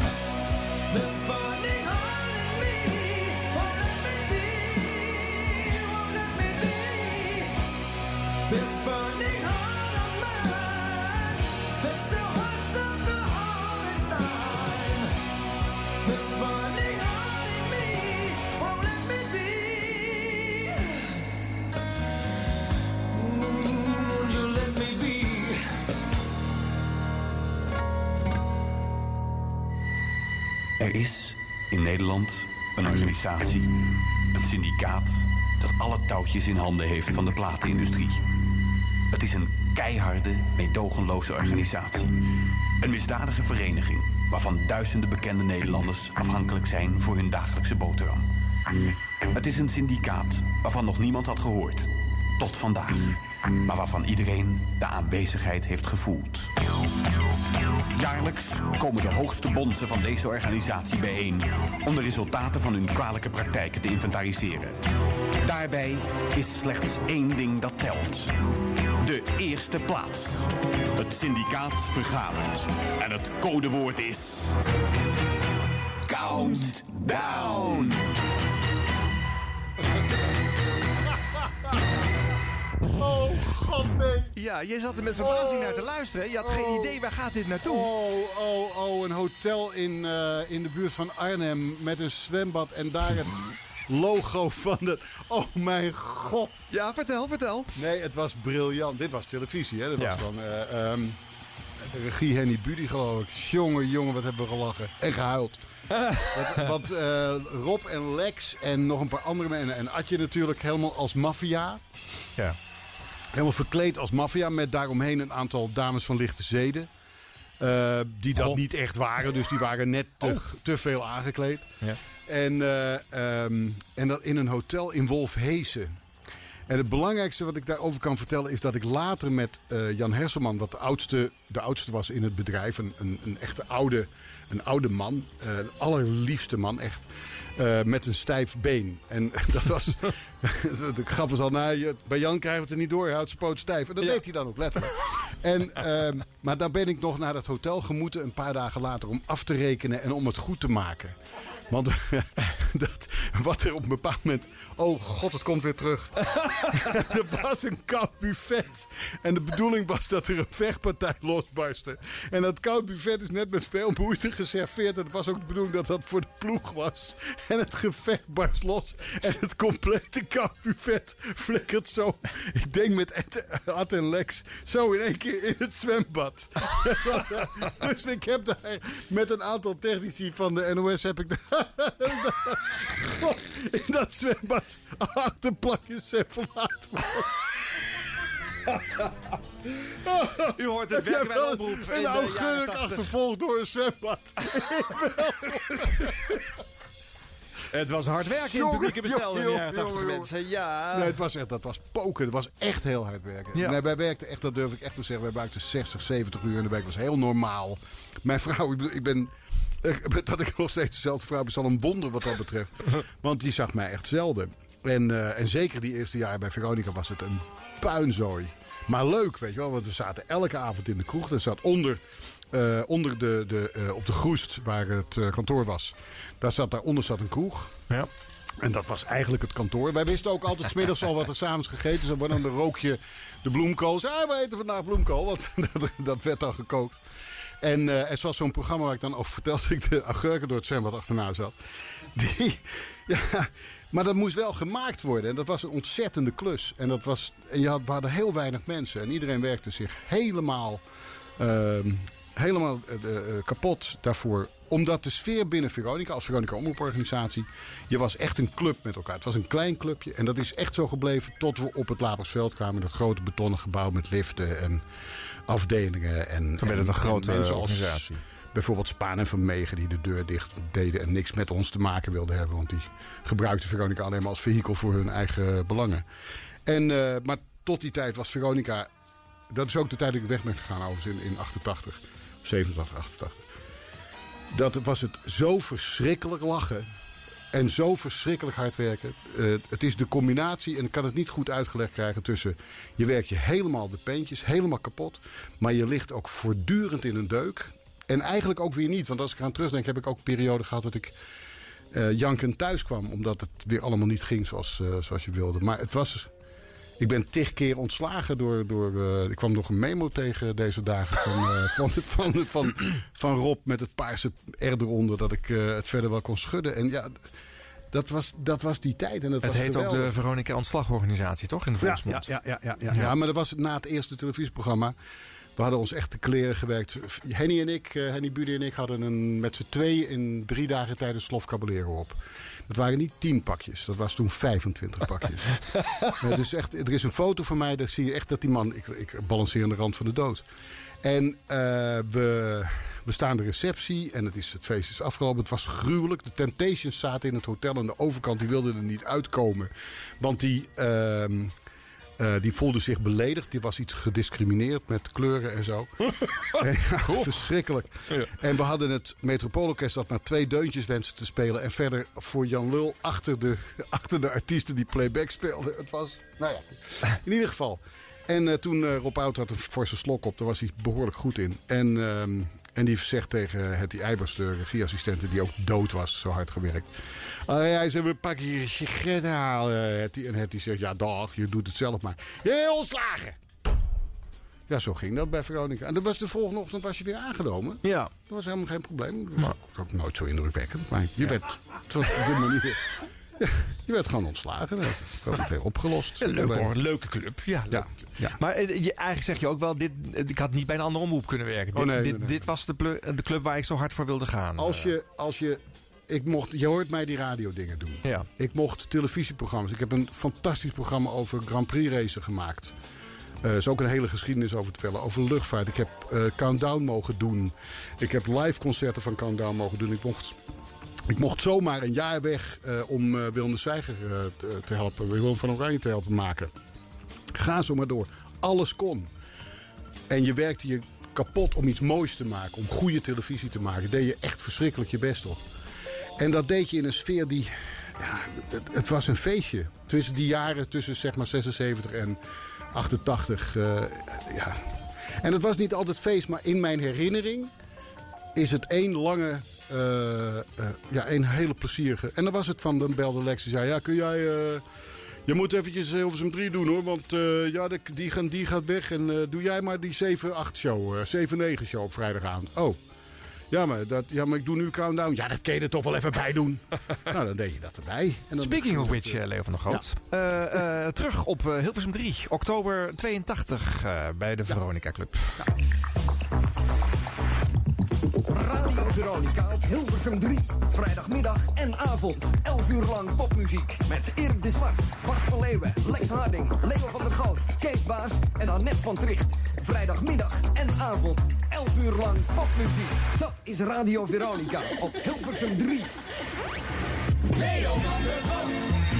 Speaker 15: This burning heart of mine that still hurts after all this time. This burning heart in me won't let me be. Won't you let me be?
Speaker 18: Er is in Nederland een organisatie, een syndicaat, dat alle touwtjes in handen heeft van de platenindustrie. Het is een keiharde, meedogenloze organisatie. Een misdadige vereniging waarvan duizenden bekende Nederlanders afhankelijk zijn voor hun dagelijkse boterham. Het is een syndicaat waarvan nog niemand had gehoord. Tot vandaag. Maar waarvan iedereen de aanwezigheid heeft gevoeld. Jaarlijks komen de hoogste bonzen van deze organisatie bijeen om de resultaten van hun kwalijke praktijken te inventariseren. Daarbij is slechts één ding dat telt. De eerste plaats. Het syndicaat vergadert. En het codewoord is... Countdown!
Speaker 14: Oh, god nee.
Speaker 13: Ja, jij zat er met verbazing oh. naar te luisteren. Je had oh. geen idee, waar gaat dit naartoe?
Speaker 14: Oh, oh, oh, een hotel in, uh, in de buurt van Arnhem met een zwembad en daar het logo van de... Oh, mijn god.
Speaker 13: Ja, vertel, vertel.
Speaker 14: Nee, het was briljant. Dit was televisie, hè. Dit
Speaker 13: ja.
Speaker 14: was van uh, um, regie Henny Buddy, geloof ik. Jongen, jongen, wat hebben we gelachen. En gehuild. Want, want uh, Rob en Lex en nog een paar andere mensen. En Atje natuurlijk helemaal als maffia.
Speaker 13: Ja.
Speaker 14: Helemaal verkleed als maffia. Met daaromheen een aantal dames van lichte zeden. Uh, die dat oh. niet echt waren. Dus die waren net te, oh. te veel aangekleed.
Speaker 13: Ja.
Speaker 14: En, uh, um, en dat in een hotel in Wolfhezen. En het belangrijkste wat ik daarover kan vertellen is dat ik later met uh, Jan Herselman, wat de oudste, de oudste was in het bedrijf, een, een, een echte oude, een oude man, uh, een allerliefste man echt, uh, met een stijf been. En dat was, de grap was al, nou, bij Jan krijgen we het er niet door, hij houdt zijn poot stijf. En dat ja. deed hij dan ook letterlijk. En, uh, maar daar ben ik nog naar dat hotel gemoeten een paar dagen later om af te rekenen en om het goed te maken. Want dat, wat er op een bepaald moment Oh god, het komt weer terug. Er was een koud buffet. En de bedoeling was dat er een vechtpartij losbarstte. En dat koud buffet is net met veel moeite geserveerd. En het was ook de bedoeling dat dat voor de ploeg was. En het gevecht barst los. En het complete koud buffet flikkert zo. Ik denk met Ad en Lex zo in één keer in het zwembad. Dus ik heb daar met een aantal technici van de N O S heb ik daar in dat zwembad achter plakjes en verlaat worden.
Speaker 13: U hoort het werk bij de omroep.
Speaker 14: Een augurk achtervolgd door een zwembad.
Speaker 13: Het was hard werken in het publieke bestel in de jaren tachtig, mensen. Ja.
Speaker 14: Nee, het was echt, dat was poken. Het was echt heel hard werken. Ja. Nee, wij werkten echt, dat durf ik echt te zeggen, wij werkten zestig, zeventig uur in de week. Dat was heel normaal. Mijn vrouw, ik ben... Dat ik nog steeds dezelfde vrouw ben, is al een wonder wat dat betreft. Want die zag mij echt zelden. En, uh, en zeker die eerste jaren bij Veronica was het een puinzooi. Maar leuk, weet je wel. Want we zaten elke avond in de kroeg. Er zat onder, uh, onder de, de, uh, op de Groest, waar het uh, kantoor was. Daar zat, daaronder zat een kroeg.
Speaker 13: Ja.
Speaker 14: En dat was eigenlijk het kantoor. Wij wisten ook altijd 's middags al wat er s'avonds gegeten zou worden. Dan rook je de bloemkool. Ah, we eten vandaag bloemkool. Want dat, dat werd dan gekookt. En uh, het was zo'n programma waar ik dan over vertelde dat ik de augurken door het zwembad achterna zat. Die, ja, maar dat moest wel gemaakt worden. En dat was een ontzettende klus. En, dat was, en je had, we hadden heel weinig mensen. En iedereen werkte zich helemaal, uh, helemaal uh, uh, kapot daarvoor. Omdat de sfeer binnen Veronica, als Veronica Omroeporganisatie, je was echt een club met elkaar. Het was een klein clubje. En dat is echt zo gebleven tot we op het Lapersveld kwamen. Dat grote betonnen gebouw met liften en afdelingen. En,
Speaker 13: toen werd het een grote
Speaker 14: mensen
Speaker 13: organisatie.
Speaker 14: Bijvoorbeeld Spaan en Vermegen die de deur dicht deden en niks met ons te maken wilden hebben. Want die gebruikten Veronica alleen maar als vehikel voor hun eigen belangen. En, uh, maar tot die tijd was Veronica... Dat is ook de tijd dat ik weg ben gegaan overigens in, in achtentachtig. Of zevenentachtig, achtentachtig. Dat was het zo verschrikkelijk lachen. En zo verschrikkelijk hard werken. Uh, het is de combinatie, en ik kan het niet goed uitgelegd krijgen, tussen je werkt je helemaal de peentjes, helemaal kapot. Maar je ligt ook voortdurend in een deuk. En eigenlijk ook weer niet. Want als ik eraan terugdenk, heb ik ook een periode gehad dat ik uh, jankend thuis kwam. Omdat het weer allemaal niet ging zoals, uh, zoals je wilde. Maar het was... Ik ben tig keer ontslagen door... door uh, ik kwam nog een memo tegen deze dagen van, uh, van, van, van, van, van Rob met het paarse R eronder. Dat ik uh, het verder wel kon schudden. En ja, dat was, dat was die tijd. En dat
Speaker 13: het
Speaker 14: was
Speaker 13: heet
Speaker 14: geweldig.
Speaker 13: ook de Veronica Ontslagorganisatie, toch? In de volksmond.
Speaker 14: Ja, ja, ja, ja, ja, ja, maar dat was na het eerste televisieprogramma. We hadden ons echt de kleren gewerkt. Henny en ik, uh, Henny Bude en ik hadden een, met z'n tweeën in drie dagen tijd een slof Caballero op. Dat waren niet tien pakjes, dat was toen vijfentwintig pakjes. Het is echt, er is een foto van mij, daar zie je echt dat die man... Ik, ik balanceer aan de rand van de dood. En uh, we, we staan de receptie en het, is, het feest is afgelopen. Het was gruwelijk. De Temptations zaten in het hotel aan de overkant. Die wilden er niet uitkomen. Want die... Uh, Uh, die voelde zich beledigd. Die was iets gediscrimineerd met kleuren en zo. en, ja, verschrikkelijk. Ja. En we hadden het Metropoolorkest dat maar twee deuntjes wenste te spelen. En verder voor Jan Lul achter de, achter de artiesten die playback speelden. Het was, nou ja, in ieder geval. En uh, toen uh, Rob Oud had een forse slok op. Daar was hij behoorlijk goed in. En, uh, en die zegt tegen Hetty Eibers, de regieassistente, die ook dood was, zo hard gewerkt. Uh, hij zei, we pakken hier een sigaret halen. Hetty. En Hetty zegt, ja dag, je doet het zelf maar. Heel ontslagen! Ja, zo ging dat bij Veronica. En dat was de volgende ochtend was je weer aangenomen.
Speaker 13: Ja.
Speaker 14: Dat was helemaal geen probleem. Dat was ook nooit zo indrukwekkend. Maar je werd, het was op die manier... Je werd gewoon ontslagen. Dat was meteen opgelost.
Speaker 13: Een leuke, hoor, leuke club. Ja, leuke
Speaker 14: ja,
Speaker 13: club.
Speaker 14: Ja.
Speaker 13: Maar eh, je, eigenlijk zeg je ook wel, dit, ik had niet bij een andere omroep kunnen werken. Dit,
Speaker 14: oh, nee,
Speaker 13: dit,
Speaker 14: nee, nee.
Speaker 13: dit was de, plu- de club waar ik zo hard voor wilde gaan.
Speaker 14: Als je, als je, ik mocht, je hoort mij die radiodingen doen.
Speaker 13: Ja.
Speaker 14: Ik mocht televisieprogramma's. Ik heb een fantastisch programma over Grand Prix racen gemaakt. Er uh, is ook een hele geschiedenis over te vertellen. Over luchtvaart. Ik heb uh, Countdown mogen doen. Ik heb live concerten van Countdown mogen doen. Ik mocht... Ik mocht zomaar een jaar weg uh, om uh, Willem de Zwijger uh, te, te helpen. Willem van Oranje te helpen maken. Ga zo maar door. Alles kon. En je werkte je kapot om iets moois te maken. Om goede televisie te maken. Deed je echt verschrikkelijk je best op. En dat deed je in een sfeer die... Ja, het, het was een feestje. Tussen die jaren tussen zeg maar zesenzeventig en achtentachtig. Uh, ja. En het was niet altijd feest. Maar in mijn herinnering is het één lange... uh, uh, ja, een hele plezierige. En dan was het van, dan belde Lex. Die zei, ja, kun jij... Uh, je moet eventjes Hilversum drie doen, hoor. Want uh, ja, die, die, gaan, die gaat weg. En uh, doe jij maar die zeven acht show. Uh, zeven negen show op vrijdagavond. Oh. Ja maar, dat, ja, maar ik doe nu Countdown. Ja, dat kun je er toch wel even bij doen. Nou, dan deed je dat erbij. En dan
Speaker 13: Speaking of which, uh, Leo van der Groot. Ja. Uh, uh, terug op uh, Hilversum drie. Oktober tweeëntachtig uh, bij de Veronica Club. Ja.
Speaker 12: Radio Veronica op Hilversum drie. Vrijdagmiddag en avond. elf uur lang popmuziek. Met Erik de Zwart, Bart van Leeuwen, Lex Harding, Leo van der Goot, Kees Baas en Annette van Tricht. Vrijdagmiddag en avond. elf uur lang popmuziek. Dat is Radio Veronica op Hilversum drie.
Speaker 15: Leo van der Goot.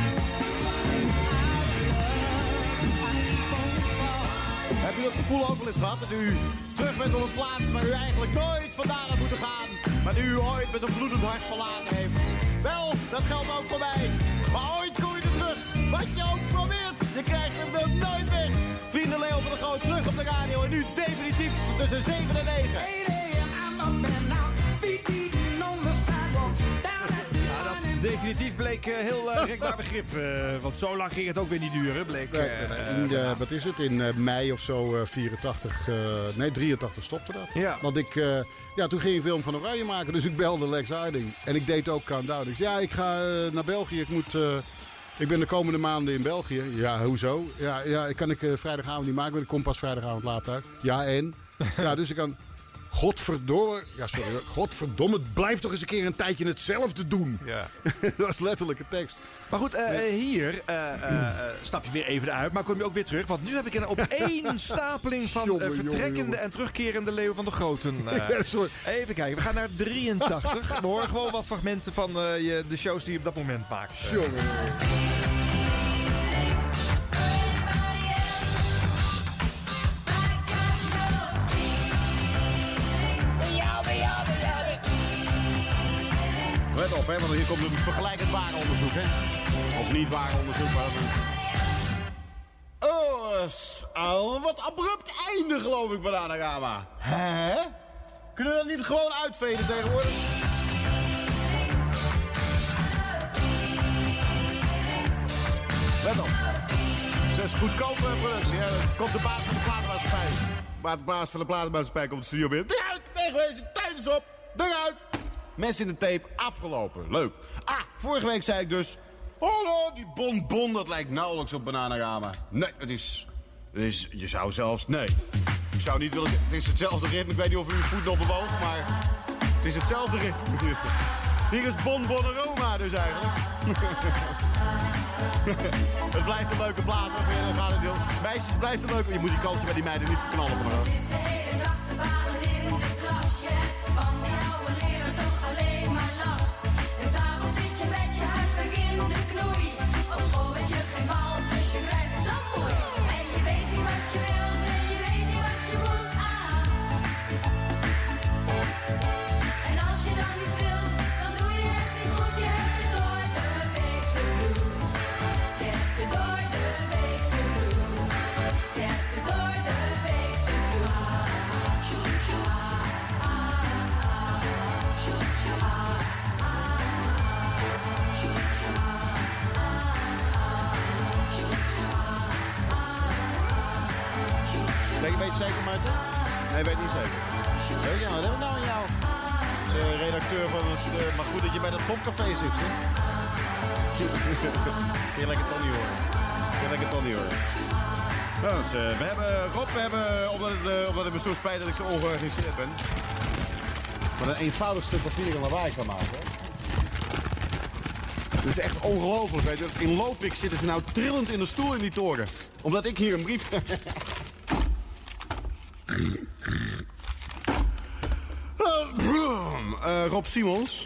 Speaker 7: Heb je dat gevoel ook wel eens gehad dat u terug bent op een plaats waar u eigenlijk nooit vandaan had moeten gaan, maar die u ooit met een bloedend hart verlaten heeft? Wel, dat geldt ook voor mij. Maar ooit kom je er terug. Wat je ook probeert, je krijgt het wel nooit weg. Vrienden Leo van der Goot terug op de radio en nu definitief tussen zeven en negen.
Speaker 13: Definitief bleek uh, heel uh, rekbaar begrip. Uh, want zo lang ging het ook weer niet duren. Bleek, uh,
Speaker 14: in, uh, wat is het? In uh, mei of zo, uh, vierentachtig, uh, nee drieëntachtig stopte dat.
Speaker 13: Ja.
Speaker 14: Want ik, uh, ja, toen ging je een film van Oranje maken. Dus ik belde Lex Harding. En ik deed ook Countdown. Ik zei, ja, ik ga uh, naar België. Ik moet... Uh, ik ben de komende maanden in België. Ja, hoezo? Ja, ja ik kan ik uh, vrijdagavond niet maken, want ik kom pas vrijdagavond laat uit. Ja, en? Ja, dus ik kan... Godverdomme, ja sorry, godverdomme, blijf toch eens een keer een tijdje hetzelfde doen.
Speaker 13: Ja.
Speaker 14: Dat is letterlijke tekst.
Speaker 13: Maar goed, uh, hier uh, uh, stap je weer even uit, maar kom je ook weer terug. Want nu heb ik een op één stapeling van jongen, uh, vertrekkende jongen, jongen. en terugkerende Leo van der Groten. Uh, ja, even kijken, we gaan naar drieëntachtig. We horen gewoon wat fragmenten van uh, je, de shows die je op dat moment maakt. Uh.
Speaker 14: Jongen, jongen.
Speaker 7: Let op, hè, want hier komt een vergelijkend ware onderzoek, hè. Of niet ware onderzoek, maar... Oh, uh, wat abrupt einde, geloof ik, Bananarama. Hè? Kunnen we dat niet gewoon uitveden tegenwoordig? Let op. Zes goedkope productie, hè. Komt de baas van de platenmaatschappij. Maar de baas van de platenmaatschappij komt de studio binnen. Eruit, wegwezen, tijd is op. Eruit. Mensen in de tape, afgelopen. Leuk. Ah, vorige week zei ik dus... Oh, die bonbon, dat lijkt nauwelijks op Bananarama. Nee, het is... Het is... Je zou zelfs... Nee. Ik zou niet willen... Het is hetzelfde ritme. Ik weet niet of u uw voet nog bewoog, maar... Het is hetzelfde ritme. Hier is Bonbon Aroma dus eigenlijk. Het blijft een leuke plaat. Dan gaat het heel... Meisjes, blijft een leuke... Je moet die kansen bij die meiden niet verknallen van haar.
Speaker 15: We zitten de hele dag te balen in de klasje. Van die oude leraar toch alleen maar last. En s'avonds zit je met je huiswerk in de knoei. Op school weet je geen bal, dus je krijgt zandpoei. En je weet niet wat je wilt en je weet niet wat je moet aan. En als je dan iets wilt, dan doe je het niet goed. Je hebt het door de weekse blues. Je hebt het door de weekse blues. Je hebt het door de weekse blues.
Speaker 7: Nee, je weet zeker, Maarten? Nee, weet niet zeker. Weet je, wat heb ik nou aan jou? Als uh, redacteur van het... Uh, maar goed dat je bij dat popcafé zit, hè? Kun je lekker toch niet horen. Kun je lekker toch niet horen. Nou, dus, uh, we hebben... Rob, we hebben... Omdat het, uh, omdat het me zo spijt dat ik zo ongeorganiseerd ben. Maar een eenvoudig stuk papier en lawaai kan maken, hè? Het is echt ongelooflijk, weet je. In Lopik zitten ze nou trillend in de stoel in die toren. Omdat ik hier een brief... Uh, Rob Simons.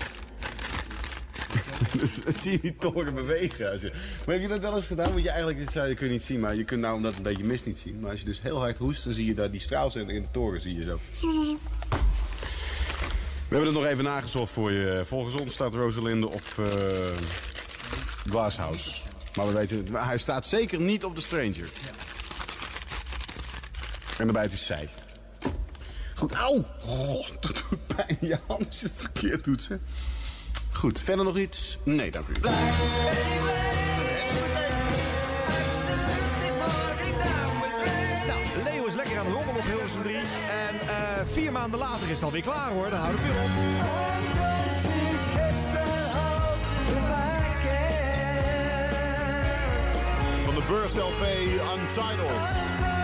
Speaker 7: Dus dan zie je die toren bewegen. Als je... Maar heb je dat wel eens gedaan? Want je eigenlijk, dit zou je kun je niet zien, maar je kunt nou omdat het een beetje mist niet zien. Maar als je dus heel hard hoest, dan zie je daar die straalzender in de toren, zie je zo. We hebben het nog even nagezocht voor je. Volgens ons staat Rosalinde op uh, Glasshouse. Maar we weten, maar hij staat zeker niet op The Stranger. En daarbij het is zij.
Speaker 18: Goed, auw! God, dat doet pijn in je hand als je het verkeerd doet, hè. Goed, verder nog iets? Nee, dank u.
Speaker 15: Nou,
Speaker 13: Leo is lekker aan het rommelen op Hilversum drie. En uh, vier maanden later is het alweer klaar, hoor. Dan houdt het weer op.
Speaker 11: Van de Burst L P Untitled.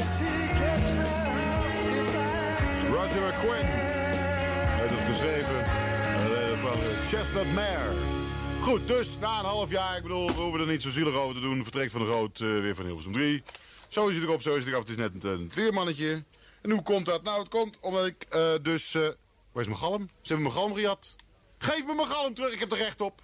Speaker 11: Roger McQuinn heeft het geschreven uh, van Chestnut Mare. Goed, dus na een half jaar, ik bedoel, we hoeven er niet zo zielig over te doen. Vertrekt Van der Groot uh, weer van Hilversum drie. Zo is hij erop, zo is hij eraf. Het is net een, een weermannetje. En hoe komt dat? Nou, het komt omdat ik uh, dus... Uh, waar is mijn galm? Ze hebben mijn galm gejat. Geef me mijn galm terug, ik heb er recht op.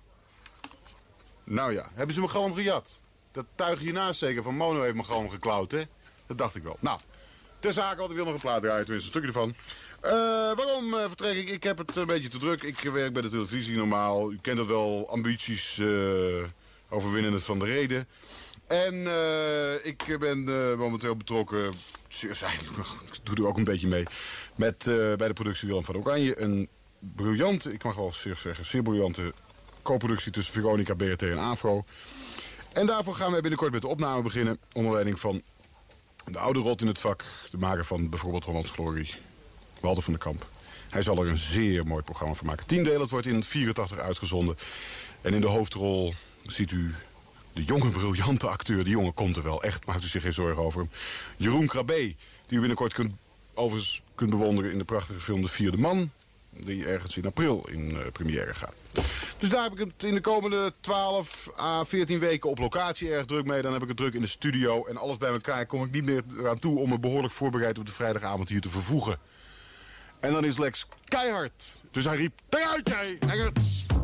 Speaker 11: Nou ja, hebben ze mijn galm gejat? Dat tuig hiernaast zeker van Mono heeft mijn galm geklauwd, hè? Dat dacht ik wel. Nou, ter zake, want ik wil nog een plaat draaien, tenminste een stukje ervan. Uh, waarom uh, vertrek ik? Ik heb het een beetje te druk. Ik werk bij de televisie normaal. U kent het wel, ambities uh, overwinnen het van de reden. En uh, ik ben uh, momenteel betrokken, zeer zijnig, ik doe er ook een beetje mee, met uh, bij de productie Willem van Oranje. Een briljante, ik mag wel zeer zeggen, zeer briljante co-productie tussen Veronica, B R T en AVRO. En daarvoor gaan we binnenkort met de opname beginnen, onder leiding van de oude rot in het vak, de maker van bijvoorbeeld Hollands Glorie, Walter van den Kamp. Hij zal er een zeer mooi programma van maken. Tien delen, het wordt in vierentachtig uitgezonden. En in de hoofdrol ziet u de jonge, briljante acteur. Die jongen komt er wel, echt, maakt u zich geen zorgen over hem. Jeroen Krabbe, die u binnenkort kunt, overigens kunt bewonderen in de prachtige film De Vierde Man, die ergens in april in uh, première gaat. Dus daar heb ik het in de komende twaalf à veertien weken op locatie erg druk mee. Dan heb ik het druk in de studio en alles bij elkaar. Kom ik niet meer aan toe om me behoorlijk voorbereid op de vrijdagavond hier te vervoegen. En dan is Lex keihard. Dus hij riep, eruit jij, Engert!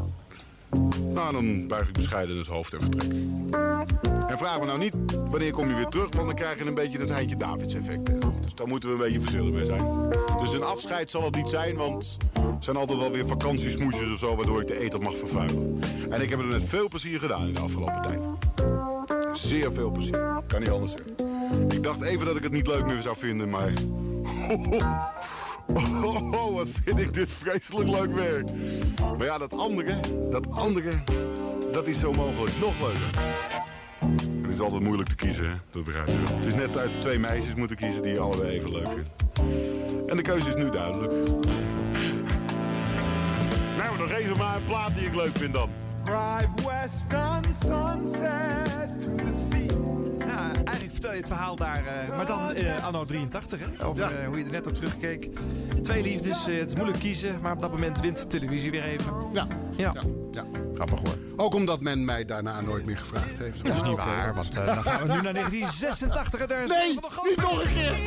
Speaker 11: Nou, dan buig ik bescheiden het hoofd en vertrek. En vraag me nou niet, wanneer kom je weer terug? Want dan krijg je een beetje het Heintje Davids effect. Hè? Dus daar moeten we een beetje verzillen mee zijn. Dus een afscheid zal het niet zijn, want er zijn altijd wel weer vakantiesmoesjes of zo, waardoor ik de eter mag vervuilen. En ik heb het met veel plezier gedaan in de afgelopen tijd. Zeer veel plezier, kan niet anders zeggen. Ik dacht even dat ik het niet leuk meer zou vinden, maar... Oh, oh, oh, wat vind ik dit vreselijk leuk werk. Maar ja, dat andere, dat andere, dat is zo mogelijk nog leuker. Het is altijd moeilijk te kiezen, hè? Dat begrijp je wel. Het is net uit twee meisjes moeten kiezen die je allebei even leuk vindt. En de keuze is nu duidelijk. Nou, nog even maar een plaat die ik leuk vind dan.
Speaker 16: Drive west on sunset to the sea.
Speaker 13: Ja, eigenlijk vertel je het verhaal daar, uh, maar dan uh, anno drieëntachtig, hè? Over ja. uh, hoe je er net op terugkeek. Twee liefdes, uh, het is moeilijk kiezen, maar op dat moment wint de televisie weer even.
Speaker 14: Ja,
Speaker 13: ja.
Speaker 14: ja. ja.
Speaker 13: Grappig hoor.
Speaker 14: Ook omdat men mij daarna nooit meer gevraagd heeft.
Speaker 13: Dat is niet waar, want uh, dan gaan we nu naar negentien zesentachtig en daar is
Speaker 14: nee,
Speaker 13: van de
Speaker 14: niet nog een keer!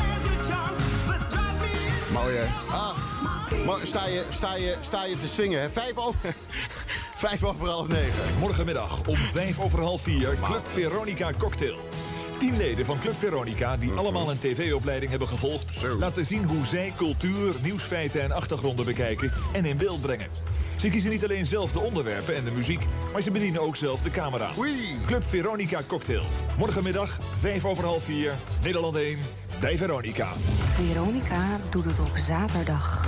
Speaker 18: Mooi hè? Ah. Maar sta je, sta je, sta je te swingen, hè? Vijf over, vijf over half negen.
Speaker 17: Morgenmiddag om vijf over half vier, Club Veronica Cocktail. Tien leden van Club Veronica, die allemaal een tv-opleiding hebben gevolgd, Zo. laten zien hoe zij cultuur, nieuwsfeiten en achtergronden bekijken en in beeld brengen. Ze kiezen niet alleen zelf de onderwerpen en de muziek, maar ze bedienen ook zelf de camera.
Speaker 18: Oei.
Speaker 17: Club Veronica Cocktail. Morgenmiddag, vijf over half vier, Nederland één, bij Veronica.
Speaker 19: Veronica doet het op zaterdag.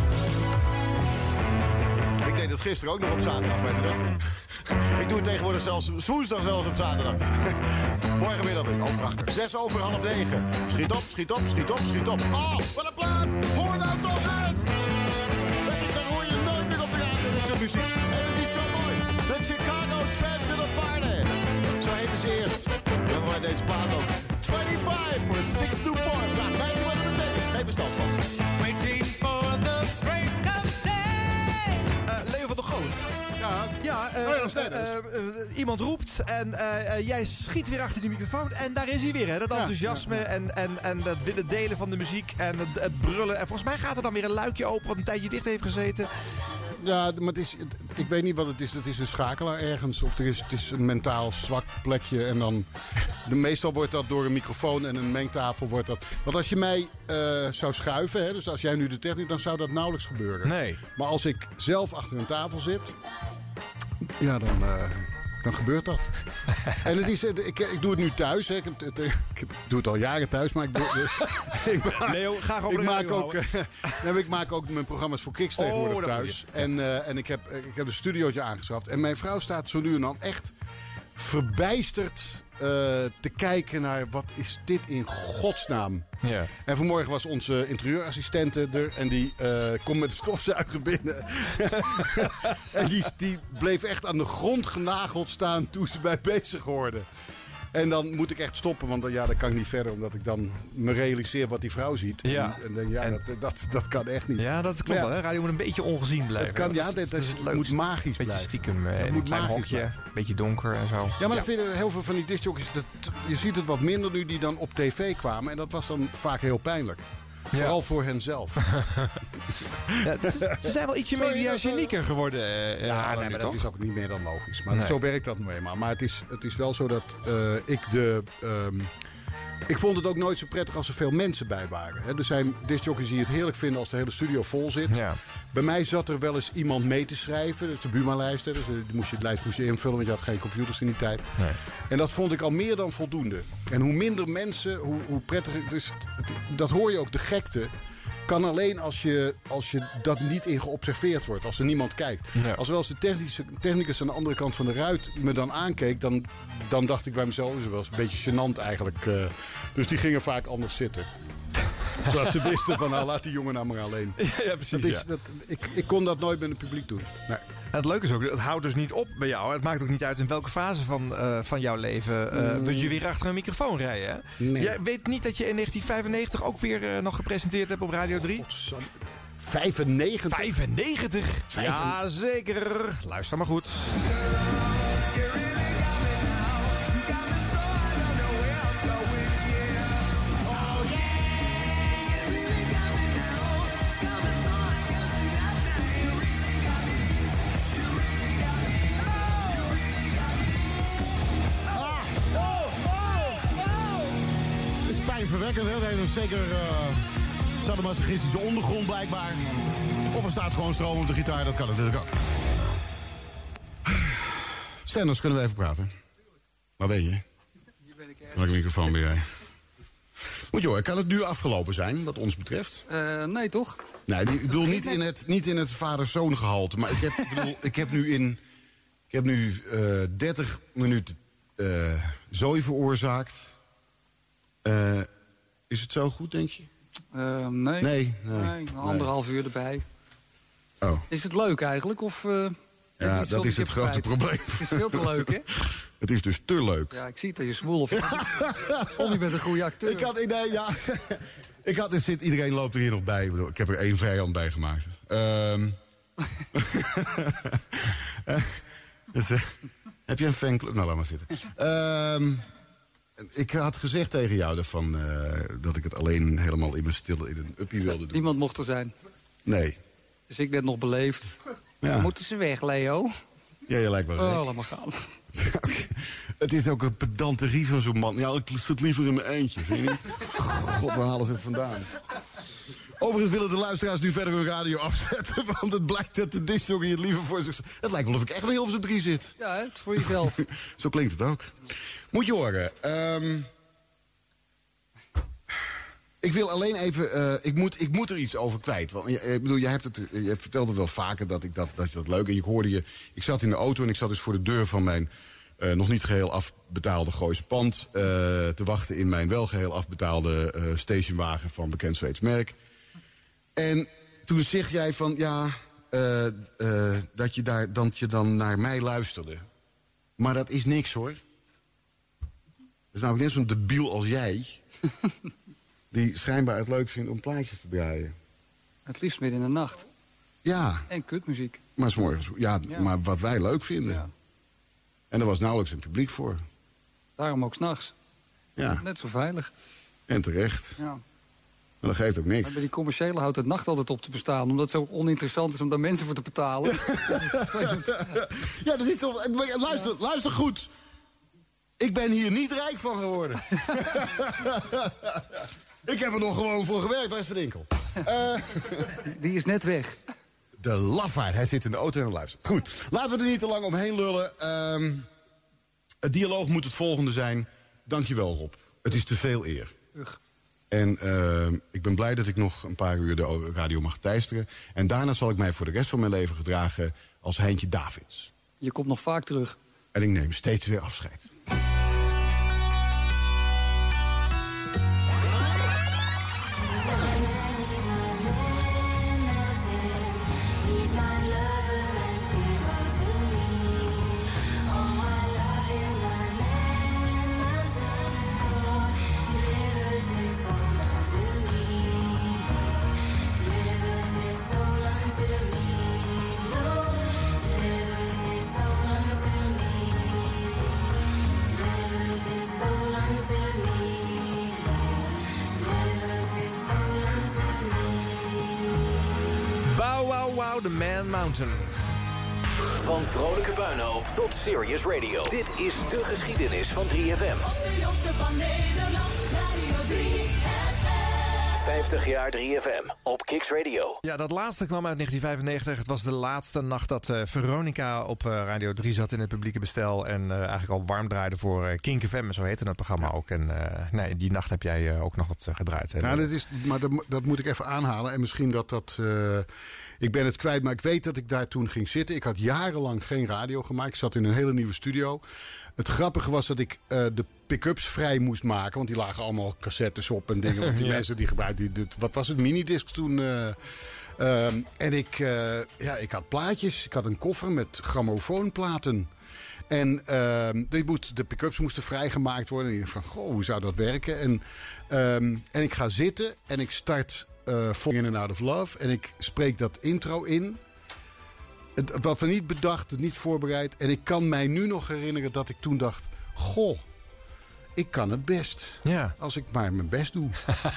Speaker 18: Ik deed het gisteren ook nog op zaterdag, weet je dat? Ik doe het tegenwoordig zelfs woensdag zelfs op zaterdag. Morgenmiddag, oh prachtig. Zes over half negen. Schiet op, schiet op, schiet op, schiet op. Oh, wat een plaat! Hoor nou toch uit! Weet je, dan hoor je nooit meer op de radio met zo'n muziek. En het is zo mooi. De Chicago Transit Party. Zo heten ze eerst. Dan hoor je deze plaat ook. vijfentwintig voor six to four. Vraag mij niet wat het betekent. Geen bestand van.
Speaker 16: Waiting for the break of day.
Speaker 13: Uh, Leo van der Groot.
Speaker 14: Ja,
Speaker 13: ja uh,
Speaker 14: oh, ja
Speaker 13: uh, uh, uh, iemand roept en uh, uh, jij schiet weer achter die microfoon en daar is hij weer, hè? Dat enthousiasme ja, ja, ja. En, en, en het willen delen van de muziek en het, het brullen. En volgens mij gaat er dan weer een luikje open wat een tijdje dicht heeft gezeten.
Speaker 14: Ja, maar het is, ik weet niet wat het is. Het is een schakelaar ergens. Of er is, het is een mentaal zwak plekje. En dan, de, meestal wordt dat door een microfoon en een mengtafel wordt dat. Want als je mij uh, zou schuiven, hè, dus als jij nu de techniek, dan zou dat nauwelijks gebeuren.
Speaker 13: Nee.
Speaker 14: Maar als ik zelf achter een tafel zit, ja, dan, uh, dan gebeurt dat. En het is, ik, ik doe het nu thuis. Hè. Ik, heb, het, ik doe het al jaren thuis, maar ik doe dus, ik maak,
Speaker 13: Leo, graag over
Speaker 14: ik
Speaker 13: de
Speaker 14: maak
Speaker 13: radio
Speaker 14: ook, uh, ik maak ook mijn programma's voor Kiks tegenwoordig
Speaker 13: oh,
Speaker 14: thuis. En, uh, en ik heb, ik heb een studiootje aangeschaft. En mijn vrouw staat zo nu en dan echt verbijsterd uh, te kijken naar wat is dit in godsnaam.
Speaker 13: Ja.
Speaker 14: En vanmorgen was onze interieurassistente er en die uh, komt met de stofzuiger binnen. En die, die bleef echt aan de grond genageld staan toen ze mij bezig hoorden. En dan moet ik echt stoppen, want dan, ja, dan kan ik niet verder. Omdat ik dan me realiseer wat die vrouw ziet.
Speaker 13: Ja.
Speaker 14: En, en denk, ja,
Speaker 13: en,
Speaker 14: dat, dat, dat kan echt niet.
Speaker 13: Ja, dat klopt wel. Ja. Radio moet een beetje ongezien blijven.
Speaker 14: Het kan, ja, dat, dat, dat moet magisch blijven.
Speaker 13: Beetje stiekem, eh, in een klein hokje, een beetje donker en zo.
Speaker 14: Ja, maar
Speaker 13: ja.
Speaker 14: dat vinden heel veel van die discjockeys. Dat, je ziet het wat minder nu die dan op tv kwamen. En dat was dan vaak heel pijnlijk. Ja. Vooral voor henzelf.
Speaker 13: Ja, ze zijn wel ietsje mediagenieker geworden. Uh,
Speaker 14: ja,
Speaker 13: uh,
Speaker 14: nee, maar
Speaker 13: toch?
Speaker 14: dat is ook niet meer dan logisch. Maar
Speaker 13: nee.
Speaker 14: zo werkt dat nu eenmaal. Maar het is, het is wel zo dat uh, ik de... Um, ik vond het ook nooit zo prettig als er veel mensen bij waren. He, er zijn discjockeys die het heerlijk vinden als de hele studio vol zit.
Speaker 13: Ja.
Speaker 14: Bij mij zat er wel eens iemand mee te schrijven. Dat is de Buma-lijst. Dus die moest je, de lijst moest je invullen, want je had geen computers in die tijd.
Speaker 13: Nee.
Speaker 14: En dat vond ik al meer dan voldoende. En hoe minder mensen, hoe, hoe prettiger het is. Het, dat hoor je ook, de gekte kan alleen als je, als je dat niet in geobserveerd wordt. Als er niemand kijkt.
Speaker 13: Ja.
Speaker 14: Als wel eens de technische, technicus aan de andere kant van de ruit me dan aankeek, dan, dan dacht ik bij mezelf, dat was een beetje gênant eigenlijk. Uh, dus die gingen vaak anders zitten. Zodat ze wisten van, nou, laat die jongen nou maar alleen.
Speaker 13: Ja, ja precies.
Speaker 14: Dat is,
Speaker 13: ja.
Speaker 14: dat, ik, ik kon dat nooit met het publiek doen. Nee.
Speaker 13: Het leuke is ook, het houdt dus niet op bij jou. Het maakt ook niet uit in welke fase van, uh, van jouw leven uh, mm. je weer achter een microfoon rijden. Hè?
Speaker 14: Nee.
Speaker 13: Jij weet niet dat je in negentien vijfennegentig ook weer uh, nog gepresenteerd hebt op Radio drie?
Speaker 14: vijfennegentig?
Speaker 13: vijfennegentig? Ja, zeker. Luister maar goed.
Speaker 7: Verwekkend, hè? Het heeft een zeker uh, sadomasochistische ondergrond blijkbaar. Of er staat gewoon stroom op de gitaar, dat kan natuurlijk ook. Stenders, kunnen we even praten? Waar ben je? Hier ben ik ergens. Welke microfoon ben jij? Moet je hoor, kan het nu afgelopen zijn, wat ons betreft?
Speaker 2: Uh, nee, toch?
Speaker 7: Nee, ik bedoel niet in het, niet in het vader-zoon gehalte. Maar ik heb, ik bedoel, ik heb nu in... Ik heb nu uh, dertig minuten uh, zooi veroorzaakt. Uh, is het zo goed, denk je?
Speaker 2: Uh, nee.
Speaker 7: Nee, nee,
Speaker 2: nee. Anderhalf uur erbij.
Speaker 7: Oh.
Speaker 2: Is het leuk eigenlijk? Of, uh,
Speaker 7: ja, dat is het grote probleem.
Speaker 2: Het is veel te leuk, hè?
Speaker 7: Het is dus te leuk.
Speaker 2: Ja, ik zie het dat je smoel of, of je bent een goede acteur.
Speaker 7: Ik had, nee, ja. ik had, er zit, iedereen loopt er hier nog bij. Ik heb er één vijand bij gemaakt. Um. dus, uh, heb je een fanclub? Nou, laat maar zitten. Um. Ik had gezegd tegen jou van, uh, dat ik het alleen helemaal in mijn stille in een uppie wilde doen.
Speaker 2: Niemand mocht er zijn?
Speaker 7: Nee.
Speaker 2: Dus ik net nog beleefd.
Speaker 7: Ja.
Speaker 2: Dan moeten ze weg, Leo.
Speaker 7: Ja, je lijkt wel
Speaker 2: Oh, laat maar gaan.
Speaker 7: Okay. Het is ook een pedanterie van zo'n man. Ja, ik zit liever in mijn eentje, vind je niet? God, waar halen ze het vandaan? Overigens willen de luisteraars nu verder hun radio afzetten, want het blijkt dat de discjockey het liever voor zich... Het lijkt wel of ik echt bij Hilversum drie zit.
Speaker 2: Ja, het is voor jezelf.
Speaker 7: Zo klinkt het ook. Moet je horen. Um, ik wil alleen even... Uh, ik, moet, ik moet er iets over kwijt. Want, ik bedoel, jij hebt het, je hebt verteld het wel vaker dat ik dat, dat je dat leuk... En ik hoorde je... Ik zat in de auto en ik zat dus voor de deur van mijn... Uh, nog niet geheel afbetaalde Gooise pand... Uh, te wachten in mijn wel geheel afbetaalde uh, stationwagen van bekend Zweeds merk. En toen zeg jij van... Ja, uh, uh, dat, je daar, dat je dan naar mij luisterde. Maar dat is niks, hoor. Dat is namelijk net zo'n debiel als jij... die schijnbaar het leuk vindt om plaatjes te draaien.
Speaker 2: Het liefst midden in de nacht.
Speaker 7: Ja.
Speaker 2: En kutmuziek.
Speaker 7: Maar 's morgens, ja,
Speaker 2: ja,
Speaker 7: maar wat wij leuk vinden.
Speaker 2: Ja.
Speaker 7: En er was nauwelijks een publiek voor.
Speaker 2: Daarom ook 's nachts.
Speaker 7: Ja.
Speaker 2: Net zo veilig.
Speaker 7: En terecht.
Speaker 2: Ja.
Speaker 7: Maar dat geeft ook niks.
Speaker 2: Maar bij die commerciële houdt het nacht altijd op te bestaan... omdat het zo oninteressant is om daar mensen voor te betalen.
Speaker 7: Ja, dat is toch... Luister, ja. luister goed. Ik ben hier niet rijk van geworden. Ik heb er nog gewoon voor gewerkt, waar is Van Inkel? Uh,
Speaker 2: Die is net weg.
Speaker 7: De lafaard, hij zit in de auto en luistert. Goed, laten we er niet te lang omheen lullen. Um,
Speaker 14: het dialoog moet het volgende zijn. Dankjewel, Rob. Het is te veel eer.
Speaker 2: Ugh.
Speaker 14: En uh, ik ben blij dat ik nog een paar uur de radio mag teisteren. En daarna zal ik mij voor de rest van mijn leven gedragen als Heintje Davids.
Speaker 2: Je komt nog vaak terug.
Speaker 14: En ik neem steeds weer afscheid.
Speaker 13: The Man Mountain.
Speaker 9: Van vrolijke puinhoop tot Serious Radio. Dit is de geschiedenis van drie F M.
Speaker 15: De jongste van Nederland, Radio drie F M.
Speaker 9: vijftig jaar drie F M op Kicks Radio.
Speaker 13: Ja, dat laatste kwam uit negentien vijfennegentig. Het was de laatste nacht dat uh, Veronica op uh, Radio drie zat in het publieke bestel. En uh, eigenlijk al warm draaide voor uh, Kink F M. Zo heette het programma ook. En uh, nee, die nacht heb jij uh, ook nog wat uh, gedraaid. Hè?
Speaker 14: Nou, dat is, maar dat, dat moet ik even aanhalen. En misschien dat dat... Uh, ik ben het kwijt, maar ik weet dat ik daar toen ging zitten. Ik had jarenlang geen radio gemaakt. Ik zat in een hele nieuwe studio. Het grappige was dat ik uh, de pick-ups vrij moest maken. Want die lagen allemaal cassettes op en dingen. Want die ja. mensen die gebruikten... Die, wat was het? Minidisc toen... Uh, uh, en ik, uh, ja, ik had plaatjes. Ik had een koffer met grammofoonplaten. En uh, die moet, de pick-ups moesten vrijgemaakt worden. En ik dacht van, goh, hoe zou dat werken? En, um, en ik ga zitten en ik start... Uh, Falling in and Out of Love. En ik spreek dat intro in. Het, wat we niet bedacht, niet voorbereid. En ik kan mij nu nog herinneren dat ik toen dacht... Goh, ik kan het best.
Speaker 13: Ja.
Speaker 14: Als ik maar mijn best doe.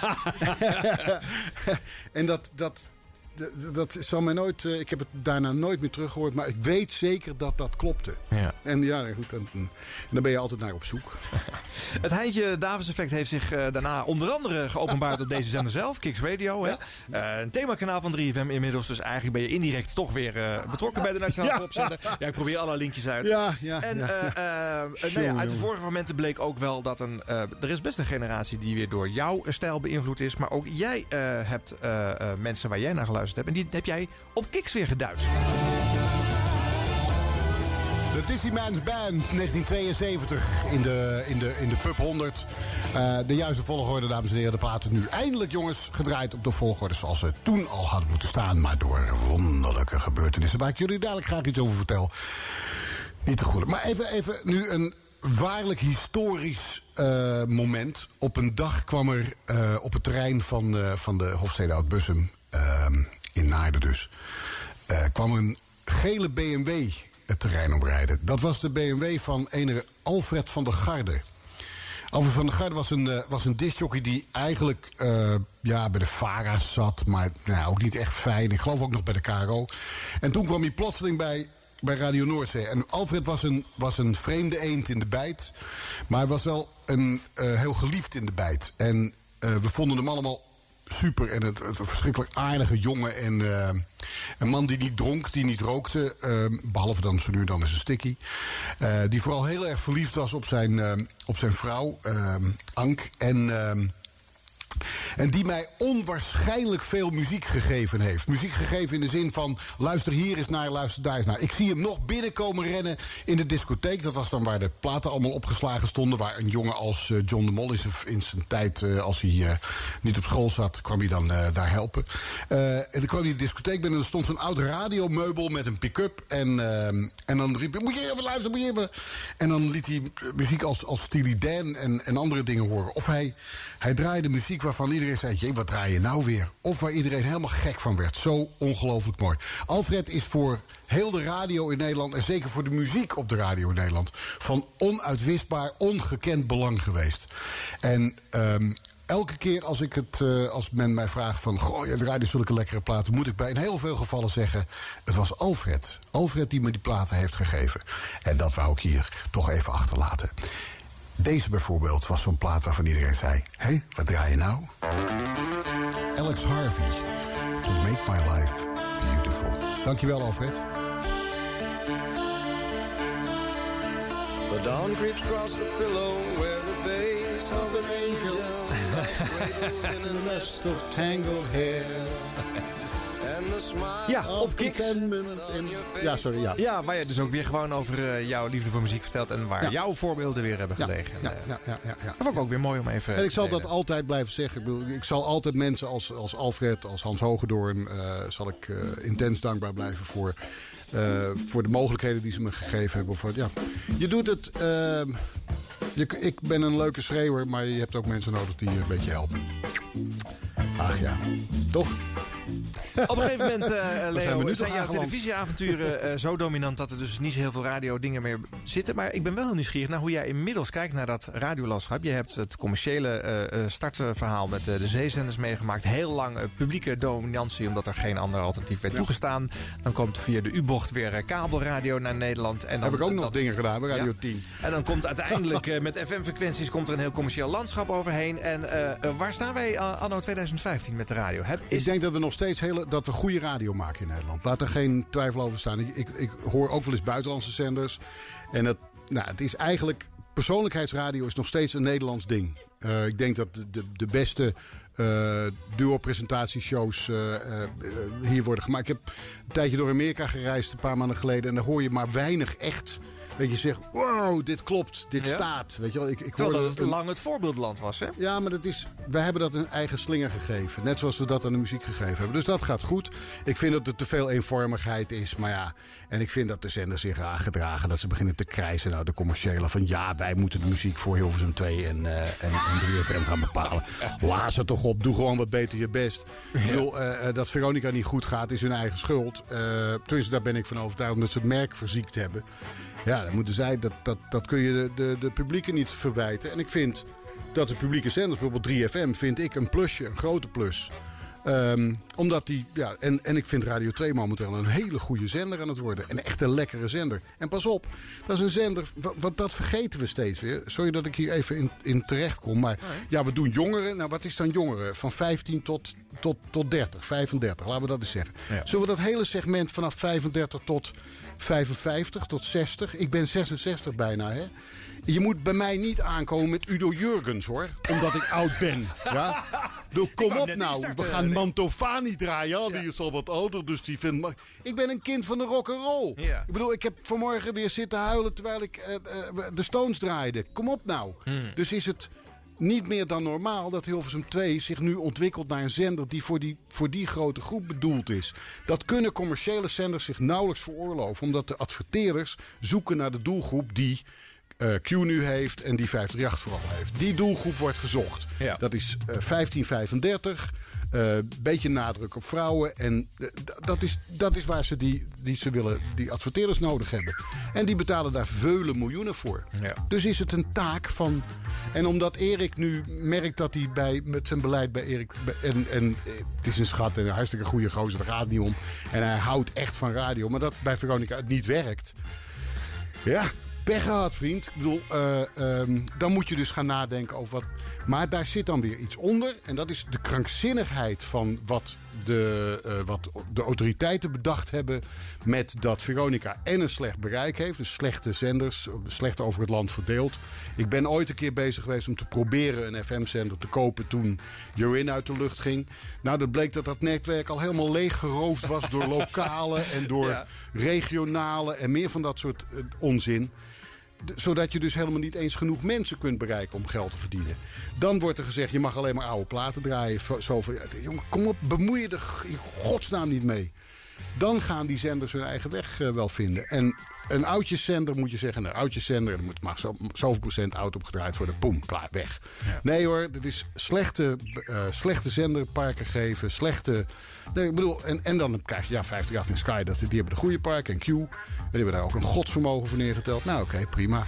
Speaker 14: En dat... dat Dat, dat zal mij nooit... Uh, ik heb het daarna nooit meer teruggehoord. Maar ik weet zeker dat dat klopte.
Speaker 13: Ja.
Speaker 14: En ja, goed. En, en dan ben je altijd naar op zoek.
Speaker 13: Het Heintje Davids effect heeft zich uh, daarna onder andere geopenbaard op deze zender zelf. Kicks Radio. Hè? Ja. Uh, een themakanaal van drie F M inmiddels. Dus eigenlijk ben je indirect toch weer uh, betrokken bij de Nationale ja. Popzender. Ja, ik probeer alle linkjes uit.
Speaker 14: Ja, ja,
Speaker 13: en
Speaker 14: ja.
Speaker 13: Uh, uh, nou ja, uit de vorige momenten bleek ook wel dat een, uh, er is best een generatie die weer door jouw stijl beïnvloed is. Maar ook jij uh, hebt uh, uh, mensen waar jij naar geluisterd hebt. En die heb jij op Kicks weer geduid.
Speaker 14: De Disneyman's Band, negentien tweeënzeventig, in de, in de, in de Pub honderd. Uh, de juiste volgorde, dames en heren. De platen nu eindelijk, jongens, gedraaid op de volgorde zoals ze toen al hadden moeten staan. Maar door wonderlijke gebeurtenissen, waar ik jullie dadelijk graag iets over vertel. Niet te goed. Maar even, even nu een waarlijk historisch uh, moment. Op een dag kwam er uh, op het terrein van, uh, van de Hofstede Oud-Bussum... Uh, in Naarden dus, uh, kwam een gele B M W het terrein oprijden. Dat was de B M W van enige Alfred van der Garde. Alfred van der Garde was een, uh, was een discjockey die eigenlijk uh, ja, bij de VARA zat... maar nou, ook niet echt fijn. Ik geloof ook nog bij de K R O. En toen kwam hij plotseling bij, bij Radio Noordzee. En Alfred was een, was een vreemde eend in de bijt... maar hij was wel een, uh, heel geliefd in de bijt. En uh, we vonden hem allemaal... super en het, het een verschrikkelijk aardige jongen. En uh, een man die niet dronk, die niet rookte. Uh, behalve dan zo nu dan is een stikkie. Uh, die vooral heel erg verliefd was op zijn, uh, op zijn vrouw, uh, Ank. En... Uh, En die mij onwaarschijnlijk veel muziek gegeven heeft. Muziek gegeven in de zin van... luister hier eens naar, luister daar eens naar. Ik zie hem nog binnenkomen rennen in de discotheek. Dat was dan waar de platen allemaal opgeslagen stonden. Waar een jongen als uh, John de Mol in zijn tijd... Uh, als hij uh, niet op school zat, kwam hij dan uh, daar helpen. Uh, en dan kwam hij in de discotheek binnen... en er stond zo'n oud radiomeubel met een pick-up. En, uh, en dan riep hij... moet je even luisteren, moet je even... En dan liet hij muziek als, als Steely Dan en, en andere dingen horen. Of hij, hij draaide muziek waarvan iedereen zei... jee, wat draai je nou weer? Of waar iedereen helemaal gek van werd. Zo ongelooflijk mooi. Alfred is voor heel de radio in Nederland... en zeker voor de muziek op de radio in Nederland... van onuitwisbaar, ongekend belang geweest. En um, elke keer als, ik het, uh, als men mij vraagt van... goh, je draait zulke lekkere platen... moet ik bij in heel veel gevallen zeggen... het was Alfred. Alfred die me die platen heeft gegeven. En dat wou ik hier toch even achterlaten. Deze bijvoorbeeld was zo'n plaat waarvan iedereen zei... hé, hey, wat draai je nou? Alex Harvey, To Make My Life Beautiful. Dankjewel, Alfred.
Speaker 5: The dawn creeps across the pillow where the base of an angel lies cradled in a nest of tangled hair.
Speaker 13: Ja, op Kicks.
Speaker 14: Ja, sorry, ja.
Speaker 13: Ja, waar je dus ook weer gewoon over uh, jouw liefde voor muziek vertelt en waar ja. jouw voorbeelden weer hebben gelegen.
Speaker 14: Ja, ja, ja, ja, ja.
Speaker 13: Dat vond ik ook weer mooi om even
Speaker 14: en ik zal
Speaker 13: delen.
Speaker 14: dat altijd blijven zeggen. Ik, bedoel, ik zal altijd mensen als, als Alfred, als Hans Hogendoorn, uh, zal ik uh, intens dankbaar blijven voor, uh, voor de mogelijkheden die ze me gegeven hebben. Of, ja. Je doet het... Uh, je, ik ben een leuke schreeuwer, maar je hebt ook mensen nodig die je een beetje helpen. Ach ja, toch?
Speaker 13: Op een gegeven moment, uh, Leo, zijn, zijn jouw
Speaker 14: aangeland.
Speaker 13: televisieavonturen uh, zo dominant dat er dus niet zo heel veel radio-dingen meer zitten. Maar ik ben wel heel nieuwsgierig naar hoe jij inmiddels kijkt naar dat radiolandschap. Je hebt het commerciële uh, startverhaal met uh, de zeezenders meegemaakt. Heel lang uh, publieke dominantie, omdat er geen ander alternatief werd ja. toegestaan. Dan komt via de U-bocht weer uh, kabelradio naar Nederland. En dan,
Speaker 14: heb ik ook
Speaker 13: uh,
Speaker 14: nog
Speaker 13: dat,
Speaker 14: dingen gedaan bij Radio ja. tien.
Speaker 13: En dan komt uiteindelijk uh, met F M-frequenties komt er een heel commercieel landschap overheen. En uh, uh, waar staan wij uh, anno twintig vijftien met de radio? Heb, is...
Speaker 14: Ik denk dat we nog steeds hele, dat we goede radio maken in Nederland. Laat er geen twijfel over staan. Ik, ik, ik hoor ook wel eens buitenlandse zenders. En het, nou, het is eigenlijk... Persoonlijkheidsradio is nog steeds een Nederlands ding. Uh, ik denk dat de, de, de beste uh, duo-presentatieshows uh, uh, hier worden gemaakt. Ik heb een tijdje door Amerika gereisd, een paar maanden geleden. En daar hoor je maar weinig echt... Dat je zegt, wow, dit klopt, dit ja. staat. Weet je wel, ik, ik
Speaker 13: Terwijl
Speaker 14: hoorde
Speaker 13: dat het een... lang het voorbeeldland was, hè?
Speaker 14: Ja, maar dat is, wij hebben dat een eigen slinger gegeven. Net zoals we dat aan de muziek gegeven hebben. Dus dat gaat goed. Ik vind dat er te veel eenvormigheid is. Maar ja, en ik vind dat de zenders zich aangedragen. Dat ze beginnen te krijsen. Nou, de commerciële van ja, wij moeten de muziek voor Hilversum twee en, uh, en, en drie F M gaan bepalen. Laat ze toch op, doe gewoon wat beter je best. Ja. Ik bedoel, uh, dat Veronica niet goed gaat, is hun eigen schuld. Uh, tenminste, daar ben ik van overtuigd, omdat ze het merk verziekt hebben. Ja, dan moeten zij, dat, dat, dat kun je de, de, de publieken niet verwijten. En ik vind dat de publieke zenders, bijvoorbeeld drie F M, vind ik een plusje, een grote plus. Um, omdat die, ja, en, en ik vind Radio twee momenteel een hele goede zender aan het worden. Een echte lekkere zender. En pas op, dat is een zender, want dat vergeten we steeds weer. Sorry dat ik hier even in, in terecht kom. Maar ja, we doen jongeren. Nou, wat is dan jongeren? Van vijftien tot, tot, tot dertig, vijfendertig, laten we dat eens zeggen. Ja. Zullen we dat hele segment vanaf vijfendertig tot vijfenvijftig tot zestig. Ik ben zesenzestig bijna, hè. Je moet bij mij niet aankomen met Udo Jurgens, hoor. Omdat ik oud ben. Ja? Dus kom op nou. We gaan Mantovani draaien. Ja, die ja. is al wat ouder, dus die vindt... Maar ik ben een kind van de rock'n'roll. Ja. Ik bedoel, ik heb vanmorgen weer zitten huilen terwijl ik uh, uh, de Stones draaide. Kom op nou. Hmm. Dus is het niet meer dan normaal dat Hilversum twee zich nu ontwikkelt naar een zender die voor die, voor die grote groep bedoeld is. Dat kunnen commerciële zenders zich nauwelijks veroorloven, omdat de adverteerders zoeken naar de doelgroep die uh, Q nu heeft en die vijfhonderdachttien vooral heeft. Die doelgroep wordt gezocht. Ja. Dat is uh, vijftien vijfendertig. Een uh, beetje nadruk op vrouwen. En uh, dat, is, dat is waar ze die, die ze willen, die adverteerders nodig hebben. En die betalen daar vele miljoenen voor. Ja. Dus is het een taak van... En omdat Erik nu merkt dat hij bij, met zijn beleid bij Erik... En, en het is een schat en een hartstikke goede gozer, daar gaat het niet om. En hij houdt echt van radio. Maar dat bij Veronica het niet werkt. Ja... Pech gehad, vriend. Ik bedoel, uh, um, dan moet je dus gaan nadenken over wat... Maar daar zit dan weer iets onder. En dat is de krankzinnigheid van wat de, uh, wat de autoriteiten bedacht hebben... met dat Veronica en een slecht bereik heeft. Dus slechte zenders, slecht over het land verdeeld. Ik ben ooit een keer bezig geweest om te proberen een F M-zender te kopen... toen Jorin uit de lucht ging. Nou, dat bleek dat dat netwerk al helemaal leeggeroofd was... door lokale en door ja. regionale en meer van dat soort uh, onzin... Zodat je dus helemaal niet eens genoeg mensen kunt bereiken om geld te verdienen. Dan wordt er gezegd, je mag alleen maar oude platen draaien. Zoveel, jongen, kom op, bemoei je er in godsnaam niet mee. Dan gaan die zenders hun eigen weg uh, wel vinden. En een oudjeszender moet je zeggen, een oudjeszender, er moet maar zo, zoveel procent oud opgedraaid worden. Boem, klaar, weg. Ja. Nee hoor, dit is slechte, uh, slechte zenderparken geven, slechte... Nee, ik bedoel, en, en dan krijg je ja, vijfhonderdachttien en Sky, dat, die hebben de goede parken en Q. En die hebben daar ook een godsvermogen voor neergeteld. Nou oké, okay, prima.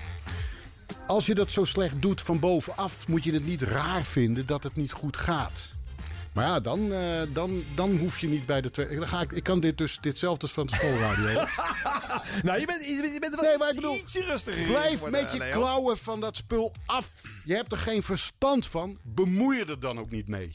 Speaker 14: Als je dat zo slecht doet van bovenaf, moet je het niet raar vinden dat het niet goed gaat. Maar ja, dan, uh, dan, dan hoef je niet bij de twee... Dan ga ik, ik kan dit dus ditzelfde als van de schoolradio.
Speaker 13: Nou, je bent, je bent, je bent wel
Speaker 14: nee, maar ik bedoel,
Speaker 13: ietsje rustiger.
Speaker 14: Blijf met je Leo. klauwen van dat spul af. Je hebt er geen verstand van. Bemoei je er dan ook niet mee.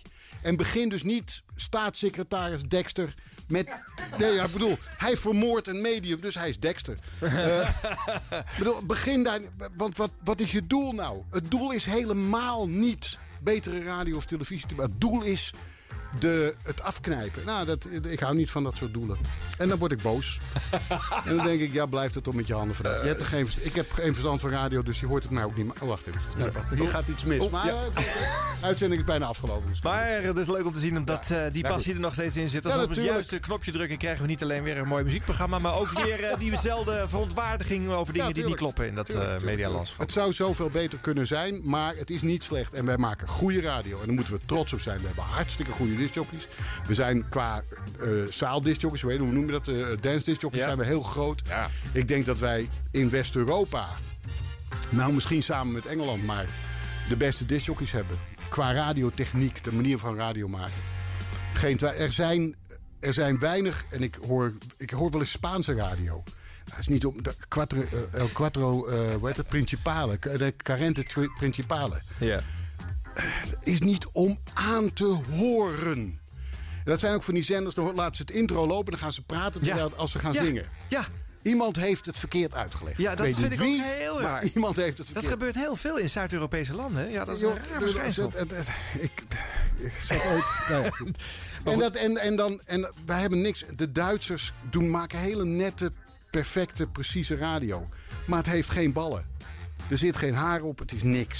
Speaker 14: En begin dus niet staatssecretaris Dexter met... Nee, ja, ik bedoel, hij vermoordt een medium, dus hij is Dexter. Uh, bedoel, begin daar... Want wat, wat is je doel nou? Het doel is helemaal niet betere radio of televisie. Maar het doel is de, het afknijpen. Nou, dat, ik hou niet van dat soort doelen. En dan word ik boos. En dan denk ik, ja, blijf het toch met je handen vandaan. Je hebt er geen, ik heb geen verstand van radio, dus je hoort het mij ook niet. Oh, wacht even. Nee, wacht. Hier gaat iets mis.
Speaker 13: Oh,
Speaker 14: maar
Speaker 13: ja.
Speaker 14: de uitzending is bijna afgelopen. Dus.
Speaker 13: Maar het is leuk om te zien dat uh, die
Speaker 14: Ja,
Speaker 13: passie
Speaker 14: goed.
Speaker 13: er nog steeds in zit. Als
Speaker 14: Ja,
Speaker 13: we op het
Speaker 14: natuurlijk.
Speaker 13: juiste knopje drukken, krijgen we niet alleen weer een mooi muziekprogramma, maar ook weer uh, diezelfde verontwaardiging over dingen
Speaker 14: Ja,
Speaker 13: die niet kloppen in dat
Speaker 14: Tuurlijk,
Speaker 13: uh,
Speaker 14: tuurlijk,
Speaker 13: medialandschap.
Speaker 14: Het zou zoveel beter kunnen zijn, maar het is niet slecht. En wij maken goede radio. En daar moeten we trots op zijn. We hebben hartstikke goede discjockeys. We zijn qua uh, zaaldiscjockeys, hoe noem je dat? Uh, dance discjockeys
Speaker 13: Ja.
Speaker 14: zijn we heel groot.
Speaker 13: Ja.
Speaker 14: Ik denk dat wij in West-Europa, nou misschien samen met Engeland, maar de beste discjockeys hebben. Qua radiotechniek, de manier van radio maken. Geen twi- er, zijn, er zijn weinig, en ik hoor, ik hoor wel eens Spaanse radio. Dat is niet om. De quattro, uh, El Quattro, uh, hoe heet het? Principale. De Carente tri- Principale.
Speaker 13: Ja.
Speaker 14: Is niet om aan te horen. Dat zijn ook van die zenders, dan laten ze het intro lopen, dan gaan ze praten terwijl als ze gaan
Speaker 13: Ja.
Speaker 14: zingen.
Speaker 13: Ja.
Speaker 14: Iemand heeft het verkeerd uitgelegd.
Speaker 13: Ja,
Speaker 14: Ik
Speaker 13: dat
Speaker 14: weet
Speaker 13: vind
Speaker 14: niet
Speaker 13: ik ook
Speaker 14: wie,
Speaker 13: heel
Speaker 14: maar
Speaker 13: raar.
Speaker 14: iemand heeft het verkeerd.
Speaker 13: Dat gebeurt heel veel in Zuid-Europese landen. Hè? Ja, dat is
Speaker 14: Joh,
Speaker 13: een raar
Speaker 14: dus
Speaker 13: verschijnsel.
Speaker 14: het- het- het- ik, ik zeg ooit... nou ja, goed. en, dat, en, en, dan, en wij hebben niks... De Duitsers doen, maken hele nette, perfecte, precieze radio. Maar het heeft geen ballen. Er zit geen haar op, het is niks.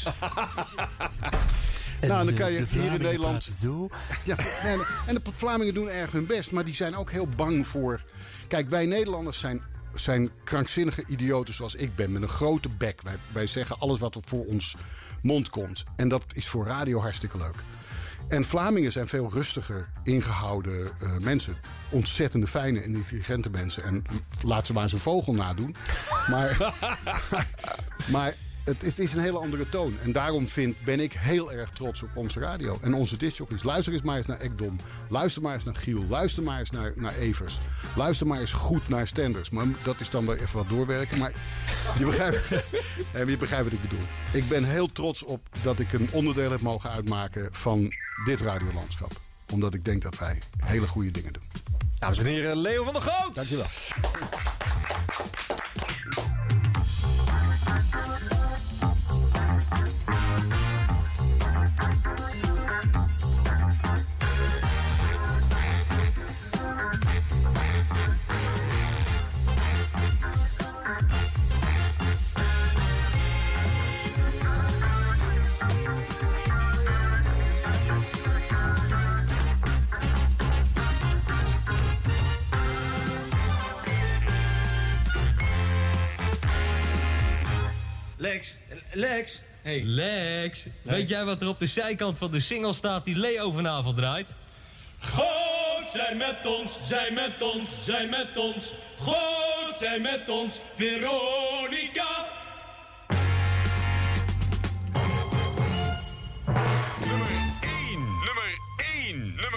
Speaker 13: En
Speaker 14: nou, dan
Speaker 13: de-
Speaker 14: kan je
Speaker 13: de
Speaker 14: hier in
Speaker 13: Vlamingen
Speaker 14: Nederland...
Speaker 13: praten zo.
Speaker 14: Ja, nee, nee. En de Vlamingen doen erg hun best, maar die zijn ook heel bang voor... Kijk, wij Nederlanders zijn, zijn krankzinnige idioten zoals ik ben, met een grote bek. Wij, wij zeggen alles wat er voor ons mond komt. En dat is voor radio hartstikke leuk. En Vlamingen zijn veel rustiger ingehouden uh, mensen. Ontzettende fijne en intelligente mensen. En laat ze maar eens een vogel nadoen. Maar, maar het, het is een hele andere toon. En daarom vind, ben ik heel erg trots op onze radio. En onze discjockeys. Luister eens maar eens naar Ekdom. Luister maar eens naar Giel. Luister maar eens naar, naar Evers. Luister maar eens goed naar Stenders. Maar dat is dan weer even wat doorwerken. Maar je begrijpt, je begrijpt wat ik bedoel. Ik ben heel trots op dat ik een onderdeel heb mogen uitmaken van dit radiolandschap. Omdat ik denk dat wij hele goede dingen doen.
Speaker 13: Dames en heren, Leo van der Groot.
Speaker 14: Dankjewel.
Speaker 10: Lex, Lex, hey. Lex, weet jij wat er op de zijkant van de single staat die Leo vanavond draait? God, zij met ons, zij met ons, zij met ons. God, zij met ons, Veronica.
Speaker 11: Nummer één, nummer één, nummer